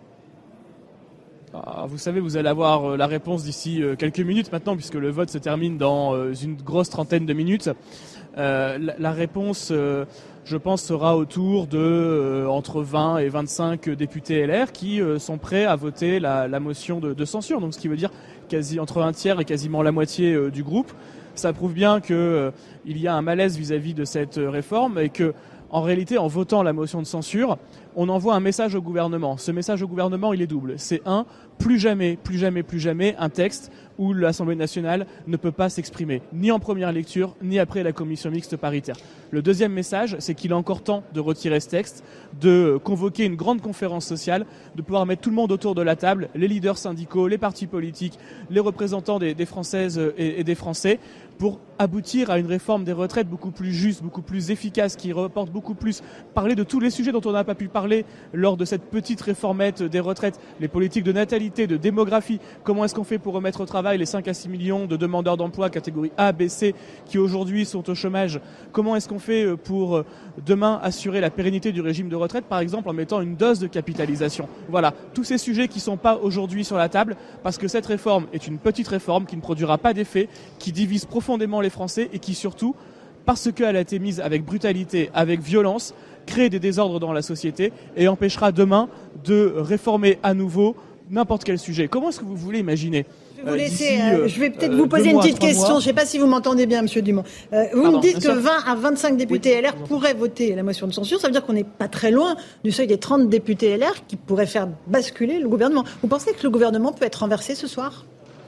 Vous savez, vous allez avoir la réponse d'ici quelques minutes maintenant, puisque le vote se termine dans une grosse trentaine de minutes. La réponse, je pense, sera autour de entre 20 et 25 députés LR qui sont prêts à voter la motion de censure. Donc, ce qui veut dire quasi entre un tiers et quasiment la moitié du groupe. Ça prouve bien qu'il y a un malaise vis-à-vis de cette réforme et que, en réalité, en votant la motion de censure, on envoie un message au gouvernement. Ce message au gouvernement, il est double. C'est plus jamais un texte où l'Assemblée nationale ne peut pas s'exprimer, ni en première lecture, ni après la commission mixte paritaire. Le deuxième message, c'est qu'il est encore temps de retirer ce texte, de convoquer une grande conférence sociale, de pouvoir mettre tout le monde autour de la table, les leaders syndicaux, les partis politiques, les représentants des Françaises et des Français, pour aboutir à une réforme des retraites beaucoup plus juste, beaucoup plus efficace, qui reporte beaucoup plus, parler de tous les sujets dont on n'a pas pu parler lors de cette petite réformette des retraites, les politiques de natalité, de démographie, comment est-ce qu'on fait pour remettre au travail les 5 à 6 millions de demandeurs d'emploi catégorie A, B, C qui aujourd'hui sont au chômage, comment est-ce qu'on fait pour demain assurer la pérennité du régime de retraite, par exemple en mettant une dose de capitalisation. Voilà, tous ces sujets qui ne sont pas aujourd'hui sur la table, parce que cette réforme est une petite réforme qui ne produira pas d'effet, qui divise profondément les Français et qui surtout, parce qu'elle a été mise avec brutalité, avec violence, crée des désordres dans la société et empêchera demain de réformer à nouveau n'importe quel sujet. Comment est-ce que vous voulez imaginer ? Je vais peut-être vous poser une petite question. Je ne sais pas si vous m'entendez bien, monsieur Dumont. Vous me dites que 20 à 25 députés LR pourraient voter la motion de censure. Ça veut dire qu'on n'est pas très loin du seuil des 30 députés LR qui pourraient faire basculer le gouvernement. Vous pensez que le gouvernement peut être renversé ce soir ?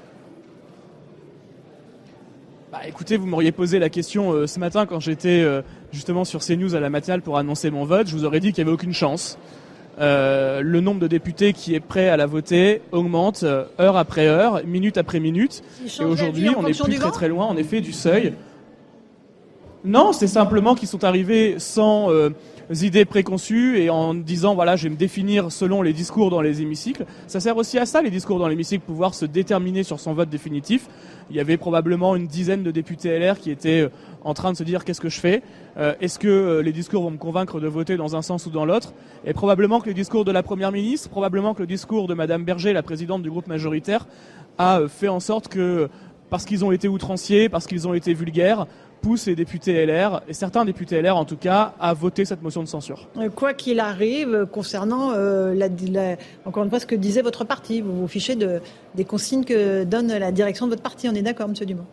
Écoutez, vous m'auriez posé la question ce matin quand j'étais justement sur CNews à la matinale pour annoncer mon vote. Je vous aurais dit qu'il n'y avait aucune chance. Le nombre de députés qui est prêt à la voter augmente heure après heure, minute après minute. Et aujourd'hui, on n'est plus très loin, en effet, du seuil. Non, c'est simplement qu'ils sont arrivés sans idées préconçues et en disant, voilà, je vais me définir selon les discours dans les hémicycles. Ça sert aussi à ça, les discours dans l'hémicycle, pouvoir se déterminer sur son vote définitif. Il y avait probablement une dizaine de députés LR qui étaient en train de se dire qu'est-ce que je fais ? Est-ce que les discours vont me convaincre de voter dans un sens ou dans l'autre ? Et probablement que les discours de la Première ministre, probablement que le discours de Madame Berger, la présidente du groupe majoritaire, a fait en sorte que, parce qu'ils ont été outranciers, parce qu'ils ont été vulgaires, pousse les députés LR, et certains députés LR en tout cas, à voter cette motion de censure. Quoi qu'il arrive, concernant encore une fois ce que disait votre parti, vous vous fichez des consignes que donne la direction de votre parti. On est d'accord, M. Dumont?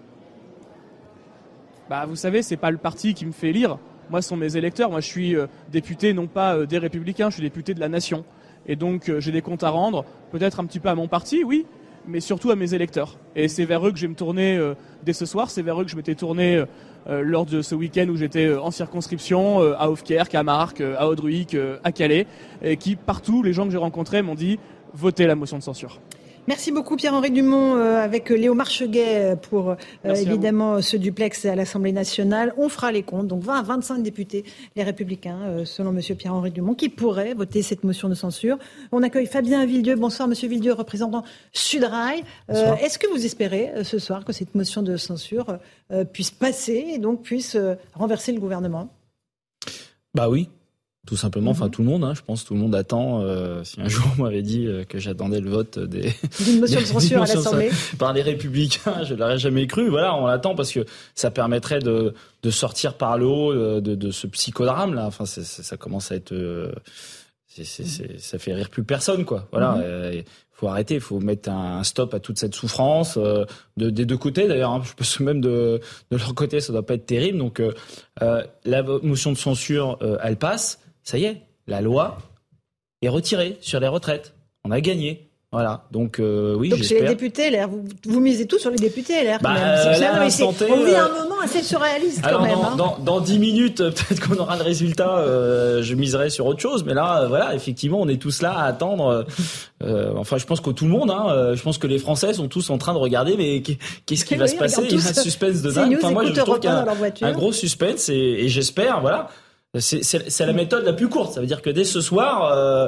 Vous savez, c'est pas le parti qui me fait élire. Moi, ce sont mes électeurs. Moi, je suis député non pas des Républicains, je suis député de la Nation. Et donc, j'ai des comptes à rendre, peut-être un petit peu à mon parti, oui, mais surtout à mes électeurs. Et c'est vers eux que je vais me tourner dès ce soir. C'est vers eux que je m'étais tourné lors de ce week-end où j'étais en circonscription, à Hoefkerk, à Marc, à Audruic, à Calais, et qui, partout, les gens que j'ai rencontrés m'ont dit « votez la motion de censure ». Merci beaucoup Pierre-Henri Dumont avec Léo Marcheguet pour évidemment ce duplex à l'Assemblée nationale. On fera les comptes, donc 20 à 25 députés, les Républicains, selon monsieur Pierre-Henri Dumont, qui pourraient voter cette motion de censure. On accueille Fabien Villedieu. Bonsoir monsieur Villedieu, représentant Sudrail. Est-ce que vous espérez ce soir que cette motion de censure puisse passer et donc puisse renverser le gouvernement? Oui. Tout simplement, tout le monde, je pense, tout le monde attend. Si un jour on m'avait dit que j'attendais le vote d'une motion de censure à l'Assemblée par les Républicains, je l'aurais jamais cru. Voilà, on l'attend parce que ça permettrait de sortir par le haut de ce psychodrame là. Enfin, ça commence à être, ça fait rire plus personne, quoi. Voilà. Faut arrêter, il faut mettre un stop à toute cette souffrance des deux côtés d'ailleurs. Je pense même de leur côté, ça doit pas être terrible. Donc la motion de censure, elle passe. Ça y est, la loi est retirée sur les retraites. On a gagné. Voilà. Donc, oui, donc j'espère. Chez les députés LR, vous misez tout sur les députés LR quand même. On vit un moment assez surréaliste quand même. Dans 10 minutes, peut-être qu'on aura le résultat. Je miserai sur autre chose. Mais là, voilà, effectivement, on est tous là à attendre. Je pense que tout le monde, je pense que les Français sont tous en train de regarder, mais qu'est-ce qui va se passer? Il y a un suspense de dingue. Moi, je trouve qu'il y a un gros suspense et j'espère, voilà. C'est la méthode la plus courte. Ça veut dire que dès ce soir,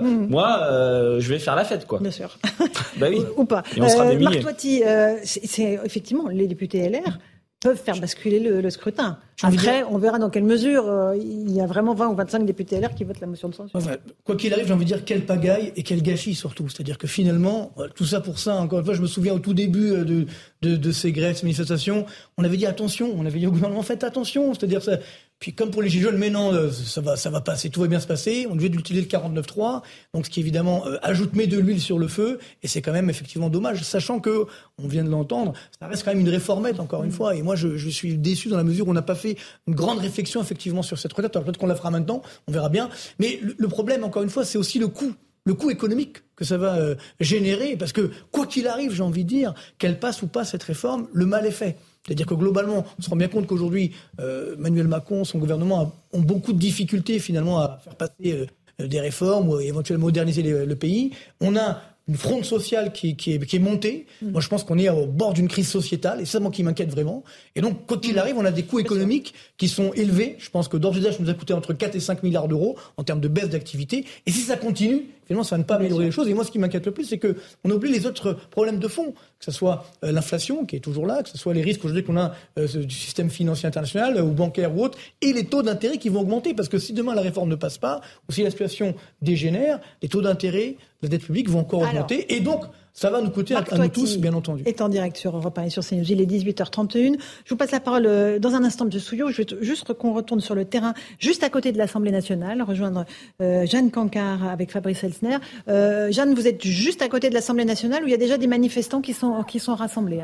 je vais faire la fête, quoi. Bien sûr. Oui. Ou pas. Et on sera des milliers. Marc Toiti, c'est effectivement les députés LR peuvent faire basculer le scrutin. Après, on verra dans quelle mesure il y a vraiment 20 ou 25 députés LR qui votent la motion de censure. Quoi qu'il arrive, j'ai envie de dire quelle pagaille et quel gâchis surtout. C'est-à-dire que finalement, tout ça pour ça, encore une fois, je me souviens au tout début de ces grèves, ces manifestations, on avait dit attention, on avait dit au gouvernement faites attention. C'est-à-dire ça. Puis comme pour les Gilets jaunes, mais non, ça va passer, tout va bien se passer. On devait utiliser le 49.3, donc ce qui évidemment ajoute de l'huile sur le feu, et c'est quand même effectivement dommage, sachant que, on vient de l'entendre, ça reste quand même une réformette encore une fois, et moi je suis déçu dans la mesure où on n'a pas fait une grande réflexion effectivement sur cette retraite. Alors peut-être qu'on la fera maintenant, on verra bien. Mais le problème encore une fois, c'est aussi le coût économique que ça va générer, parce que quoi qu'il arrive, j'ai envie de dire, qu'elle passe ou pas cette réforme, le mal est fait. C'est-à-dire que globalement, on se rend bien compte qu'aujourd'hui, Emmanuel Macron, son gouvernement ont beaucoup de difficultés finalement à faire passer des réformes ou éventuellement moderniser le pays. On a une fronde sociale qui est montée. Moi, je pense qu'on est au bord d'une crise sociétale, et c'est ça moi qui m'inquiète vraiment. Et donc, quoi qu'il arrive, on a des coûts économiques qui sont élevés. Je pense que d'ores et déjà, ça nous a coûté entre 4 et 5 milliards d'euros en termes de baisse d'activité. Et si ça continue, finalement, ça va ne pas améliorer les choses. Et moi, ce qui m'inquiète le plus, c'est qu'on oublie les autres problèmes de fond, que ce soit l'inflation qui est toujours là, que ce soit les risques aujourd'hui qu'on a du système financier international ou bancaire ou autre, et les taux d'intérêt qui vont augmenter. Parce que si demain la réforme ne passe pas, ou si la situation dégénère, les taux d'intérêt, la dette publique vont encore augmenter. Et donc, ça va nous coûter à nous tous, bien entendu. Est en direct sur Europe 1 et sur CNews. Il est 18h31. Je vous passe la parole dans un instant, M. Souillot. Je veux juste qu'on retourne sur le terrain, juste à côté de l'Assemblée nationale, rejoindre Jeanne Cancard avec Fabrice Elsner. Jeanne, vous êtes juste à côté de l'Assemblée nationale où il y a déjà des manifestants qui sont rassemblés.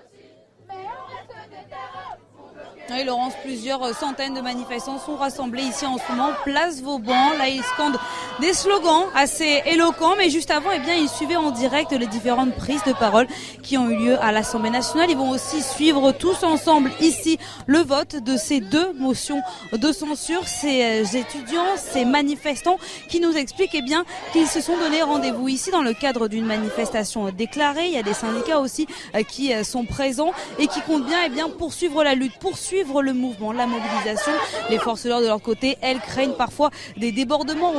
Oui, Laurence, plusieurs centaines de manifestants sont rassemblés ici en ce moment, place Vauban. Là, ils scandent des slogans assez éloquents, mais juste avant, ils suivaient en direct les différentes prises de parole qui ont eu lieu à l'Assemblée nationale. Ils vont aussi suivre tous ensemble ici le vote de ces deux motions de censure. Ces étudiants, ces manifestants qui nous expliquent qu'ils se sont donné rendez-vous ici dans le cadre d'une manifestation déclarée. Il y a des syndicats aussi qui sont présents et qui comptent bien poursuivre la lutte, poursuivre le mouvement, la mobilisation. Les forces de l'ordre de leur côté, elles craignent parfois des débordements. On a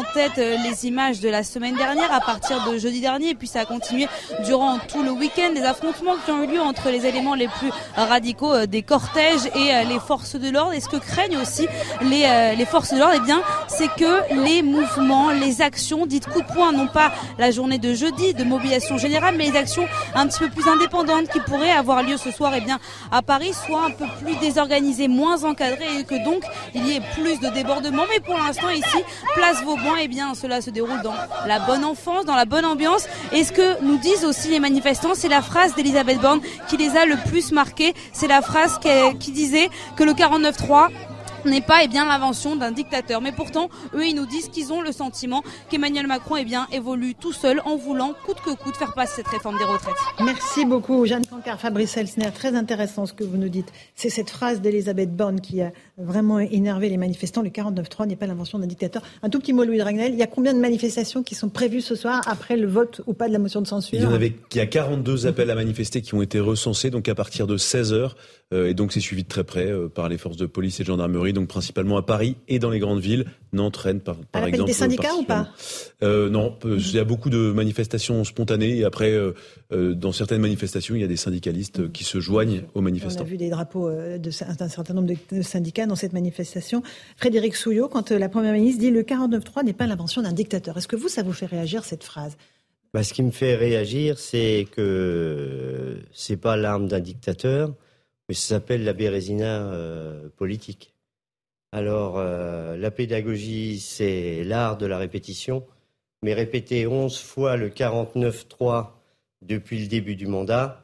tête les images de la semaine dernière, à partir de jeudi dernier, et puis ça a continué durant tout le week-end, des affrontements qui ont eu lieu entre les éléments les plus radicaux des cortèges et les forces de l'ordre. Et ce que craignent aussi les forces de l'ordre, eh bien, c'est que les mouvements, les actions dites coup de poing, non pas la journée de jeudi de mobilisation générale, mais les actions un petit peu plus indépendantes qui pourraient avoir lieu ce soir, eh bien, à Paris, soient un peu plus désorganisées, moins encadrées, et que donc il y ait plus de débordements. Mais pour l'instant, ici, place Vauban, eh bien, cela se déroule dans la bonne enfance, dans la bonne ambiance. Et ce que nous disent aussi les manifestants, c'est la phrase d'Elisabeth Borne qui les a le plus marqués. C'est la phrase qui disait que le 49.3 n'est pas l'invention d'un dictateur. Mais pourtant, eux, ils nous disent qu'ils ont le sentiment qu'Emmanuel Macron évolue tout seul en voulant coûte que coûte faire passer cette réforme des retraites. Merci beaucoup Jeanne Cancard, Fabrice Elsner. Très intéressant ce que vous nous dites. C'est cette phrase d'Elisabeth Borne qui a vraiment énervé les manifestants. Le 49.3 n'est pas l'invention d'un dictateur. Un tout petit mot, Louis Dragnel. Il y a combien de manifestations qui sont prévues ce soir après le vote ou pas de la motion de censure? Il y a 42 appels à manifester qui ont été recensés, donc à partir de 16h. Et donc c'est suivi de très près par les forces de police et de gendarmerie, donc principalement à Paris et dans les grandes villes, Nantes, Rennes par exemple. Des syndicats ou pas? Non, il y a beaucoup de manifestations spontanées, et après dans certaines manifestations il y a des syndicalistes qui se joignent aux manifestants. On a vu des drapeaux d'un certain nombre de syndicats dans cette manifestation. Frédéric Souillot, quand la Première ministre dit le 49.3 n'est pas l'invention d'un dictateur, est-ce que ça vous fait réagir cette phrase? Ce qui me fait réagir, c'est que c'est pas l'arme d'un dictateur, mais ça s'appelle la bérésina politique. Alors, la pédagogie, c'est l'art de la répétition, mais répéter 11 fois le 49.3 depuis le début du mandat,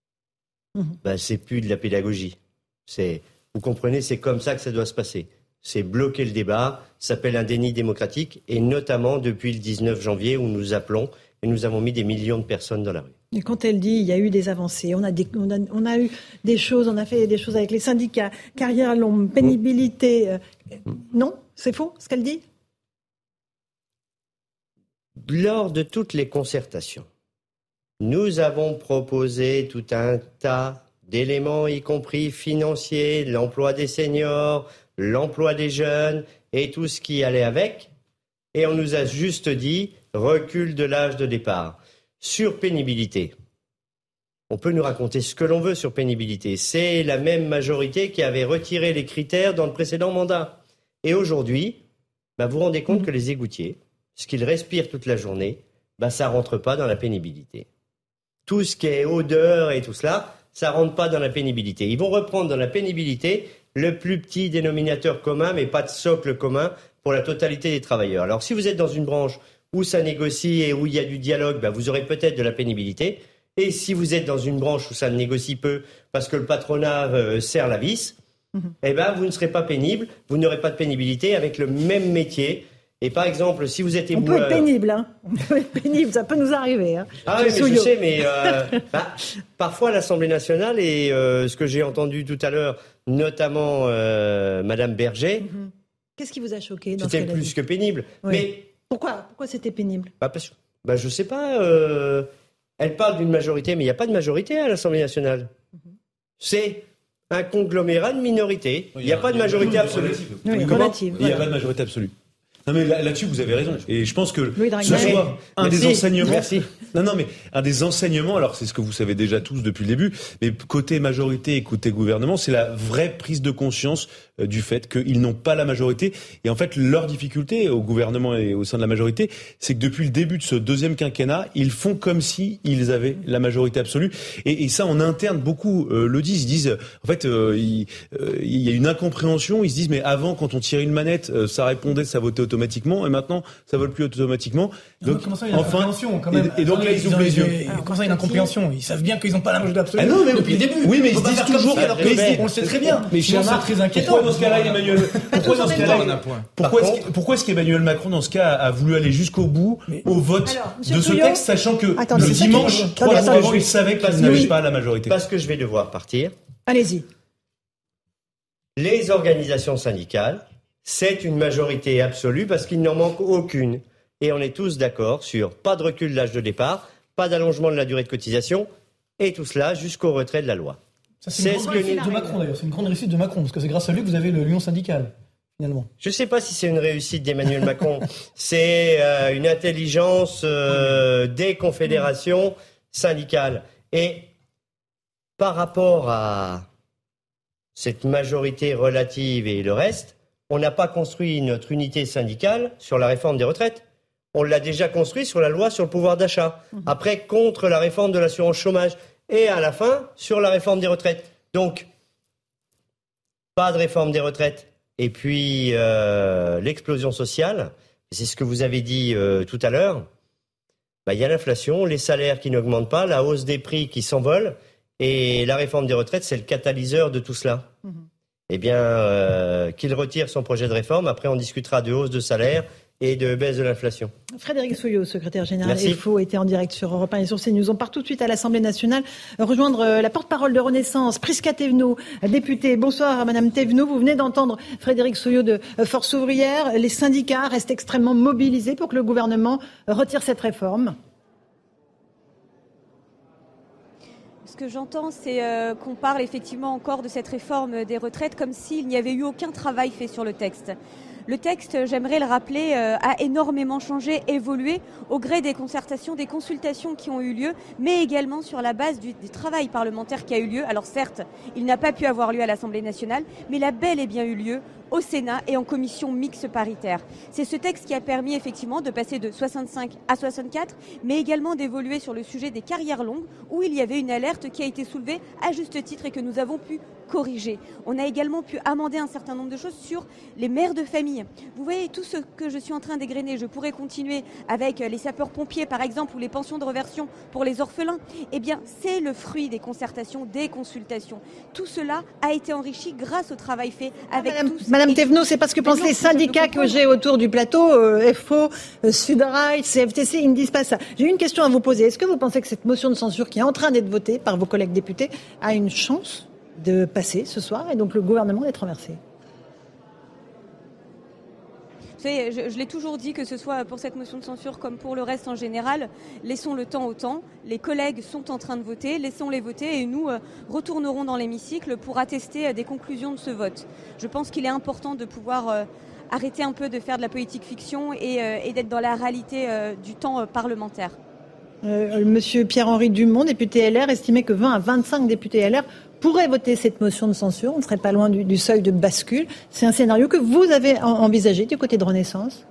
c'est plus de la pédagogie. Vous comprenez, c'est comme ça que ça doit se passer. C'est bloquer le débat, ça s'appelle un déni démocratique, et notamment depuis le 19 janvier où nous appelons et nous avons mis des millions de personnes dans la rue. Et quand elle dit il y a eu des avancées, on a eu des choses, on a fait des choses avec les syndicats, carrière longue, pénibilité. Non, c'est faux ce qu'elle dit? Lors de toutes les concertations, nous avons proposé tout un tas d'éléments, y compris financiers, l'emploi des seniors, l'emploi des jeunes et tout ce qui allait avec. Et on nous a juste dit recul de l'âge de départ. Sur pénibilité, on peut nous raconter ce que l'on veut sur pénibilité. C'est la même majorité qui avait retiré les critères dans le précédent mandat. Et aujourd'hui, vous vous rendez compte que les égoutiers, ce qu'ils respirent toute la journée, ça ne rentre pas dans la pénibilité. Tout ce qui est odeur et tout cela, ça ne rentre pas dans la pénibilité. Ils vont reprendre dans la pénibilité le plus petit dénominateur commun, mais pas de socle commun pour la totalité des travailleurs. Alors si vous êtes dans une branche où ça négocie et où il y a du dialogue, vous aurez peut-être de la pénibilité. Et si vous êtes dans une branche où ça ne négocie peu parce que le patronat serre la vis, vous ne serez pas pénible, vous n'aurez pas de pénibilité avec le même métier. Et par exemple, si vous êtes éboueur... On peut être pénible, On peut être pénible, ça peut nous arriver. Ah oui, mais je sais, mais parfois à l'Assemblée nationale, et ce que j'ai entendu tout à l'heure, notamment Madame Berger... Qu'est-ce qui vous a choqué dans ce C'était plus que pénible. Oui. Mais Pourquoi c'était pénible? Parce que, je sais pas, elle parle d'une majorité, mais il n'y a pas de majorité à l'Assemblée nationale. C'est un conglomérat de minorités. Il n'y a pas de majorité absolue. Relative. Il n'y a pas de majorité absolue. Non mais là-dessus vous avez raison. Et je pense que ce soit un des enseignements. Merci. Non mais un des enseignements. Alors c'est ce que vous savez déjà tous depuis le début. Mais côté majorité et côté gouvernement, c'est la vraie prise de conscience du fait qu'ils n'ont pas la majorité. Et en fait, leur difficulté au gouvernement et au sein de la majorité, c'est que depuis le début de ce deuxième quinquennat, ils font comme si ils avaient la majorité absolue. Et ça, en interne, beaucoup le disent. Ils disent, en fait, il y a une incompréhension. Ils se disent, mais avant, quand on tirait une manette, ça répondait, ça votait automatiquement. Et maintenant, ça vote plus automatiquement. Donc, comment ça, il y a une incompréhension quand même. Et donc là, ils ouvrent les yeux. Comment ça, il y a une incompréhension? Ils savent bien qu'ils n'ont pas la majorité absolue. Ah non, mais depuis le début. Oui, mais ils se disent toujours. On le sait très bien. Mais sinon, c'est très inquiétant. Dans ce cas-là, pourquoi est-ce qu'Emmanuel Macron, dans ce cas, a voulu aller jusqu'au bout au vote de ce texte, sachant que le dimanche 3 jours avant, il savait qu'il n'avait pas la majorité? Parce que je vais devoir partir. Allez-y. Les organisations syndicales, c'est une majorité absolue parce qu'il n'en manque aucune. Et on est tous d'accord sur pas de recul de l'âge de départ, pas d'allongement de la durée de cotisation, et tout cela jusqu'au retrait de la loi. Ça, c'est une grande réussite de Macron, d'ailleurs. C'est une grande réussite de Macron, parce que c'est grâce à lui que vous avez l'union syndicale. finalement. Je ne sais pas si c'est une réussite d'Emmanuel Macron. C'est une intelligence des confédérations syndicales. Et par rapport à cette majorité relative et le reste, on n'a pas construit notre unité syndicale sur la réforme des retraites. On l'a déjà construit sur la loi sur le pouvoir d'achat. Après, contre la réforme de l'assurance chômage. Et à la fin, sur la réforme des retraites. Donc, pas de réforme des retraites. Et puis, l'explosion sociale, c'est ce que vous avez dit tout à l'heure. Il y a l'inflation, les salaires qui n'augmentent pas, la hausse des prix qui s'envolent. Et la réforme des retraites, c'est le catalyseur de tout cela. Eh bien, qu'il retire son projet de réforme. Après, on discutera de hausse de salaire et de baisse de l'inflation. Frédéric Souillot, secrétaire général Merci. EFO, était en direct sur Europe 1 et sur CNews. On part tout de suite à l'Assemblée nationale rejoindre la porte-parole de Renaissance, Prisca Thévenot, députée. Bonsoir, Madame Thévenot. Vous venez d'entendre Frédéric Souillot de Force ouvrière. Les syndicats restent extrêmement mobilisés pour que le gouvernement retire cette réforme. Ce que j'entends, c'est qu'on parle effectivement encore de cette réforme des retraites comme s'il n'y avait eu aucun travail fait sur le texte. Le texte, j'aimerais le rappeler, a énormément changé, évolué au gré des concertations, des consultations qui ont eu lieu, mais également sur la base du travail parlementaire qui a eu lieu. Alors certes, il n'a pas pu avoir lieu à l'Assemblée nationale, mais il a bel et bien eu lieu au Sénat et en commission mixte paritaire. C'est ce texte qui a permis effectivement de passer de 65 à 64, mais également d'évoluer sur le sujet des carrières longues, où il y avait une alerte qui a été soulevée à juste titre et que nous avons pu corriger. On a également pu amender un certain nombre de choses sur les mères de famille. Vous voyez tout ce que je suis en train d'égrener. Je pourrais continuer avec les sapeurs-pompiers, par exemple, ou les pensions de réversion pour les orphelins. Eh bien, c'est le fruit des concertations, des consultations. Tout cela a été enrichi grâce au travail fait avec tous. Madame Thévenot, c'est parce que pensent les syndicats que j'ai autour du plateau, FO, Sudrail, CFTC, ils ne disent pas ça. J'ai une question à vous poser. Est-ce que vous pensez que cette motion de censure qui est en train d'être votée par vos collègues députés a une chance de passer ce soir et donc le gouvernement d'être renversé? Vous savez, je l'ai toujours dit, que ce soit pour cette motion de censure comme pour le reste en général, laissons le temps au temps. Les collègues sont en train de voter, laissons-les voter et nous retournerons dans l'hémicycle pour attester des conclusions de ce vote. Je pense qu'il est important de pouvoir arrêter un peu de faire de la politique fiction et d'être dans la réalité du temps parlementaire. Monsieur Pierre-Henri Dumont, député LR, estimait que 20 à 25 députés LR pourraient voter cette motion de censure. On ne serait pas loin du seuil de bascule. C'est un scénario que vous avez envisagé du côté de Renaissance?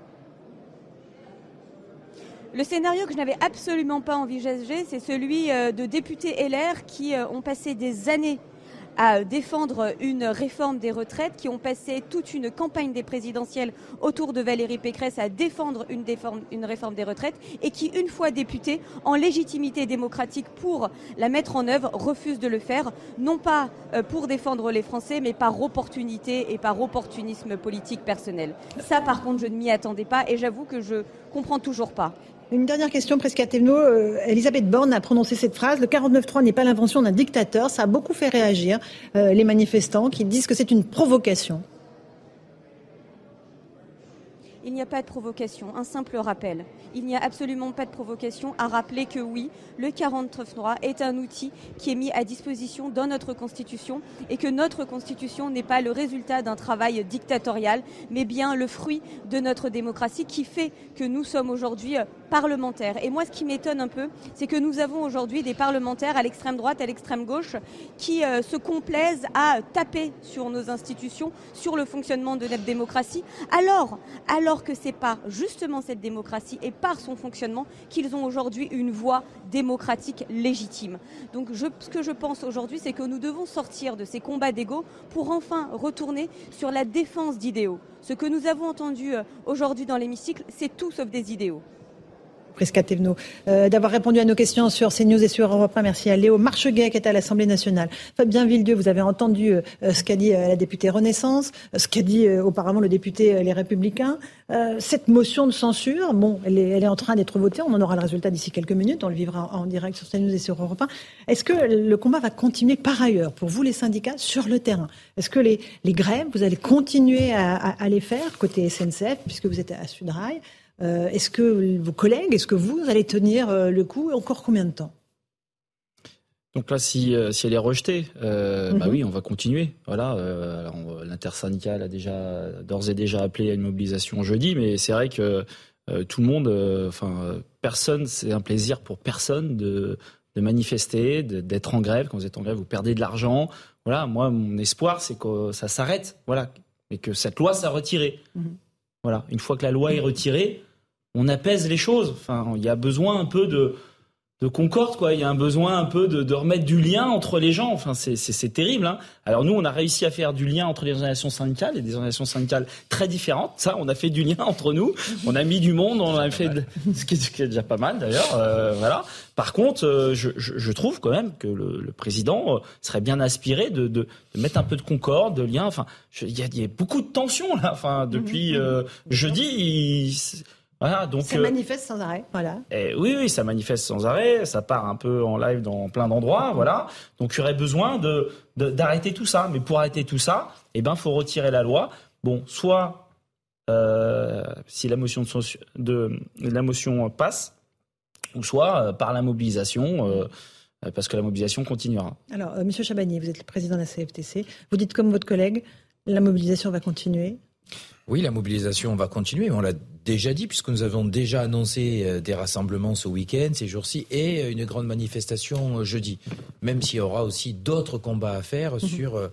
Le scénario que je n'avais absolument pas envisagé, c'est celui de députés LR qui ont passé des années à défendre une réforme des retraites, qui ont passé toute une campagne des présidentielles autour de Valérie Pécresse à défendre une réforme des retraites et qui, une fois députés, en légitimité démocratique pour la mettre en œuvre, refusent de le faire, non pas pour défendre les Français, mais par opportunité et par opportunisme politique personnel. Ça, par contre, je ne m'y attendais pas et j'avoue que je comprends toujours pas. Une dernière question, Prisca Thévenot. Elisabeth Borne a prononcé cette phrase. Le 49.3 n'est pas l'invention d'un dictateur. Ça a beaucoup fait réagir les manifestants qui disent que c'est une provocation. Il n'y a pas de provocation, un simple rappel. Il n'y a absolument pas de provocation à rappeler que oui, le 49.3 est un outil qui est mis à disposition dans notre Constitution et que notre Constitution n'est pas le résultat d'un travail dictatorial, mais bien le fruit de notre démocratie qui fait que nous sommes aujourd'hui parlementaires. Et moi, ce qui m'étonne un peu, c'est que nous avons aujourd'hui des parlementaires à l'extrême droite, à l'extrême gauche, qui se complaisent à taper sur nos institutions, sur le fonctionnement de notre démocratie, alors que c'est par justement cette démocratie et par son fonctionnement qu'ils ont aujourd'hui une voix démocratique légitime. Donc ce que je pense aujourd'hui, c'est que nous devons sortir de ces combats d'ego pour enfin retourner sur la défense d'idéaux. Ce que nous avons entendu aujourd'hui dans l'hémicycle, c'est tout sauf des idéaux. Prisca Thévenot, d'avoir répondu à nos questions sur CNews et sur Europe 1. Merci à Léo Marcheguet qui est à l'Assemblée nationale. Fabien Villedieu, vous avez entendu ce qu'a dit la députée Renaissance, ce qu'a dit auparavant le député Les Républicains. Cette motion de censure, bon, elle est en train d'être votée. On en aura le résultat d'ici quelques minutes. On le vivra en direct sur CNews et sur Europe 1. Est-ce que le combat va continuer par ailleurs pour vous les syndicats sur le terrain? Est-ce que les grèves, vous allez continuer à les faire côté SNCF puisque vous êtes à Sudrail? Est-ce que vos collègues, est-ce que vous allez tenir le coup encore combien de temps? Donc là, si elle est rejetée, bah oui, on va continuer. Voilà, l'intersyndicale a d'ores et déjà appelé à une mobilisation jeudi, mais c'est vrai que tout le monde, personne, c'est un plaisir pour personne de manifester, d'être en grève. Quand vous êtes en grève, vous perdez de l'argent. Voilà, moi, mon espoir, c'est que ça s'arrête. Voilà, mais que cette loi soit retirée. Voilà, une fois que la loi est retirée, on apaise les choses. Enfin, il y a besoin un peu de concorde, quoi. Il y a un besoin un peu de remettre du lien entre les gens. Enfin, c'est terrible, hein. Alors nous, on a réussi à faire du lien entre les organisations syndicales et des organisations syndicales très différentes. Ça, on a fait du lien entre nous. On a mis du monde, on a fait ce qui est déjà pas mal d'ailleurs. Voilà. Par contre, je trouve quand même que le président serait bien inspiré de mettre un peu de concorde, de lien. Enfin, il y a beaucoup de tensions là. Enfin, depuis jeudi. Voilà, donc, ça manifeste sans arrêt, voilà. Oui, ça manifeste sans arrêt, ça part un peu en live dans plein d'endroits, voilà. Donc il y aurait besoin d'arrêter tout ça. Mais pour arrêter tout ça, faut retirer la loi. Bon, soit si la motion la motion passe, ou soit par la mobilisation, parce que la mobilisation continuera. Alors, Monsieur Chabagnier, vous êtes le président de la CFTC. Vous dites comme votre collègue, la mobilisation va continuer. Oui, la mobilisation va continuer, mais on l'a déjà dit, puisque nous avons déjà annoncé des rassemblements ce week-end, ces jours-ci, et une grande manifestation jeudi. Même s'il y aura aussi d'autres combats à faire sur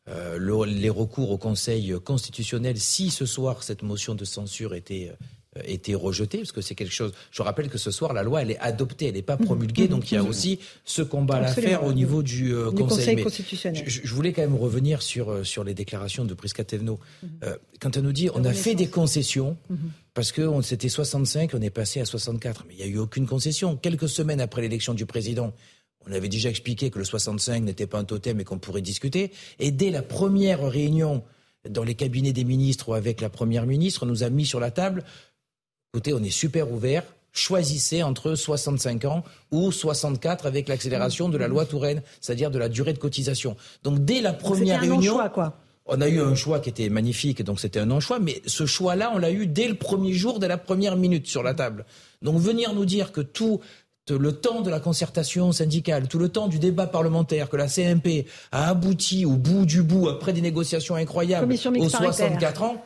les recours au Conseil constitutionnel, si ce soir cette motion de censure était rejetée, parce que c'est quelque chose. Je rappelle que ce soir la loi elle est adoptée, elle n'est pas promulguée, donc il y a aussi ce combat à faire au niveau du Conseil constitutionnel. Je voulais quand même revenir sur les déclarations de Prisca Thévenot. Quand elle nous dit on a fait des concessions parce que c'était 65, on est passé à 64, mais il n'y a eu aucune concession. Quelques semaines après l'élection du président, on avait déjà expliqué que le 65 n'était pas un totem et qu'on pourrait discuter. Et dès la première réunion dans les cabinets des ministres ou avec la première ministre, on nous a mis sur la table. Écoutez, on est super ouvert. Choisissez entre 65 ans ou 64 avec l'accélération de la loi Touraine, c'est-à-dire de la durée de cotisation. Donc dès la première réunion, non-choix, quoi. On a eu un choix qui était magnifique, donc c'était un non-choix, mais ce choix-là, on l'a eu dès le premier jour, dès la première minute sur la table. Donc venir nous dire que tout le temps de la concertation syndicale, tout le temps du débat parlementaire, que la CMP a abouti au bout du bout, après des négociations incroyables, aux 64 ans,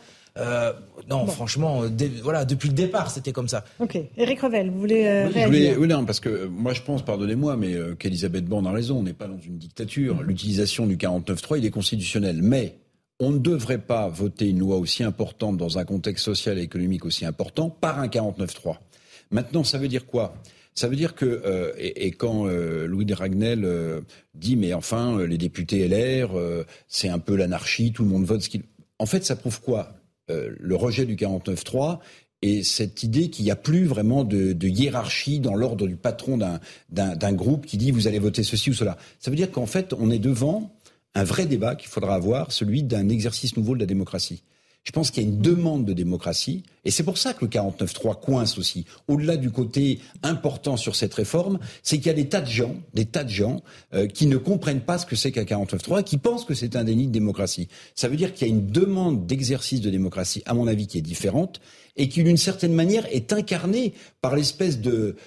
franchement, depuis le départ, c'était comme ça. Ok. Éric Revel, vous voulez réagir ? Oui, non, parce que moi je pense, pardonnez-moi, mais qu'Elisabeth Borne a raison, on n'est pas dans une dictature. L'utilisation du 49.3, il est constitutionnel. Mais on ne devrait pas voter une loi aussi importante dans un contexte social et économique aussi important par un 49.3. Maintenant, ça veut dire quoi ? Ça veut dire que, et quand Louis de Ragnel dit, mais enfin, les députés LR, c'est un peu l'anarchie, tout le monde vote ce qu'il... En fait, ça prouve quoi ? Le rejet du 49.3 et cette idée qu'il n'y a plus vraiment de hiérarchie dans l'ordre du patron d'un groupe qui dit vous allez voter ceci ou cela. Ça veut dire qu'en fait, on est devant un vrai débat qu'il faudra avoir, celui d'un exercice nouveau de la démocratie. Je pense qu'il y a une demande de démocratie, et c'est pour ça que le 49.3 coince aussi. Au-delà du côté important sur cette réforme, c'est qu'il y a des tas de gens qui ne comprennent pas ce que c'est qu'un 49.3 et qui pensent que c'est un déni de démocratie. Ça veut dire qu'il y a une demande d'exercice de démocratie, à mon avis, qui est différente, et qui, d'une certaine manière, est incarnée par l'espèce de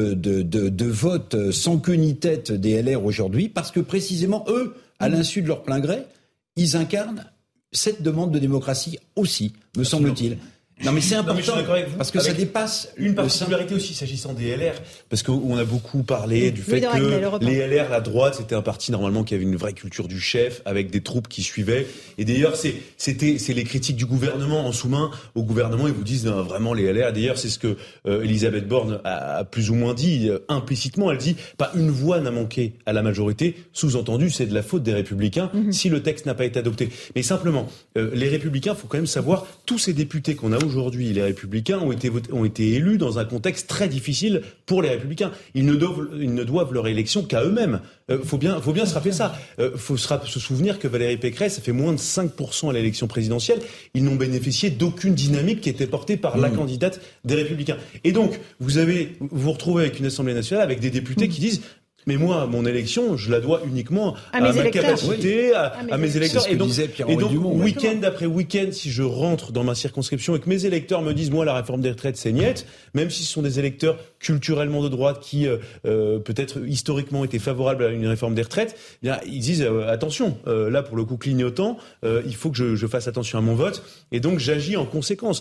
vote sans queue ni tête des LR aujourd'hui, parce que précisément, eux, à l'insu de leur plein gré, ils incarnent cette demande de démocratie aussi, me semble-t-il. Non mais c'est important, parce que ça dépasse... Une particularité aussi s'agissant des LR, parce qu'on a beaucoup parlé du fait que les LR, la droite, c'était un parti normalement qui avait une vraie culture du chef, avec des troupes qui suivaient. Et d'ailleurs, c'est les critiques du gouvernement en sous-main au gouvernement, ils vous disent vraiment les LR. D'ailleurs, c'est ce que Elisabeth Borne a plus ou moins dit, implicitement. Elle dit, pas une voix n'a manqué à la majorité, sous-entendu, c'est de la faute des Républicains si le texte n'a pas été adopté. Mais simplement, les Républicains, il faut quand même savoir, tous ces députés qu'on a aujourd'hui, les Républicains ont été élus dans un contexte très difficile pour les Républicains. Ils ne doivent leur élection qu'à eux-mêmes. Faut bien se rappeler ça. Faut se souvenir que Valérie Pécresse a fait moins de 5% à l'élection présidentielle. Ils n'ont bénéficié d'aucune dynamique qui était portée par la candidate des Républicains. Et donc, vous retrouvez avec une Assemblée nationale avec des députés qui disent Mais moi, mon élection, je la dois uniquement à mes ma électeurs. capacité, à mes électeurs. C'est ce que disait Pierre-Henri Dumont. Week-end après week-end, si je rentre dans ma circonscription et que mes électeurs me disent, moi, la réforme des retraites, c'est niette, même si ce sont des électeurs culturellement de droite qui, peut-être historiquement étaient favorables à une réforme des retraites, eh bien, ils disent, attention, là, pour le coup, clignotant, il faut que je fasse attention à mon vote. Et donc, j'agis en conséquence.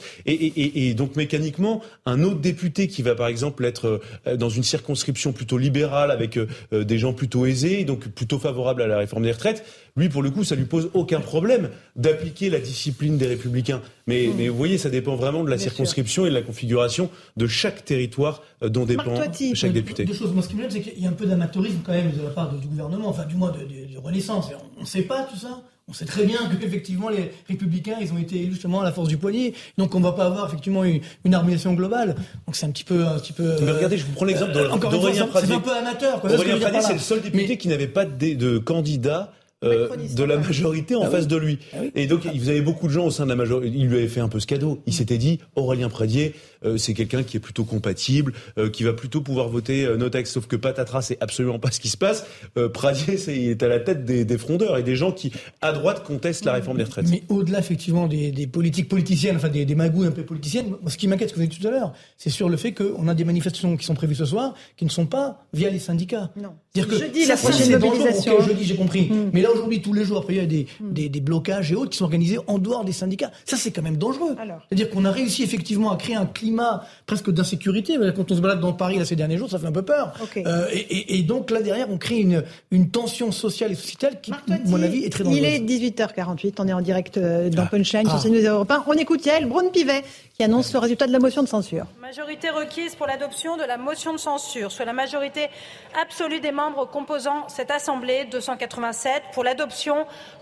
Et donc, mécaniquement, un autre député qui va, par exemple, être dans une circonscription plutôt libérale avec des gens plutôt aisés, donc plutôt favorables à la réforme des retraites, lui, pour le coup, ça lui pose aucun problème d'appliquer la discipline des Républicains. Mais vous voyez, ça dépend vraiment de la circonscription et de la configuration de chaque territoire dont dépend chaque député. Deux choses. Moi, ce qui me gêne, c'est qu'il y a un peu d'amateurisme quand même de la part du gouvernement, enfin du moins de Renaissance. On ne sait pas tout ça. On sait très bien qu'effectivement les Républicains, ils ont été élus justement à la force du poignet. Donc on ne va pas avoir effectivement une harmonisation globale. Donc c'est un petit peu. Mais regardez, je vous prends l'exemple d'Aurélien Pradier. C'est un peu amateur. Quoi. Aurélien Pradier, c'est le seul député qui n'avait pas de candidat. De la majorité en face de lui. Et donc, vous avez beaucoup de gens au sein de la majorité. Il lui avait fait un peu ce cadeau. Il s'était dit, Aurélien Pradier, c'est quelqu'un qui est plutôt compatible, qui va plutôt pouvoir voter nos textes. Sauf que patatras, c'est absolument pas ce qui se passe. Pradier, il est à la tête des frondeurs et des gens qui, à droite, contestent la réforme des retraites. Mais au-delà, effectivement, des politiciennes, enfin des magouilles un peu politiciennes, moi, ce qui m'inquiète, ce que vous avez dit tout à l'heure, c'est sur le fait qu'on a des manifestations qui sont prévues ce soir, qui ne sont pas via les syndicats. Non. C'est-à-dire que jeudi, la prochaine mobilisation. Jeudi, j'ai compris. Mais là, aujourd'hui, tous les jours, après, il y a des blocages et autres qui sont organisés en dehors des syndicats. Ça, c'est quand même dangereux. C'est-à-dire qu'on a réussi effectivement à créer un climat presque d'insécurité. Quand on se balade dans Paris là, ces derniers jours, ça fait un peu peur. Okay. Et donc là, derrière, on crée une tension sociale et sociétale qui, à mon avis, est très dangereuse. Il est 18h48, on est en direct dans Punchline sur CNews Europe 1. On écoute Yael Braun-Pivet qui annonce le résultat de la motion de censure. Majorité requise pour l'adoption de la motion de censure, soit la majorité absolue des membres composant cette Assemblée, 287, pour l'adoption,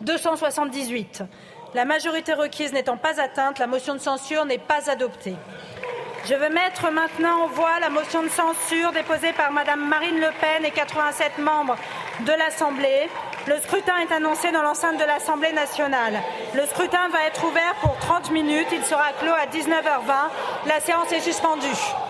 278. La majorité requise n'étant pas atteinte, la motion de censure n'est pas adoptée. Je vais mettre maintenant en voie la motion de censure déposée par Madame Marine Le Pen et 87 membres de l'Assemblée. Le scrutin est annoncé dans l'enceinte de l'Assemblée nationale. Le scrutin va être ouvert pour 30 minutes. Il sera clos à 19h20. La séance est suspendue.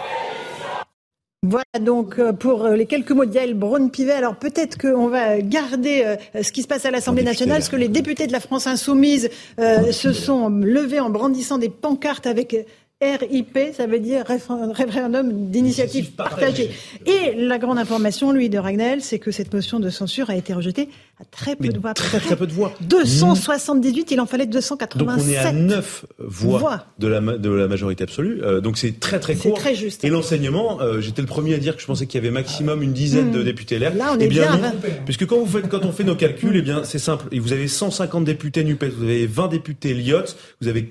Voilà donc pour les quelques mots de Yael Braun-Pivet. Alors peut-être qu'on va garder ce qui se passe à l'Assemblée nationale, parce que les députés de la France Insoumise se sont levés en brandissant des pancartes avec RIP, ça veut dire référendum d'initiative partagée. Et la grande information, Louis de Ragnel, c'est que cette motion de censure a été rejetée à très peu de voix. Très peu de voix. 278, il en fallait 287. Donc on est à 9 voix de la majorité absolue. Donc c'est très court. C'est très juste. Et l'enseignement, j'étais le premier à dire que je pensais qu'il y avait maximum une dizaine de députés LR. Là, on est bien. Puisque quand on fait nos calculs, eh bien, c'est simple. Et vous avez 150 députés NUPES, vous avez 20 députés LIOT, vous avez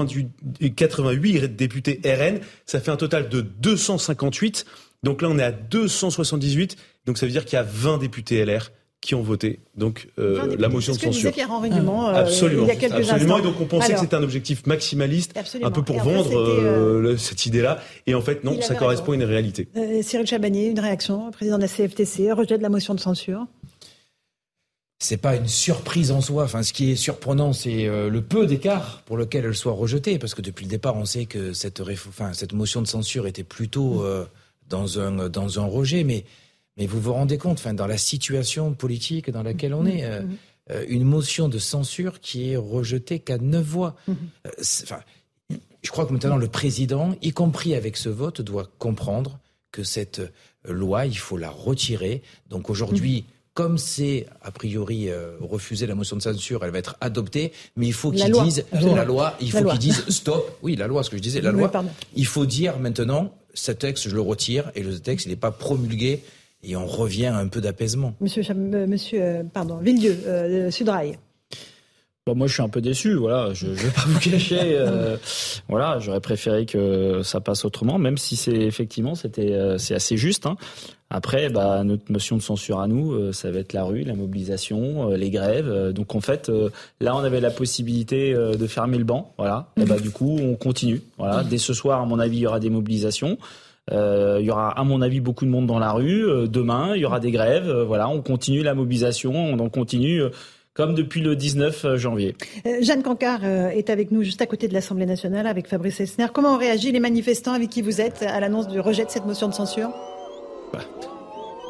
88 députés RN. Ça fait un total de 258. Donc là, on est à 278. Donc ça veut dire qu'il y a 20 députés LR qui ont voté donc la motion de censure. Disait Pierre-Henri Dumont, absolument, il y a quelques instants. Et donc on pensait que c'était un objectif maximaliste, un peu pour vendre cette idée-là. Et en fait, non, ça correspond à une réalité. Cyril Chabagnier, une réaction, président de la CFTC, rejet de la motion de censure. C'est pas une surprise en soi. Enfin, ce qui est surprenant, c'est le peu d'écart pour lequel elle soit rejetée, parce que depuis le départ, on sait que cette motion de censure était plutôt dans un rejet. Mais vous vous rendez compte, dans la situation politique dans laquelle on est, une motion de censure qui est rejetée qu'à 9 voix. Je crois que maintenant le président, y compris avec ce vote, doit comprendre que cette loi, il faut la retirer. Donc aujourd'hui. Comme c'est, a priori, refusé la motion de censure, elle va être adoptée, mais il faut qu'ils disent qu'ils disent stop. Oui, la loi, ce que je disais, la loi. Il faut dire maintenant, ce texte, je le retire, et le texte, il n'est pas promulgué, et on revient à un peu d'apaisement. Monsieur Villedieu, Sudrail. Bon, moi, je suis un peu déçu, voilà. Je vais pas vous cacher. Voilà, j'aurais préféré que ça passe autrement, même si c'est assez juste. Hein. Après, notre motion de censure à nous, ça va être la rue, la mobilisation, les grèves. Donc en fait, là, on avait la possibilité de fermer le banc, voilà. Et du coup, on continue. Voilà. Dès ce soir, à mon avis, il y aura des mobilisations. Il y aura, à mon avis, beaucoup de monde dans la rue. Demain, il y aura des grèves. Voilà, on continue la mobilisation. On continue. Comme depuis le 19 janvier. Jeanne Cancard est avec nous juste à côté de l'Assemblée nationale avec Fabrice Elsner. Comment ont réagi les manifestants avec qui vous êtes à l'annonce du rejet de cette motion de censure ?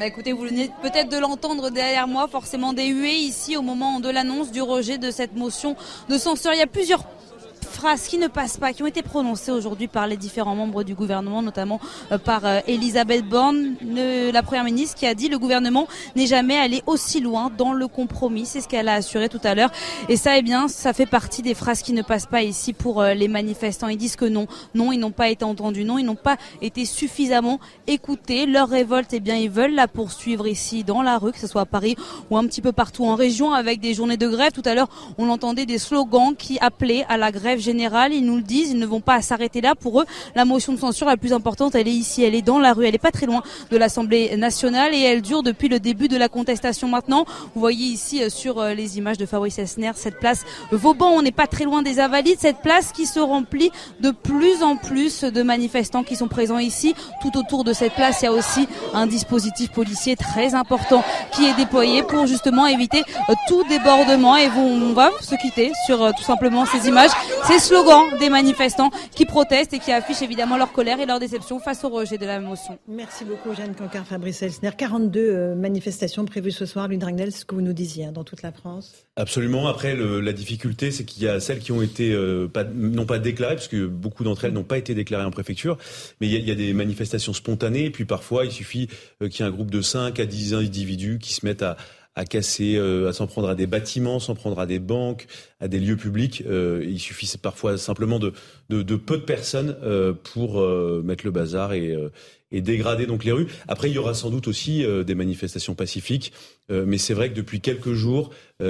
Écoutez, vous venez peut-être de l'entendre derrière moi, forcément des huées ici au moment de l'annonce du rejet de cette motion de censure. Il y a plusieurs phrases qui ne passent pas, qui ont été prononcées aujourd'hui par les différents membres du gouvernement, notamment par Elisabeth Borne, la première ministre, qui a dit le gouvernement n'est jamais allé aussi loin dans le compromis. C'est ce qu'elle a assuré tout à l'heure. Et ça, ça fait partie des phrases qui ne passent pas ici pour les manifestants. Ils disent que non, ils n'ont pas été entendus, non, ils n'ont pas été suffisamment écoutés. Leur révolte, ils veulent la poursuivre ici dans la rue, que ce soit à Paris ou un petit peu partout en région, avec des journées de grève. Tout à l'heure, on entendait des slogans qui appelaient à la grève générale. Ils nous le disent, ils ne vont pas s'arrêter là. Pour eux, la motion de censure la plus importante, elle est ici, elle est dans la rue, elle est pas très loin de l'Assemblée nationale et elle dure depuis le début de la contestation maintenant. Vous voyez ici sur les images de Fabrice Elsner, cette place Vauban, on n'est pas très loin des Invalides, cette place qui se remplit de plus en plus de manifestants qui sont présents ici. Tout autour de cette place, il y a aussi un dispositif policier très important qui est déployé pour justement éviter tout débordement et on va se quitter sur tout simplement ces images, ces slogans des manifestants qui protestent et qui affichent évidemment leur colère et leur déception face au rejet de la motion. Merci beaucoup Jeanne Cancard, Fabrice Elsner. 42 manifestations prévues ce soir, Louis Dragnel, ce que vous nous disiez dans toute la France. Absolument. Après, la difficulté, c'est qu'il y a celles qui ont été non pas déclarées, parce que beaucoup d'entre elles n'ont pas été déclarées en préfecture, mais il y a des manifestations spontanées, et puis parfois il suffit qu'il y ait un groupe de 5 à 10 individus qui se mettent à casser, à s'en prendre à des bâtiments, s'en prendre à des banques, à des lieux publics. Il suffit parfois simplement de peu de personnes pour mettre le bazar et dégrader donc les rues. Après, il y aura sans doute aussi des manifestations pacifiques, mais c'est vrai que depuis quelques jours,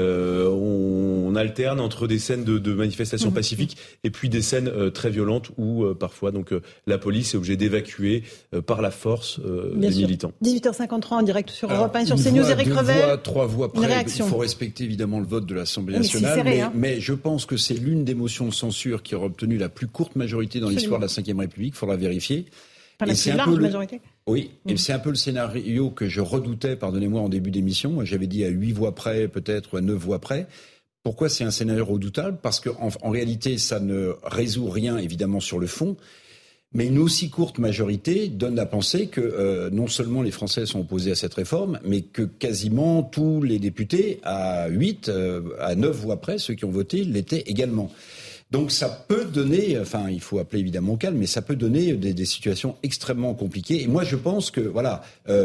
on alterne entre des scènes de manifestations pacifiques et puis des scènes très violentes où parfois donc la police est obligée d'évacuer par la force des militants. 18h53 en direct sur Europe 1 sur CNews. Éric Revel. 3 voix près. Il faut respecter évidemment le vote de l'Assemblée nationale, mais je pense que c'est l'une des motions de censure qui aura obtenu la plus courte majorité dans l'histoire de la Ve République. Il faudra vérifier. La plus large majorité. Oui, et c'est un peu le scénario que je redoutais, pardonnez-moi, en début d'émission. Moi, j'avais dit à 8 voix près, peut-être à 9 voix près. Pourquoi c'est un scénario redoutable ? Parce qu'en réalité, ça ne résout rien, évidemment, sur le fond. Mais une aussi courte majorité donne à penser que non seulement les Français sont opposés à cette réforme, mais que quasiment tous les députés, à 8, à 9 voix près, ceux qui ont voté, l'étaient également. Donc ça peut donner, enfin il faut appeler évidemment au calme, mais ça peut donner des situations extrêmement compliquées. Et moi je pense que voilà,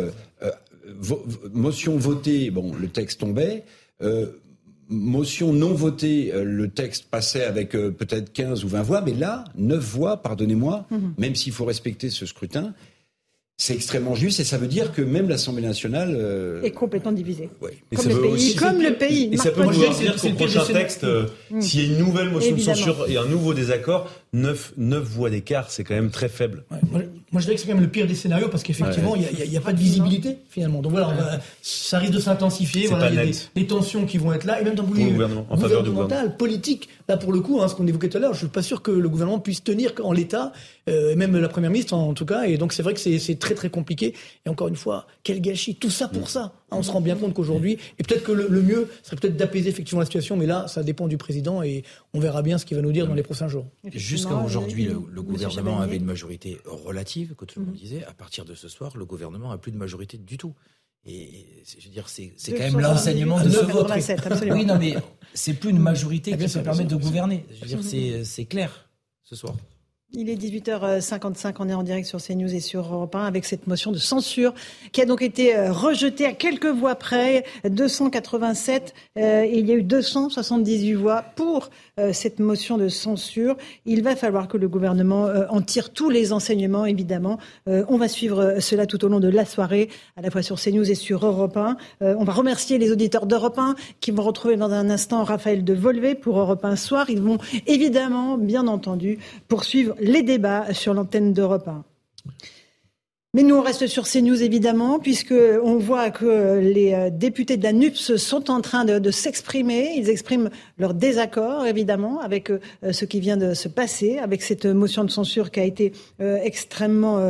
motion votée, bon le texte tombait, motion non votée, le texte passait avec peut-être 15 ou 20 voix, mais là 9 voix, pardonnez-moi, même s'il faut respecter ce scrutin. C'est extrêmement juste et ça veut dire que même l'Assemblée nationale est complètement divisée. Oui. Comme le pays. Et ça peut vouloir dire qu'au prochain texte, s'il y a une nouvelle motion de censure et un nouveau désaccord, 9 voix d'écart, c'est quand même très faible. Ouais, moi, je dirais que c'est quand même le pire des scénarios parce qu'effectivement, il n'y a pas de visibilité finalement. Donc voilà, ça risque de s'intensifier. Voilà, il y a des tensions qui vont être là et même d'un point de vue gouvernemental, politique. Là, pour le coup, ce qu'on évoquait tout à l'heure, je suis pas sûr que le gouvernement puisse tenir en l'état, et même la première ministre en tout cas. Et donc c'est vrai que c'est très très compliqué. Et encore une fois, quel gâchis, tout ça pour ça. On se rend bien compte qu'aujourd'hui, et peut-être que le mieux serait peut-être d'apaiser effectivement la situation, mais là, ça dépend du président et on verra bien ce qu'il va nous dire dans les prochains jours. Jusqu'à aujourd'hui, le gouvernement avait une majorité relative, que tout le monde disait. À partir de ce soir, le gouvernement n'a plus de majorité du tout. Et je veux dire, c'est quand même l'enseignement de ce vote. Oui, non, mais c'est plus une majorité qui peut permettre de gouverner. Je veux dire, c'est clair ce soir. Il est 18h55, on est en direct sur CNews et sur Europe 1 avec cette motion de censure qui a donc été rejetée à quelques voix près, 287, et il y a eu 278 voix pour cette motion de censure. Il va falloir que le gouvernement en tire tous les enseignements, évidemment. On va suivre cela tout au long de la soirée, à la fois sur CNews et sur Europe 1. On va remercier les auditeurs d'Europe 1 qui vont retrouver dans un instant Raphaël de Volvé pour Europe 1 Soir. Ils vont évidemment, bien entendu, poursuivre les débats sur l'antenne d'Europe 1. Mais nous, on reste sur CNews, évidemment, puisqu'on voit que les députés de la NUPS sont en train de s'exprimer. Ils expriment leur désaccord, évidemment, avec ce qui vient de se passer, avec cette motion de censure qui a été extrêmement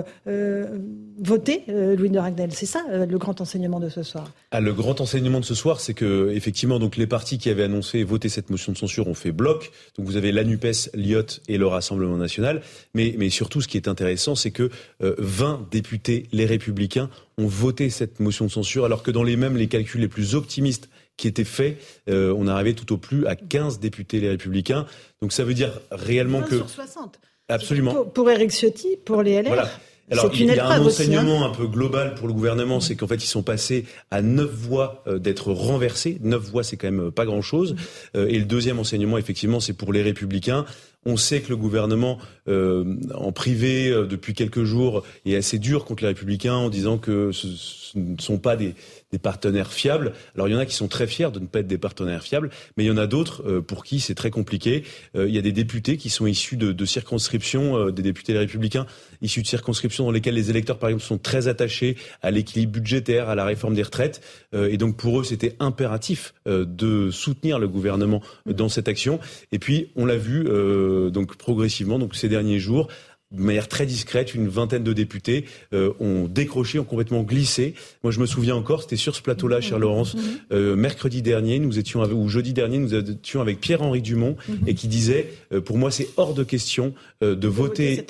votée, Louis Dragnel. C'est ça, le grand enseignement de ce soir. Le grand enseignement de ce soir, c'est que, effectivement, donc, les partis qui avaient annoncé voter cette motion de censure ont fait bloc. Donc, vous avez la NUPES, l'IOT et le Rassemblement national. Mais surtout, ce qui est intéressant, c'est que 20 députés députés Les Républicains ont voté cette motion de censure, alors que dans les calculs les plus optimistes qui étaient faits, on arrivait tout au plus à 15 députés Les Républicains. Donc ça veut dire réellement 20 que... sur 60. Absolument. Pour Éric Ciotti, pour les LR. Voilà. Alors, il y a un enseignement un peu global pour le gouvernement, c'est qu'en fait, ils sont passés à 9 voix d'être renversés. 9 voix, c'est quand même pas grand-chose. Et le deuxième enseignement, effectivement, c'est pour les Républicains. On sait que le gouvernement, en privé, depuis quelques jours, est assez dur contre les Républicains en disant que ce ne sont pas des partenaires fiables. Alors il y en a qui sont très fiers de ne pas être des partenaires fiables, mais il y en a d'autres pour qui c'est très compliqué. Il y a des députés qui sont issus de circonscriptions, des députés Les Républicains, issus de circonscriptions dans lesquelles les électeurs, par exemple, sont très attachés à l'équilibre budgétaire, à la réforme des retraites. Et donc pour eux, c'était impératif de soutenir le gouvernement dans cette action. Et puis on l'a vu donc progressivement, donc ces derniers jours, de manière très discrète, une vingtaine de députés ont décroché, ont complètement glissé. Moi, je me souviens encore, c'était sur ce plateau-là, chère Laurence, mercredi dernier, ou jeudi dernier, nous étions avec Pierre-Henri Dumont, et qui disait, pour moi, c'est hors de question de voter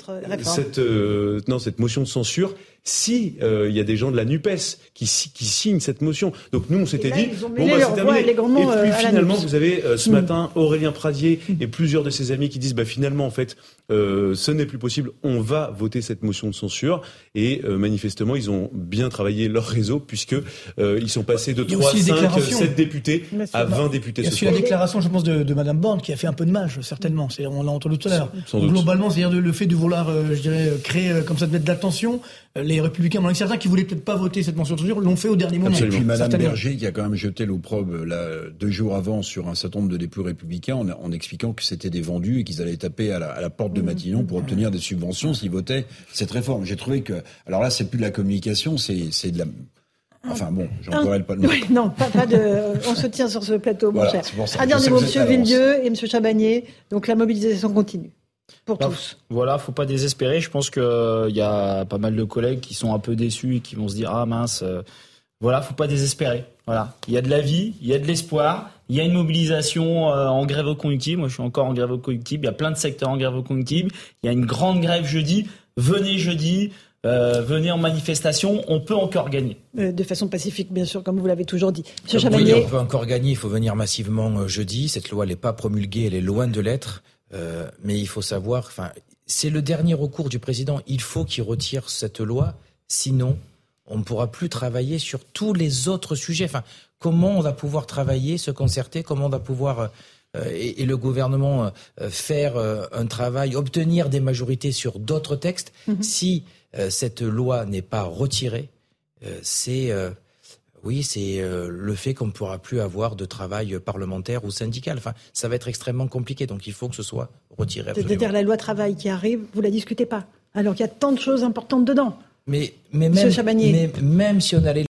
cette motion de censure. Si il y a des gens de la NUPES qui signent cette motion. Donc nous, on s'était dit, c'est terminé. Et puis finalement, vous avez ce matin Aurélien Pradier et plusieurs de ses amis qui disent, finalement, en fait, ce n'est plus possible, on va voter cette motion de censure. Et manifestement, ils ont bien travaillé leur réseau, puisque ils sont passés de 3, 5, 7 députés à 20 députés. Il y a aussi la déclaration, je pense, de Madame Borne qui a fait un peu de mal, certainement. On l'a entendu tout à l'heure. Globalement, c'est-à-dire le fait de vouloir, créer comme ça, de mettre de la tension. Les Républicains, certains qui voulaient peut-être pas voter cette motion de censure, l'ont fait au dernier moment. Et puis Madame Berger, qui a quand même jeté l'opprobre 2 jours avant sur un certain nombre de députés républicains en expliquant que c'était des vendus et qu'ils allaient taper à la porte de Matignon pour obtenir des subventions s'ils votaient cette réforme. J'ai trouvé que, alors là, c'est plus de la communication, c'est de la... Enfin bon, j'en pourrais pas le nom. Oui, non, pas de. On se tient sur ce plateau, mon cher. Un dernier mot, M. Villedieu et M. Chabagnier. Donc la mobilisation continue. Pour tous. Voilà, faut pas désespérer. Je pense qu'il y a pas mal de collègues qui sont un peu déçus et qui vont se dire mince. Voilà, faut pas désespérer. Voilà, il y a de la vie, il y a de l'espoir, il y a une mobilisation en grève reconductible. Moi, je suis encore en grève reconductible. Il y a plein de secteurs en grève reconductible. Il y a une grande grève jeudi. Venez jeudi. Venez en manifestation, on peut encore gagner. De façon pacifique, bien sûr, comme vous l'avez toujours dit. Monsieur Chabagnier, on peut encore gagner, il faut venir massivement jeudi. Cette loi, elle n'est pas promulguée, elle est loin de l'être. Mais il faut savoir, c'est le dernier recours du président. Il faut qu'il retire cette loi, sinon on ne pourra plus travailler sur tous les autres sujets. Comment on va pouvoir travailler, se concerter, comment on va pouvoir et le gouvernement faire un travail, obtenir des majorités sur d'autres textes. Si cette loi n'est pas retirée, c'est le fait qu'on ne pourra plus avoir de travail parlementaire ou syndical. Ça va être extrêmement compliqué, donc il faut que ce soit retiré. C'est-à-dire la loi travail qui arrive, vous la discutez pas, alors qu'il y a tant de choses importantes dedans. Mais même si on allait